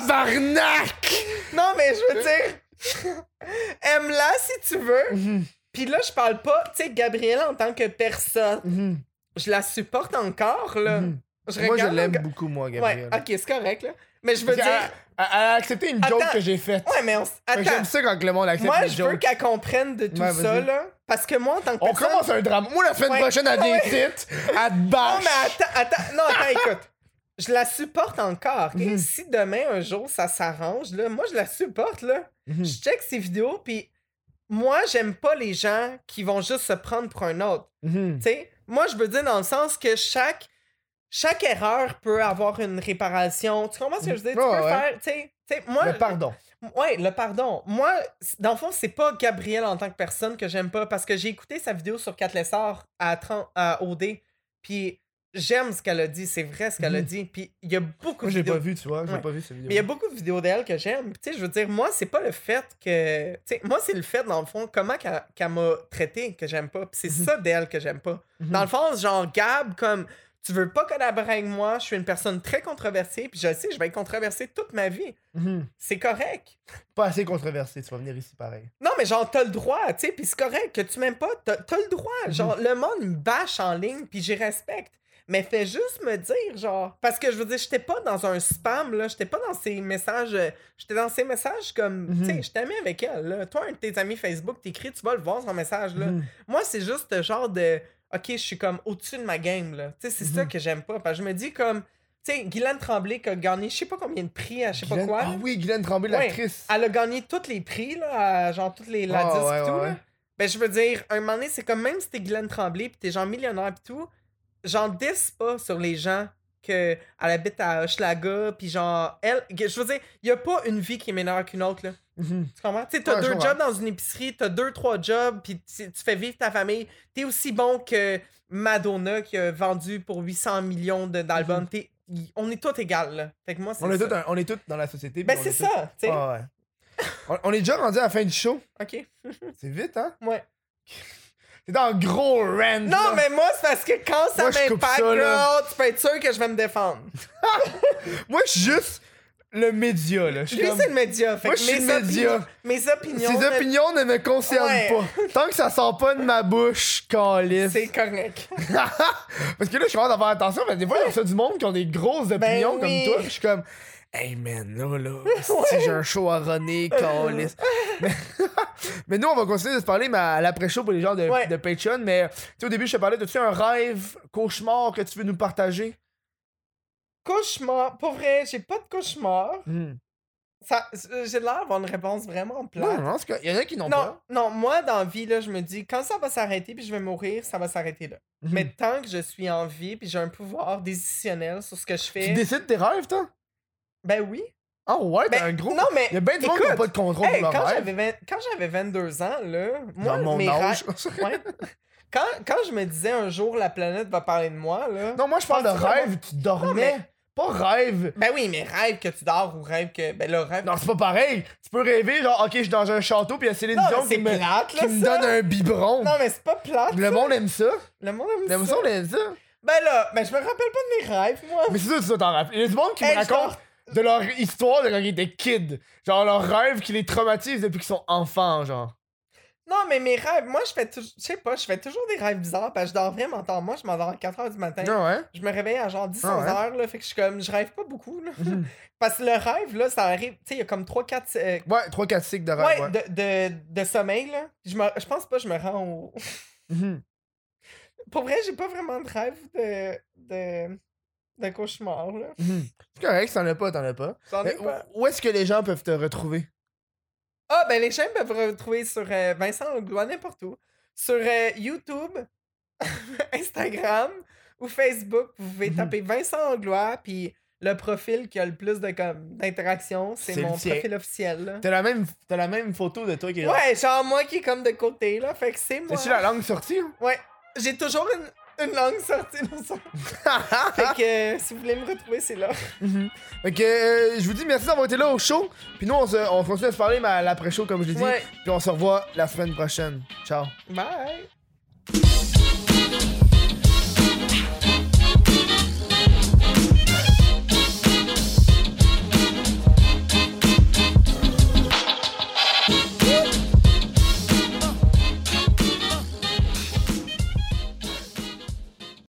Tabarnak! non, mais je veux dire, aime-la si tu veux. Mhm. Puis là, je parle pas, tu sais, Gabrielle en tant que personne. Mhm. Je la supporte encore, là. Mhm. Je Moi, je regarde l'aime encore- beaucoup, moi, Ouais, Gabriel. ok, c'est correct, là. Mais je veux Parce dire. qu'elle- Elle, elle a accepté une joke Attends. que j'ai faite. Ouais, mais on. s- Fait que Attends. J'aime ça quand le monde accepte Moi, les je veux jokes. qu'elle comprenne de tout Ouais, ça, vas-y. là. Parce que moi, en tant que On personne. commence un drame. Moi, la semaine Ouais. prochaine, à des Ouais. titres, à te Non, bâche. mais attends, attends. Non, attends, écoute. Je la supporte encore. ok? Mhm. Si demain, un jour, ça s'arrange, là, moi, je la supporte, là. Mhm. Je check ses vidéos, puis moi, j'aime pas les gens qui vont juste se prendre pour un autre. Mhm. Tu sais, moi, je veux dire dans le sens que chaque, chaque erreur peut avoir une réparation. Tu comprends ce que je veux dire? Tu Ouais, peux ouais. faire, tu sais, tu sais, moi... Le pardon. Ouais, le pardon. Moi, c- dans le fond, c'est pas Gabrielle en tant que personne que j'aime pas, parce que j'ai écouté sa vidéo sur Kat Lessard à, trente à O D, puis j'aime ce qu'elle a dit, c'est vrai ce qu'elle a Mhm. dit, puis il y a beaucoup Moi, de j'ai vidéos... pas vu, tu vois. J'ai Ouais. pas vu cette vidéo. Mais il y a beaucoup de vidéos d'elle que j'aime. Puis, tu sais, je veux dire, moi, c'est pas le fait que. Tu sais, moi, c'est le fait, dans le fond, comment qu'elle qu'elle m'a traité que j'aime pas. Puis, c'est Mhm. ça d'elle que j'aime pas. Mhm. Dans le fond, genre, Gab, comme. Tu veux pas collaborer avec moi, je suis une personne très controversée, puis je sais, je vais être controversée toute ma vie. Mhm. C'est correct. Pas assez controversé, tu vas venir ici pareil. Non, mais genre, t'as le droit, tu sais, puis c'est correct que tu m'aimes pas, t'as t'as le droit. Genre, le monde me bâche en ligne, puis j'y respecte. Mais fais juste me dire, genre. Parce que je veux dire, j'étais pas dans un spam, là. J'étais pas dans ces messages. euh, J'étais dans ces messages comme. Mhm. Tu sais, j'étais ami avec elle, là. Toi, un de tes amis Facebook, t'écris, tu vas le voir, son message, là. Mhm. Moi, c'est juste ce genre de. Ok, je suis comme au-dessus de ma game, là. Tu sais, c'est ça Mhm. que j'aime pas. Parce que je me dis, comme. Tu sais, Guylaine Tremblay qui a gagné, je sais pas combien de prix à je sais pas Guylaine- quoi. Ah oui, Guylaine Tremblay, Ouais. l'actrice. Elle a gagné tous les prix, là, à genre toutes les la Ah, disques ouais, pis tout, ouais, là. ouais. Ben, je veux dire, un moment donné, c'est comme même si t'es Guylaine Tremblay pis t'es genre millionnaire pis tout, j'en dis pas sur les gens qu'elle habite à Hochelaga, puis genre, elle, je veux dire, il y a pas une vie qui est meilleure qu'une autre, là. Mhm. Tu comprends? Tu sais, t'as Ouais, je deux comprends. jobs dans une épicerie, t'as deux, trois jobs, puis tu tu fais vivre ta famille. T'es aussi bon que Madonna qui a vendu pour huit cents millions de- d'albums. Mhm. T'es- y- On est tous égales, là. Fait que moi, c'est On est, ça. tous un- on est tous dans la société. Ben, puis on c'est est tous- ça, tu sais. Ouais, ouais. on, on est déjà rendu à la fin du show. OK. C'est vite, hein? Ouais. C'est dans un gros rant. Non, là. mais moi, c'est parce que quand ça Moi, je coupe m'impacte, ça, là. girl, tu peux être sûr que je vais me défendre. Moi, je suis juste le média, là. Je suis Lui, comme- c'est le média. Fait Moi, que je suis mes le média. opinions- Mes opinions. Ces ne- opinions ne me concernent Ouais. pas. Tant que ça sort pas de ma bouche, calisse. C'est correct. Parce que là, je commence à faire attention, parce que des fois, il y a ça du monde qui ont des grosses opinions Ben oui. comme toi. Je suis comme, hey man, là, là, si j'ai un show à runner, calisse. mais... mais nous, on va continuer de se parler mais à l'après-show pour les gens de, Ouais. de Patreon. Mais tu sais, au début, je te parlais, as-tu un rêve, cauchemar que tu veux nous partager? Cauchemar. Pour vrai, j'ai pas de cauchemar. Hmm. Ça, j'ai l'air d'avoir une réponse vraiment plate. Non, non, c'est qu'il y en a qui n'ont Non, pas. non, moi, dans la vie, là, je me dis, quand ça va s'arrêter puis je vais mourir, ça va s'arrêter là. Mhm. Mais tant que je suis en vie puis j'ai un pouvoir décisionnel sur ce que je Tu fais, décides tes rêves, toi? ben oui. Ah ouais, t'as Ben, un gros... non, mais Il y a bien du monde qui écoute, n'a pas de contrôle hey, sur quand leur rêve. j'avais vingt quand j'avais vingt-deux ans, là, moi, Dans mon mes âge. rêves... Ouais. quand, quand je me disais un jour la planète va parler de moi, là... Non, moi, je parle de Penses-tu vraiment- rêve, tu dormais. Non, mais- Pas rêve. Ben oui, mais rêve que tu dors ou rêve que... Ben là, rêve... Non, c'est pas pareil. Tu peux rêver, genre, ok, je suis dans un château, puis il y a Céline Non, Dion mais c'est qui me, plate, là, qui me ça. donne un biberon. Non, mais c'est pas plate, Le ça. monde aime ça. Le monde aime Le ça. monde aime ça. Ben là, ben je me rappelle pas de mes rêves, moi. Mais c'est ça, tu dois t'en rappeler. Il y a du monde qui Hey, me je raconte de leur histoire de quand ils étaient kids. Genre, leur rêve qui les traumatise depuis qu'ils sont enfants, genre. Non, mais mes rêves, moi, je fais toujours... Je sais pas, je fais toujours des rêves bizarres, parce que je dors vraiment tard. Moi, je m'endors à quatre heures du matin. Non, ouais. Je me réveille à genre dix Ah onze ouais? heures, là, fait que je suis comme... Je rêve pas beaucoup, là. Mhm. Parce que le rêve, là, ça arrive... Tu sais, il y a comme trois quatre euh, Ouais, trois quatre cycles de rêve, ouais, ouais. De, de, de sommeil, là. Je, me... je pense pas que je me rends au... Mhm. Pour vrai, j'ai pas vraiment de rêve de... de... de cauchemar, là. Mhm. C'est correct, si t'en as pas, t'en as pas. J'en ai Mais pas. où est-ce que les gens peuvent te retrouver? Ah, ben les chaînes peuvent retrouver sur euh, Vincent Langlois n'importe où. Sur euh, YouTube, Instagram ou Facebook, vous pouvez Mhm. taper Vincent Langlois, puis le profil qui a le plus de comme d'interactions, c'est C'est le mon tien. profil officiel. Là. T'as la même, t'as la même photo de toi qui est Ouais, genre moi qui est comme de côté, là, fait que c'est moi. T'as-tu la langue sortie? hein? Ouais, j'ai toujours une, une langue sortie dans ça. Fait que euh, si vous voulez me retrouver, c'est là. Mhm. Fait que euh, je vous dis merci d'avoir été là au show. Puis nous, on, se, on continue à se parler mais à l'après-show, comme je l'ai dit. Ouais. Puis on se revoit la semaine prochaine. Ciao. Bye!